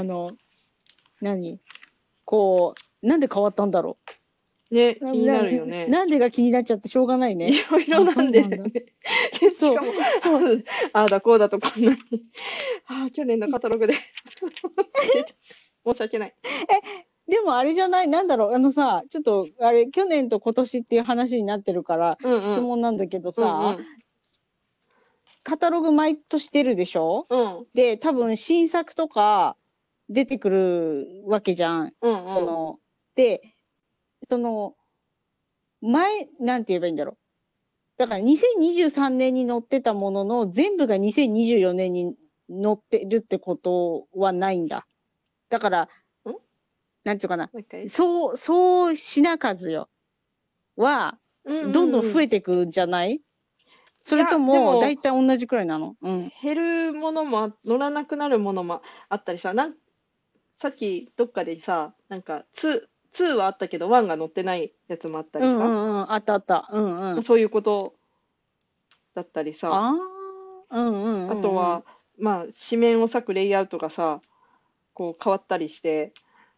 [SPEAKER 2] 何こなんで変わったんだろ
[SPEAKER 1] ね、
[SPEAKER 2] う。
[SPEAKER 1] 気になるよね。
[SPEAKER 2] なんでが気になっちゃってしょうがない
[SPEAKER 1] い
[SPEAKER 2] ね。あ、
[SPEAKER 1] ろいろなん
[SPEAKER 2] そうなんだ。
[SPEAKER 1] でだよね。で、し
[SPEAKER 2] そう、
[SPEAKER 1] かも、
[SPEAKER 2] そう。
[SPEAKER 1] ああだこうだとこんなに、去年のカタログで出た。申し訳ない。
[SPEAKER 2] でもあれじゃない、なんだろう、ちょっと、あれ、去年と今年っていう話になってるから、
[SPEAKER 1] うんうん。
[SPEAKER 2] 質問なんだけどさ、
[SPEAKER 1] うんうん。
[SPEAKER 2] カタログ毎年出るでしょ？
[SPEAKER 1] うん。
[SPEAKER 2] で、多分新作とか出てくるわけじゃん。
[SPEAKER 1] うんうん。
[SPEAKER 2] で、その、なんて言えばいいんだろう。だから2023年に載ってたものの全部が2024年に載ってるってことはないんだ。だから、
[SPEAKER 1] んも
[SPEAKER 2] なんていうかな。
[SPEAKER 1] う一回。
[SPEAKER 2] そう品数よ。は、
[SPEAKER 1] うんう
[SPEAKER 2] どんどん
[SPEAKER 1] んうん。
[SPEAKER 2] 増えていくんじゃない？それと
[SPEAKER 1] いや、で
[SPEAKER 2] も、だ
[SPEAKER 1] も、
[SPEAKER 2] いたい同じくらいなの？うん。
[SPEAKER 1] 減るものも乗らなくなるものもあったりさ、さっきどっかでさ、なんか2はあったけど1が乗ってないやつもあった
[SPEAKER 2] うんう
[SPEAKER 1] りさ、
[SPEAKER 2] んうん。あったあった。うんうん。
[SPEAKER 1] そういうことだったりさ、
[SPEAKER 2] ああ、うんうんうんうん。
[SPEAKER 1] あとは、まあ、紙面を割くレイアウトがさ、こう変わったりして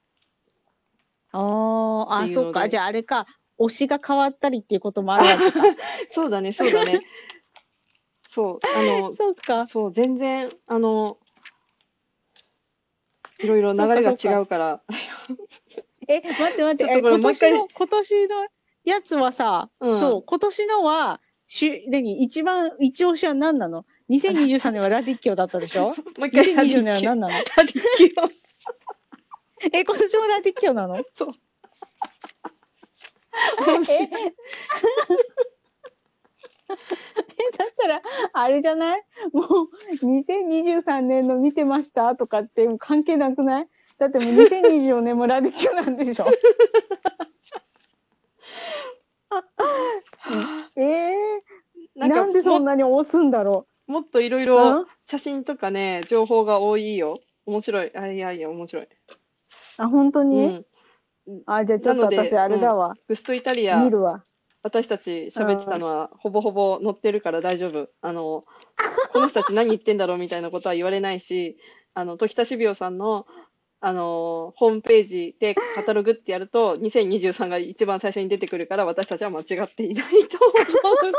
[SPEAKER 1] って
[SPEAKER 2] そうか。じ
[SPEAKER 1] いうので、
[SPEAKER 2] ゃああれか。推しが変わったりっていうこともあるわけか。
[SPEAKER 1] そうだね、そうだね。そう、
[SPEAKER 2] そうか。
[SPEAKER 1] そう、全然、いろいろ流
[SPEAKER 2] そうか、
[SPEAKER 1] れが
[SPEAKER 2] そうか。
[SPEAKER 1] 違うから、
[SPEAKER 2] 待って待って。
[SPEAKER 1] ちょっとこれもう一回、
[SPEAKER 2] 今年のやつはさ、
[SPEAKER 1] うん、
[SPEAKER 2] そう、今年のは、一番、一押しは何なの？
[SPEAKER 1] あら、
[SPEAKER 2] 2023 年はラディッキョだったでしょ？
[SPEAKER 1] もう一回ラデ
[SPEAKER 2] 2024 年は
[SPEAKER 1] ィキュ、
[SPEAKER 2] 何なの？
[SPEAKER 1] ラディキュを、
[SPEAKER 2] 今年もラディッキョなの？
[SPEAKER 1] そう、面白い。
[SPEAKER 2] え、だったら、あれじゃない？もう、2023年の見てましたとかって関係なくない？だってもう2024年もラディッキョなんでしょ？え
[SPEAKER 1] なんか
[SPEAKER 2] なんでそんなに押すんだろ
[SPEAKER 1] もっといろい
[SPEAKER 2] う？
[SPEAKER 1] ろ写真とかね、情報が多いよ。面白い。いやいや、面白い。
[SPEAKER 2] 本当に？
[SPEAKER 1] うん。
[SPEAKER 2] じゃあちょっと私、
[SPEAKER 1] なので、
[SPEAKER 2] あれだわ。
[SPEAKER 1] グストイタリア、
[SPEAKER 2] 見るわ。
[SPEAKER 1] 私たち
[SPEAKER 2] うん。
[SPEAKER 1] 喋ってたのはほぼほぼ載ってるから大丈夫。この人たち何言ってんだろうみたいなことは言われないし、時田種苗さんの、ホームページでカタログってやると、2023が一番最初に出てくるから、私たちは間違っていないと思う。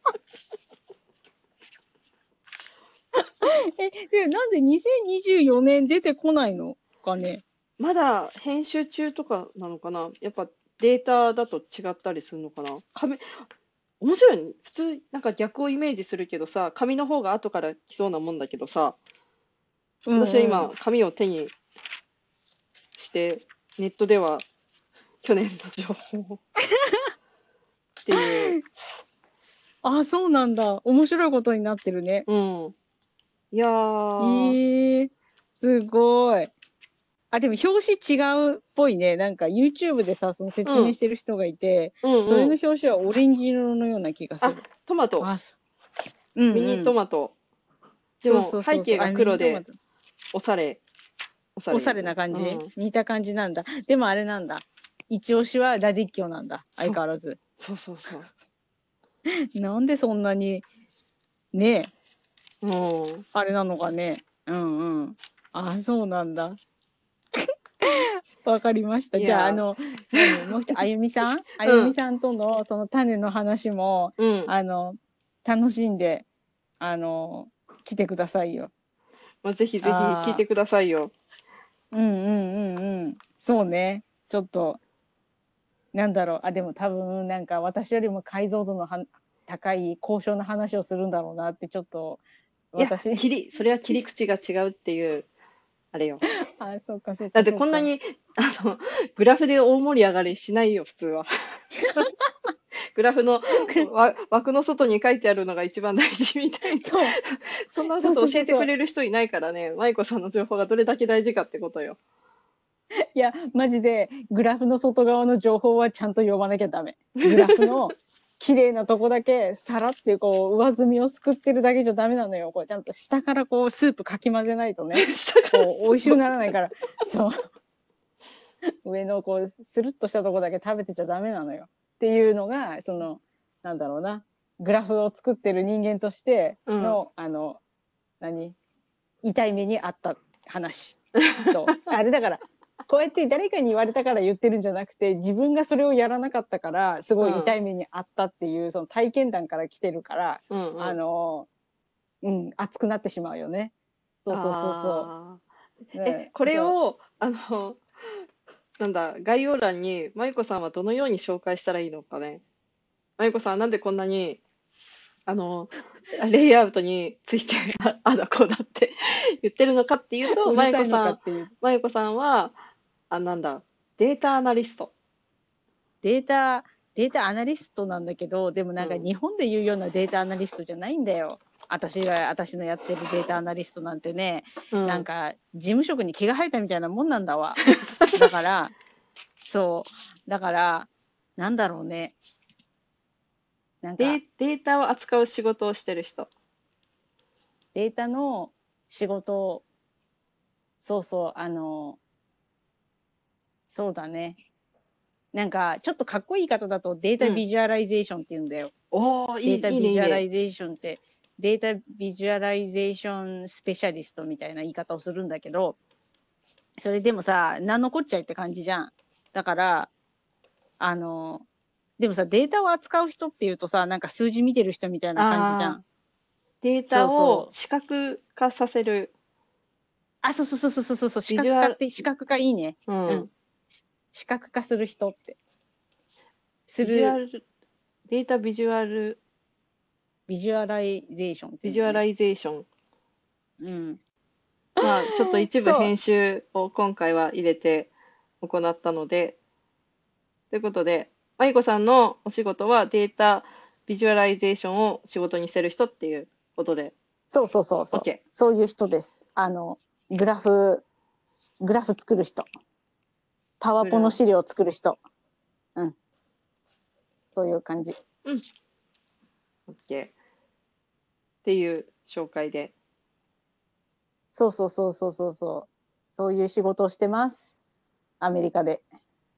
[SPEAKER 2] なんで2024年出てこないのかね？
[SPEAKER 1] まだ編集中とかなのかな、やっぱデータだと違ったりするのかな。面白いね。普通、なんか逆をイメージするけどさ、紙の方が後から来そうなもんだけどさ、
[SPEAKER 2] うんうん。
[SPEAKER 1] 私は今、紙を手にして、ネットでは去年の情報っていう、
[SPEAKER 2] そうなんだ。面白いことになってるね。
[SPEAKER 1] うん。いやー、
[SPEAKER 2] ええ、すごい。でも表紙違うっぽいね。なんか YouTube でさ、その説
[SPEAKER 1] うん、
[SPEAKER 2] 明してる人がいて、それ
[SPEAKER 1] うん、うん。
[SPEAKER 2] の表紙はオレンジ色のような気がす
[SPEAKER 1] あ、
[SPEAKER 2] る。
[SPEAKER 1] トマト、
[SPEAKER 2] うん
[SPEAKER 1] ミニ
[SPEAKER 2] うん。
[SPEAKER 1] トマト。で
[SPEAKER 2] そう
[SPEAKER 1] も
[SPEAKER 2] そうそうそう。
[SPEAKER 1] 背景が
[SPEAKER 2] ミ
[SPEAKER 1] 黒で、
[SPEAKER 2] ニトマト。
[SPEAKER 1] おしゃれ、おしゃ
[SPEAKER 2] おしゃれ
[SPEAKER 1] れよね。
[SPEAKER 2] な感じ？
[SPEAKER 1] うん。
[SPEAKER 2] 似た感じなんだ。でもあれなんだ。一押しはラディッキョなんだ。相
[SPEAKER 1] そう、
[SPEAKER 2] 変わらず。
[SPEAKER 1] そうそうそう。
[SPEAKER 2] なんでそんなに、ね、
[SPEAKER 1] うん。
[SPEAKER 2] あれなのかね。うんうん。そうなんだ。わかりました。じゃあ、
[SPEAKER 1] いや
[SPEAKER 2] もう一人、あ
[SPEAKER 1] ー、
[SPEAKER 2] ゆ
[SPEAKER 1] うん、
[SPEAKER 2] みさんとのその種の話も、
[SPEAKER 1] うん。
[SPEAKER 2] 楽しんで、あの、来てくださいよ。
[SPEAKER 1] まあ、ぜひぜひ聞い
[SPEAKER 2] あ
[SPEAKER 1] てくださいよ。
[SPEAKER 2] うんうんうんうん。そうね。ちょっと、なんだろう。でも多分、なんか私よりも解像度の高い高尚な話をするんだろうなって、ちょっと、
[SPEAKER 1] いや、
[SPEAKER 2] 私、
[SPEAKER 1] それは切り口が違うっていう、あれよ。
[SPEAKER 2] そうかそう
[SPEAKER 1] だっ
[SPEAKER 2] かそうか。
[SPEAKER 1] てこんなに、グラフで大盛り上がりしないよ、普通は。 グラフの枠の外に書いてあるのが一番大事みたいな。
[SPEAKER 2] そう。
[SPEAKER 1] そんな
[SPEAKER 2] そう
[SPEAKER 1] こと教えてく
[SPEAKER 2] そうそうそう。
[SPEAKER 1] れる人いないからね、舞子さんの情報がどれだけ大事かってことよ。
[SPEAKER 2] いや、マジで、グラフの外側の情報はちゃんと読まなきゃダメ。グラフの綺麗なとこだけ、さらってこう、上澄みをすくってるだけじゃダメなのよ。これちゃんと下からこう、スープかき混ぜないとね、
[SPEAKER 1] 下から
[SPEAKER 2] こう、美味しくならないから。そう。上のこう、スルッとしたとこだけ食べてちゃダメなのよ。っていうのが、なんだろうな、グラフを作ってる人間として
[SPEAKER 1] うん。
[SPEAKER 2] の、何痛い目にあった話。そう。あれだから、こうやって誰かに言われたから言ってるんじゃなくて、自分がそれをやらなかったから、すごい
[SPEAKER 1] うん。
[SPEAKER 2] 痛い目にあったっていう、その体験談から来てるから、
[SPEAKER 1] うんうん。
[SPEAKER 2] 熱くなってしまうよね。そうそうそうそ
[SPEAKER 1] あ
[SPEAKER 2] う。
[SPEAKER 1] あ。これ
[SPEAKER 2] そう。
[SPEAKER 1] を、なんだ、概要欄に、舞子さんはどのように紹介したらいいのかね。舞子さんはなんでこんなに、あの、レイアウトについて、あだこうだって言ってるのかっていうと、
[SPEAKER 2] うるさいのかっていう。
[SPEAKER 1] 舞子さんは、なんだ、データアナリスト。
[SPEAKER 2] データ、データアナリストなんだけど、でもなんか
[SPEAKER 1] うん。
[SPEAKER 2] 日本で言うようなデータアナリストじゃないんだよ。私のやってるデータアナリストなんてね、
[SPEAKER 1] うん。
[SPEAKER 2] なんか事務職に毛が生えたみたいなもんなんだわ。だから、そう。だから、なんだろうね。なんか
[SPEAKER 1] データを扱う仕事をしてる人。
[SPEAKER 2] データの仕事、そうそう、そうだね。なんかちょっとかっこいい言い方だとデータ
[SPEAKER 1] うん。
[SPEAKER 2] ビジュアライゼーションって言うんだよ。
[SPEAKER 1] おー、いいね、
[SPEAKER 2] データビ
[SPEAKER 1] いいね。
[SPEAKER 2] ジュアライゼーションって、データビジュアライゼーションスペシャリストみたいな言い方をするんだけど、それでもさ、何のこっちゃいって感じじゃん。だから、あの、でもさ、データを扱う人っていうとさ、なんか数字見てる人みたいな感じじゃ
[SPEAKER 1] ああ、
[SPEAKER 2] ん。
[SPEAKER 1] データ
[SPEAKER 2] そうそう。
[SPEAKER 1] を視覚化させる。
[SPEAKER 2] あ、そうそうそうそうそうそう、
[SPEAKER 1] ビジュアル、
[SPEAKER 2] 視覚化いいね。
[SPEAKER 1] う
[SPEAKER 2] うん。
[SPEAKER 1] ん。
[SPEAKER 2] 視覚化する人って。す
[SPEAKER 1] ビジュア
[SPEAKER 2] る、
[SPEAKER 1] ル、データビジュアル、
[SPEAKER 2] ビジュアライゼーションっていうんだよね。
[SPEAKER 1] ビジュアライゼーション。
[SPEAKER 2] うん。
[SPEAKER 1] まあ、ちょっと一部
[SPEAKER 2] そう。
[SPEAKER 1] 編集を今回は入れて行ったので、ということで、まゆこさんのお仕事はデータビジュアライゼーションを仕事にしてる人っていうことで、
[SPEAKER 2] そうそうそうそう。
[SPEAKER 1] OK。
[SPEAKER 2] そういう人です。グラフ、グラフ作る人。パワ
[SPEAKER 1] グラ、
[SPEAKER 2] ポの資料を作る人。うん。そういう感じ。
[SPEAKER 1] うん、OK。っていう紹介で。
[SPEAKER 2] そうそうそうそうそうそう。そういう仕事をしてます。アメリカで。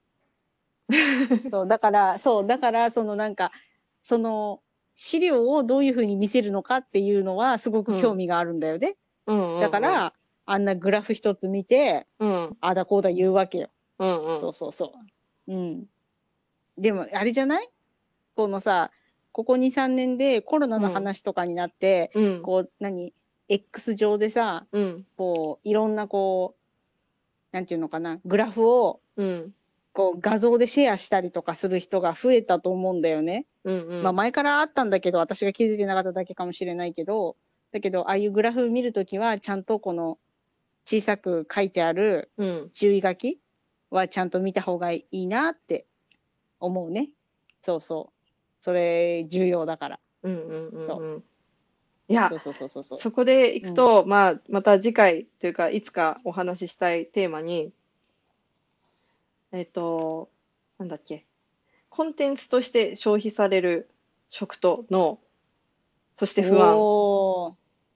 [SPEAKER 2] そう、だから、その、資料をどういうふうに見せるのかっていうのはすごく興
[SPEAKER 1] うん、
[SPEAKER 2] 味があるんだよね。
[SPEAKER 1] うん、うん、うん、
[SPEAKER 2] だから、あんなグラフ一つ見て、
[SPEAKER 1] うん、
[SPEAKER 2] あだこうだ言うわけよ。
[SPEAKER 1] うん、うん、
[SPEAKER 2] そうそうそう。うん。でも、あれじゃないこのさ、ここ2、3年でコロナの
[SPEAKER 1] うん、
[SPEAKER 2] 話とかになって、
[SPEAKER 1] うん、
[SPEAKER 2] こう、X 上でさ、
[SPEAKER 1] うん、
[SPEAKER 2] こう、いろんなこう、なんていうのかな、グラフを
[SPEAKER 1] うん、
[SPEAKER 2] こう画像でシェアしたりとかする人が増えたと思うんだよね。
[SPEAKER 1] うん、う
[SPEAKER 2] まあ
[SPEAKER 1] ん、
[SPEAKER 2] 前からあったんだけど、私が気づいてなかっただけかもしれないけど、だけど、ああいうグラフ見るときは、ちゃんとこの小さく書いてある
[SPEAKER 1] うん、
[SPEAKER 2] 注意書きはちゃんと見た方がいいなって思うね。そうそう。それ重要だから。
[SPEAKER 1] うん、うん、うん、
[SPEAKER 2] そ
[SPEAKER 1] うん。いや、
[SPEAKER 2] う。そうそうそうそうそ
[SPEAKER 1] そこでい
[SPEAKER 2] う。うん。
[SPEAKER 1] くと、まあ、また次回というか、いつかお話ししたいテーマに、えっと、なんだっけ、コンテンツとして消費される食と脳、そして不安っ
[SPEAKER 2] おー、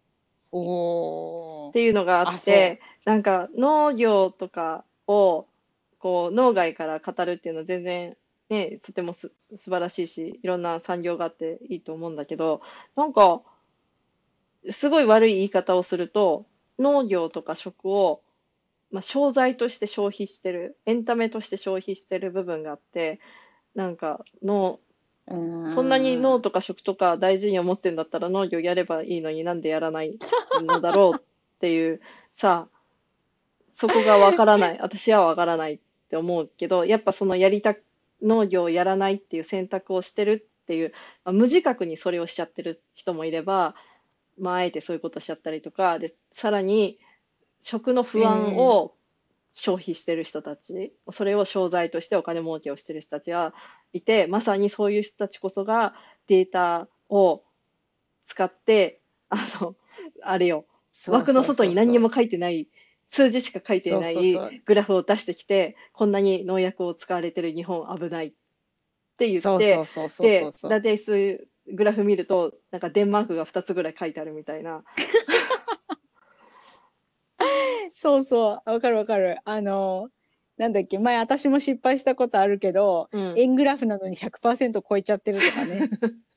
[SPEAKER 2] おー。
[SPEAKER 1] ていうのがあっ
[SPEAKER 2] あ、そ
[SPEAKER 1] て、なんか農業とかをこう農外から語るっていうのは全然ね、とても素晴らしいし、いろんな産業があっていいと思うんだけど、なんかすごい悪い言い方をすると、農業とか食をまあ、商材として消費してる、エンタメとして消費してる部分があって、なんか
[SPEAKER 2] う。う
[SPEAKER 1] そんなに
[SPEAKER 2] ーん。
[SPEAKER 1] 脳とか食とか大事に思ってんだったら農業やればいいのになんでやらないのだろうっていう、さ、そこがわからない。私はわからないって思うけど、やっぱその農業をやらないっていう選択をしてるっていう、まあ、無自覚にそれをしちゃってる人もいれば、まあ、あえてそういうことしちゃったりとか、で、さらに食の
[SPEAKER 2] え
[SPEAKER 1] 不安
[SPEAKER 2] ー、
[SPEAKER 1] を消費してる人たち、それを商材としてお金儲けをしてる人たちがいて、まさにそういう人たちこそがデータを使って、あの、あれよ、
[SPEAKER 2] そうそう
[SPEAKER 1] 枠の外
[SPEAKER 2] そうそう。
[SPEAKER 1] に何にも書いてない、数字しか書いて
[SPEAKER 2] そう
[SPEAKER 1] な
[SPEAKER 2] そうそう。
[SPEAKER 1] いグラフを出してきて、こんなに農薬を使われてる日本危ないって言っ
[SPEAKER 2] そうそ
[SPEAKER 1] て、
[SPEAKER 2] うそうそうそう
[SPEAKER 1] で、
[SPEAKER 2] そう。
[SPEAKER 1] 大体そういうグラフ見ると、なんかデンマークが2つぐらい書いてあるみたいな。
[SPEAKER 2] そうそう。わかるわかる。なんだっけ、前私も失敗したことあるけど、
[SPEAKER 1] うん。
[SPEAKER 2] 円グラフなのに100%超えちゃってるとかね。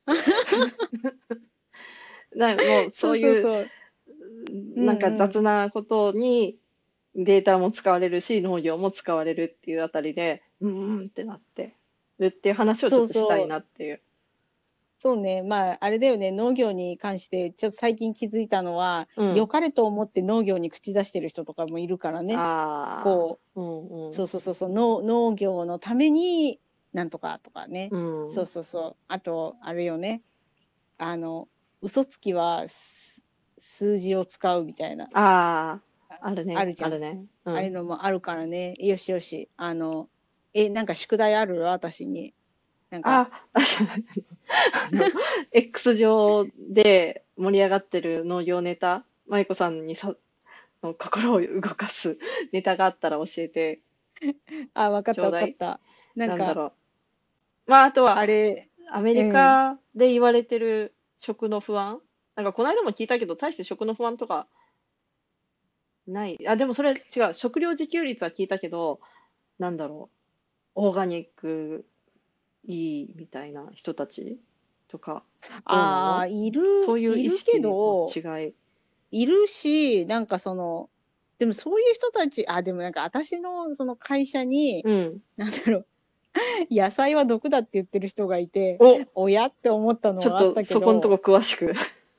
[SPEAKER 1] もう
[SPEAKER 2] そう
[SPEAKER 1] そういう
[SPEAKER 2] そうそう。う
[SPEAKER 1] なんか
[SPEAKER 2] んうん。
[SPEAKER 1] 雑なことにデータも使われるし、農業も使われるっていうあたりで、ってなってるっていう話をちょっ
[SPEAKER 2] そう
[SPEAKER 1] としたい
[SPEAKER 2] そう。
[SPEAKER 1] なっていう。
[SPEAKER 2] そうね。まあ、あれだよね。農業に関して、ちょっと最近気づいたのは、
[SPEAKER 1] うん。
[SPEAKER 2] 良かれと思って農業に口出してる人とかもいるからね。
[SPEAKER 1] ああ、
[SPEAKER 2] こ
[SPEAKER 1] うんうん。
[SPEAKER 2] そうそうそうそう、農業のためになんとかとかね。
[SPEAKER 1] うん。
[SPEAKER 2] そうそうそう。あと、あれよね。あの、嘘つきは数字を使うみたいな、
[SPEAKER 1] ああ、あるね、
[SPEAKER 2] あるじゃん。
[SPEAKER 1] あるね。う
[SPEAKER 2] ああいう
[SPEAKER 1] ん。
[SPEAKER 2] のもあるからね。よしよし。なんか宿題ある私に。なんか、
[SPEAKER 1] あ、あの、X 上で盛り上がってる農業ネタ、舞子さんに心を動かすネタがあったら教えて
[SPEAKER 2] あ、わかった
[SPEAKER 1] ちょうだい。
[SPEAKER 2] わかった。なんか、
[SPEAKER 1] なんだろう。まあ、あとは、
[SPEAKER 2] あれ、
[SPEAKER 1] アメリ
[SPEAKER 2] うん。
[SPEAKER 1] カで言われてる食の不安。なんか、この間も聞いたけど、大して食の不安とかない。あ、でもそれ違う。食料自給率は聞いたけど、なんだろう。オーガニックいいみたいな人たちとか、どうな
[SPEAKER 2] ああ、
[SPEAKER 1] の？そういう意
[SPEAKER 2] いるけ
[SPEAKER 1] 識の
[SPEAKER 2] ど、
[SPEAKER 1] 違い。
[SPEAKER 2] いるし、なんかでもそういう人たち、でもなんか私のその会社に、
[SPEAKER 1] うん。
[SPEAKER 2] なんだろう、野菜は毒だって言ってる人がいて、
[SPEAKER 1] お、
[SPEAKER 2] おやって思ったの
[SPEAKER 1] ちょっ
[SPEAKER 2] はあったけ
[SPEAKER 1] とそこんとこ
[SPEAKER 2] ど、
[SPEAKER 1] 詳しく。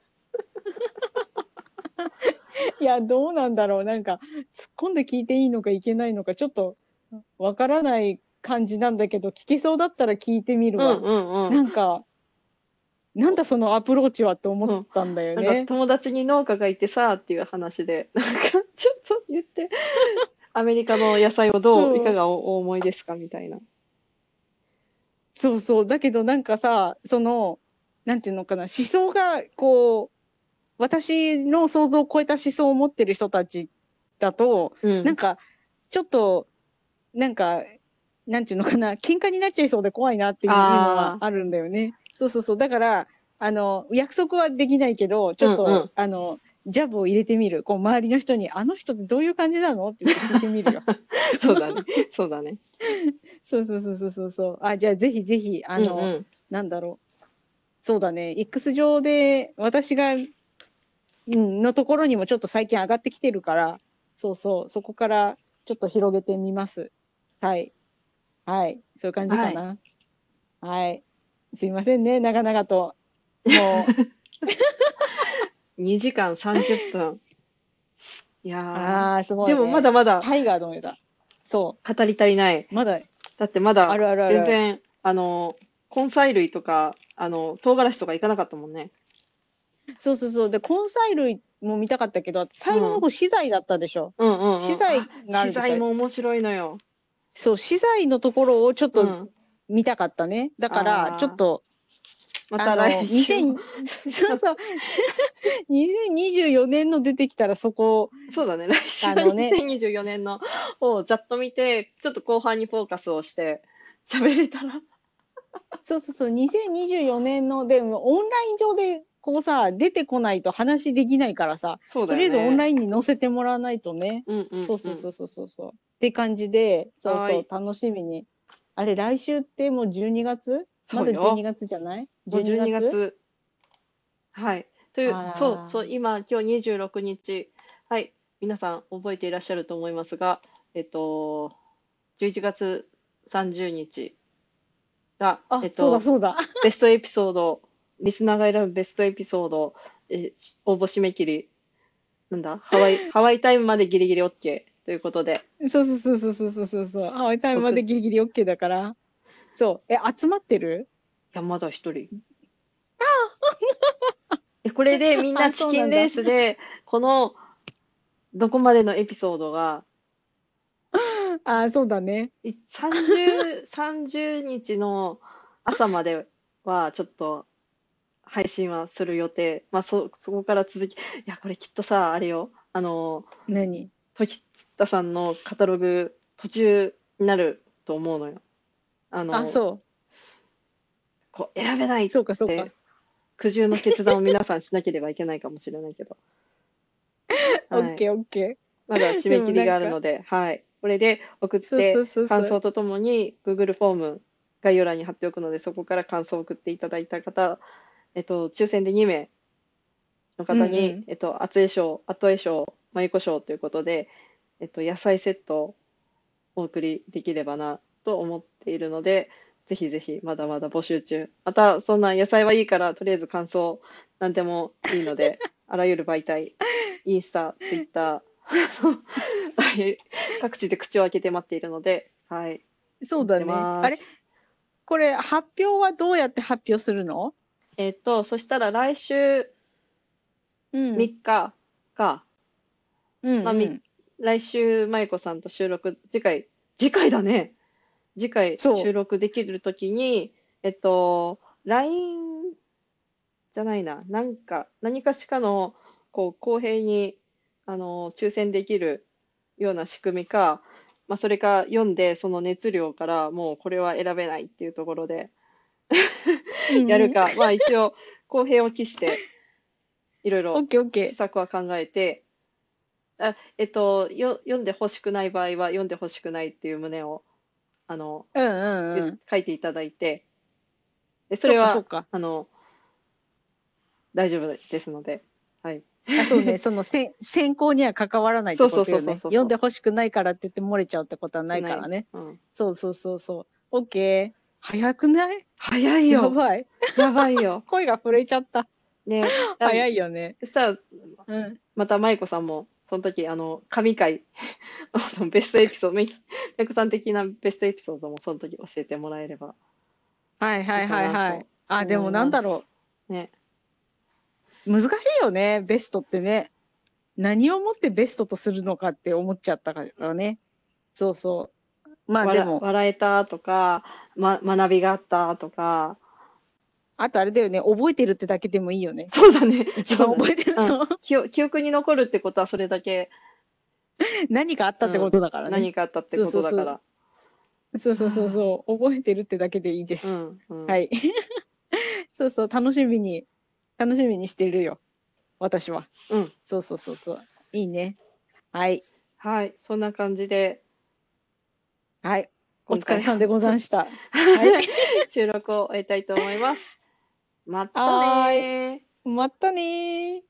[SPEAKER 2] いや、どうなんだろう。なんか、突っ込んで聞いていいのかいけないのか、ちょっとわからない感じなんだけど、聞けそうだったら聞いてみる
[SPEAKER 1] うん
[SPEAKER 2] わ。
[SPEAKER 1] うんうん。
[SPEAKER 2] なんか、なんだそのアプローチはって思っ
[SPEAKER 1] うん。
[SPEAKER 2] たんだよ
[SPEAKER 1] なんか
[SPEAKER 2] ね。
[SPEAKER 1] 友達に農家がいてさっていう話で、なんかちょっと言って、アメリカの野菜をい
[SPEAKER 2] そう、
[SPEAKER 1] かがお思いですかみたいな。
[SPEAKER 2] そうそう。だけどなんかさ、なんていうのかな、思想が、私の想像を超えた思想を持ってる人たちだと、
[SPEAKER 1] うん。
[SPEAKER 2] なんか、ちょっと、なんか、なんていうのかな、喧嘩になっちゃいそうで怖いなっていうのは
[SPEAKER 1] あ
[SPEAKER 2] あるんだよね。そうそうそう。だから、約束はできないけど、ち
[SPEAKER 1] あ、
[SPEAKER 2] ょっと、
[SPEAKER 1] うんうん。
[SPEAKER 2] ジャブを入れてみる。周りの人に、あの人ってどういう感じなのって言って聞いてみるよ。
[SPEAKER 1] そうだね。そうだね。
[SPEAKER 2] そうそうそうそうそうそう。じゃあぜひぜひ、
[SPEAKER 1] うんうん。
[SPEAKER 2] なんだろう。そうだね。X 上で私が、のところにもちょっと最近上がってきてるから、そうそう、そこからちょっと広げてみます。はい。はい。そういう感じ
[SPEAKER 1] はい。
[SPEAKER 2] かな。はい。すいませんね、長々と。も
[SPEAKER 1] 2時間30分。いや
[SPEAKER 2] う、
[SPEAKER 1] ー、
[SPEAKER 2] すご
[SPEAKER 1] でもまだ
[SPEAKER 2] いね。
[SPEAKER 1] まだ
[SPEAKER 2] タイガーの上だ。そ
[SPEAKER 1] 語り足りない。
[SPEAKER 2] う。まだ、
[SPEAKER 1] だってまだ
[SPEAKER 2] あるあるあるある。
[SPEAKER 1] 全然、根菜類とか、唐辛子とかいかなかったもんね。
[SPEAKER 2] そうそうそう。で、根菜類も見たかったけど、最後の
[SPEAKER 1] うん。
[SPEAKER 2] 方資材だったでしょ。
[SPEAKER 1] うんうんうん。あ、
[SPEAKER 2] 資材があ
[SPEAKER 1] 資
[SPEAKER 2] るでしょ。
[SPEAKER 1] 材も面白いのよ。
[SPEAKER 2] そう、資材のところをちょっと
[SPEAKER 1] うん。
[SPEAKER 2] 見たかったね。だから、ちょっ
[SPEAKER 1] あ
[SPEAKER 2] と、
[SPEAKER 1] また来週も。
[SPEAKER 2] そうそう、2024年の出てきたらそこ、
[SPEAKER 1] そうだね。来週は
[SPEAKER 2] ね、
[SPEAKER 1] 2024年のをざっと見て、ちょっと後半にフォーカスをして喋れたら。
[SPEAKER 2] そうそうそう、2024年の、でもオンライン上で出てこないと話できないからさ、
[SPEAKER 1] そうだ
[SPEAKER 2] とりあえずオン
[SPEAKER 1] よね。
[SPEAKER 2] ラインに載せてもらわないとね。
[SPEAKER 1] うんうんうん。
[SPEAKER 2] そうそうそうそうそうそう。って感じで、そうそう、
[SPEAKER 1] はーい。
[SPEAKER 2] 楽しみに。あれ、来週ってもう12月まだ12
[SPEAKER 1] そうよ。
[SPEAKER 2] 月じゃない
[SPEAKER 1] もう
[SPEAKER 2] ?12
[SPEAKER 1] 12
[SPEAKER 2] 月
[SPEAKER 1] 月。はい。という、そうそう、
[SPEAKER 2] あ
[SPEAKER 1] 今日26日。はい。皆さん覚えていらっしゃると思いますが、11月30日が、
[SPEAKER 2] そうだそうだ。
[SPEAKER 1] ベストエピソード、リスナーが選ぶベストエピソード、応募締め切り、なんだ、ハワイタイムまでギリギリ OK ということで、
[SPEAKER 2] そうそうそうそうそうそうそう。ハワイタイムま
[SPEAKER 1] 僕、い
[SPEAKER 2] でギリギリ OK だから。そう。集まってる
[SPEAKER 1] や、まだ一人。これでみんなチキンレー
[SPEAKER 2] そうなんだ。
[SPEAKER 1] スで、このどこまでのエピソードが
[SPEAKER 2] ああ、そうだね。
[SPEAKER 1] 30日の朝まではちょっと配信はする予定。まあ、そこから続き、いや、これきっとさ、あれよ。
[SPEAKER 2] 何？
[SPEAKER 1] 時田さんのカタログ途中になると思うのよ。あ
[SPEAKER 2] あ、
[SPEAKER 1] の、
[SPEAKER 2] そう。
[SPEAKER 1] こう選べないっ
[SPEAKER 2] そうか、そうか。
[SPEAKER 1] て苦渋の決断を皆さんしなければいけないかもしれないけど。はい。
[SPEAKER 2] オッケー、オッケ
[SPEAKER 1] まだ
[SPEAKER 2] ー。で
[SPEAKER 1] 締め切り
[SPEAKER 2] もなんか、
[SPEAKER 1] があるので、はい。これで送っ
[SPEAKER 2] そうそ
[SPEAKER 1] て、
[SPEAKER 2] うそうそう。
[SPEAKER 1] 感想とともに Google フォーム概要欄に貼っておくので、そこから感想を送っていただいた方、抽選で2名の
[SPEAKER 2] うん
[SPEAKER 1] 方に、
[SPEAKER 2] うん。
[SPEAKER 1] 厚江賞、後江賞、まゆこ賞ということで、野菜セットをお送りできればなと思っているので、ぜひぜひまだまだ募集中。また、そんな野菜はいいから、とりあえず感想なんでもいいので、あらゆる媒体、インスタ、ツイッター、各地で口を開けて待っているので、はい、待って
[SPEAKER 2] そうだね。あれ、
[SPEAKER 1] ます。
[SPEAKER 2] これ発表はどうやって発表するの？
[SPEAKER 1] そしたら来週3
[SPEAKER 2] うん。
[SPEAKER 1] 日か、
[SPEAKER 2] うん
[SPEAKER 1] まあ、
[SPEAKER 2] うん。
[SPEAKER 1] 来週、舞子さんと収録、次回だね。次回収
[SPEAKER 2] そ
[SPEAKER 1] 録できるときに、LINE じゃないな、何かしかの、公平に、抽選できるような仕組みか、まあ、それか読んで、その熱量から、もうこれは選べないっていうところで、
[SPEAKER 2] う。うんうん。
[SPEAKER 1] やるか、まあ一応、公平を期して、いろいろ
[SPEAKER 2] オッケーオッ
[SPEAKER 1] 施
[SPEAKER 2] ケ
[SPEAKER 1] 策は考えて、読んでほしくない場合は、読んでほしくないっていう旨を、あの、
[SPEAKER 2] ー。うんうんうん。
[SPEAKER 1] 書いていただいて、で、そ
[SPEAKER 2] そっ
[SPEAKER 1] れは、
[SPEAKER 2] かそっか。
[SPEAKER 1] 大丈夫ですので、はい。
[SPEAKER 2] あ、そうね。その選考には関わらないって
[SPEAKER 1] そうそうそう
[SPEAKER 2] ことよね。
[SPEAKER 1] そうそうそ
[SPEAKER 2] 読んで欲しくないからって言って漏れちゃうってことはな
[SPEAKER 1] う。ない。
[SPEAKER 2] いからね。
[SPEAKER 1] うん。
[SPEAKER 2] そうそうそうそう。オッケー。早くない？
[SPEAKER 1] 早いよ。
[SPEAKER 2] やばい。
[SPEAKER 1] やばいよ。
[SPEAKER 2] 声が震えちゃった。
[SPEAKER 1] ね。
[SPEAKER 2] 早いよね。
[SPEAKER 1] そしたら、
[SPEAKER 2] うん。
[SPEAKER 1] また舞子さんも、その時、神回、ベストエピソード、舞子さん的なベストエピソードもその時教えてもらえればいい
[SPEAKER 2] はいはい
[SPEAKER 1] かなと
[SPEAKER 2] はいはい。あ、で
[SPEAKER 1] 思い
[SPEAKER 2] もなんだろ
[SPEAKER 1] ます。ね。
[SPEAKER 2] う。難しいよね。ベストってね。何をもってベストとするのかって思っちゃったからね。そうそう。まあでも、
[SPEAKER 1] 笑えたとか、学びがあったとか、
[SPEAKER 2] あとあれだよね。覚えてるってだけでもいいよね。
[SPEAKER 1] そうだね。
[SPEAKER 2] 一
[SPEAKER 1] そうだね。
[SPEAKER 2] 番覚えてる
[SPEAKER 1] うん。
[SPEAKER 2] の。
[SPEAKER 1] 記憶に残るってことはそれだけ、
[SPEAKER 2] 何かあったってこ
[SPEAKER 1] うん。
[SPEAKER 2] とだからね。
[SPEAKER 1] 何かあったって
[SPEAKER 2] そう
[SPEAKER 1] こと
[SPEAKER 2] そうそう。
[SPEAKER 1] だから。
[SPEAKER 2] そうそうそう
[SPEAKER 1] は
[SPEAKER 2] そう。覚えてるってだけでいいで
[SPEAKER 1] あ、う
[SPEAKER 2] す。
[SPEAKER 1] ん、うん。
[SPEAKER 2] はい。そうそう。楽しみにしてるよ。私は。
[SPEAKER 1] うん。
[SPEAKER 2] そうそうそうそう。いいね。はい。
[SPEAKER 1] はい。そんな感じで、
[SPEAKER 2] はい。お
[SPEAKER 1] 今回の
[SPEAKER 2] 疲れさんでござんした。はい。
[SPEAKER 1] 収録を終えたいと思います。また
[SPEAKER 2] はーい。
[SPEAKER 1] ねー。
[SPEAKER 2] またねー。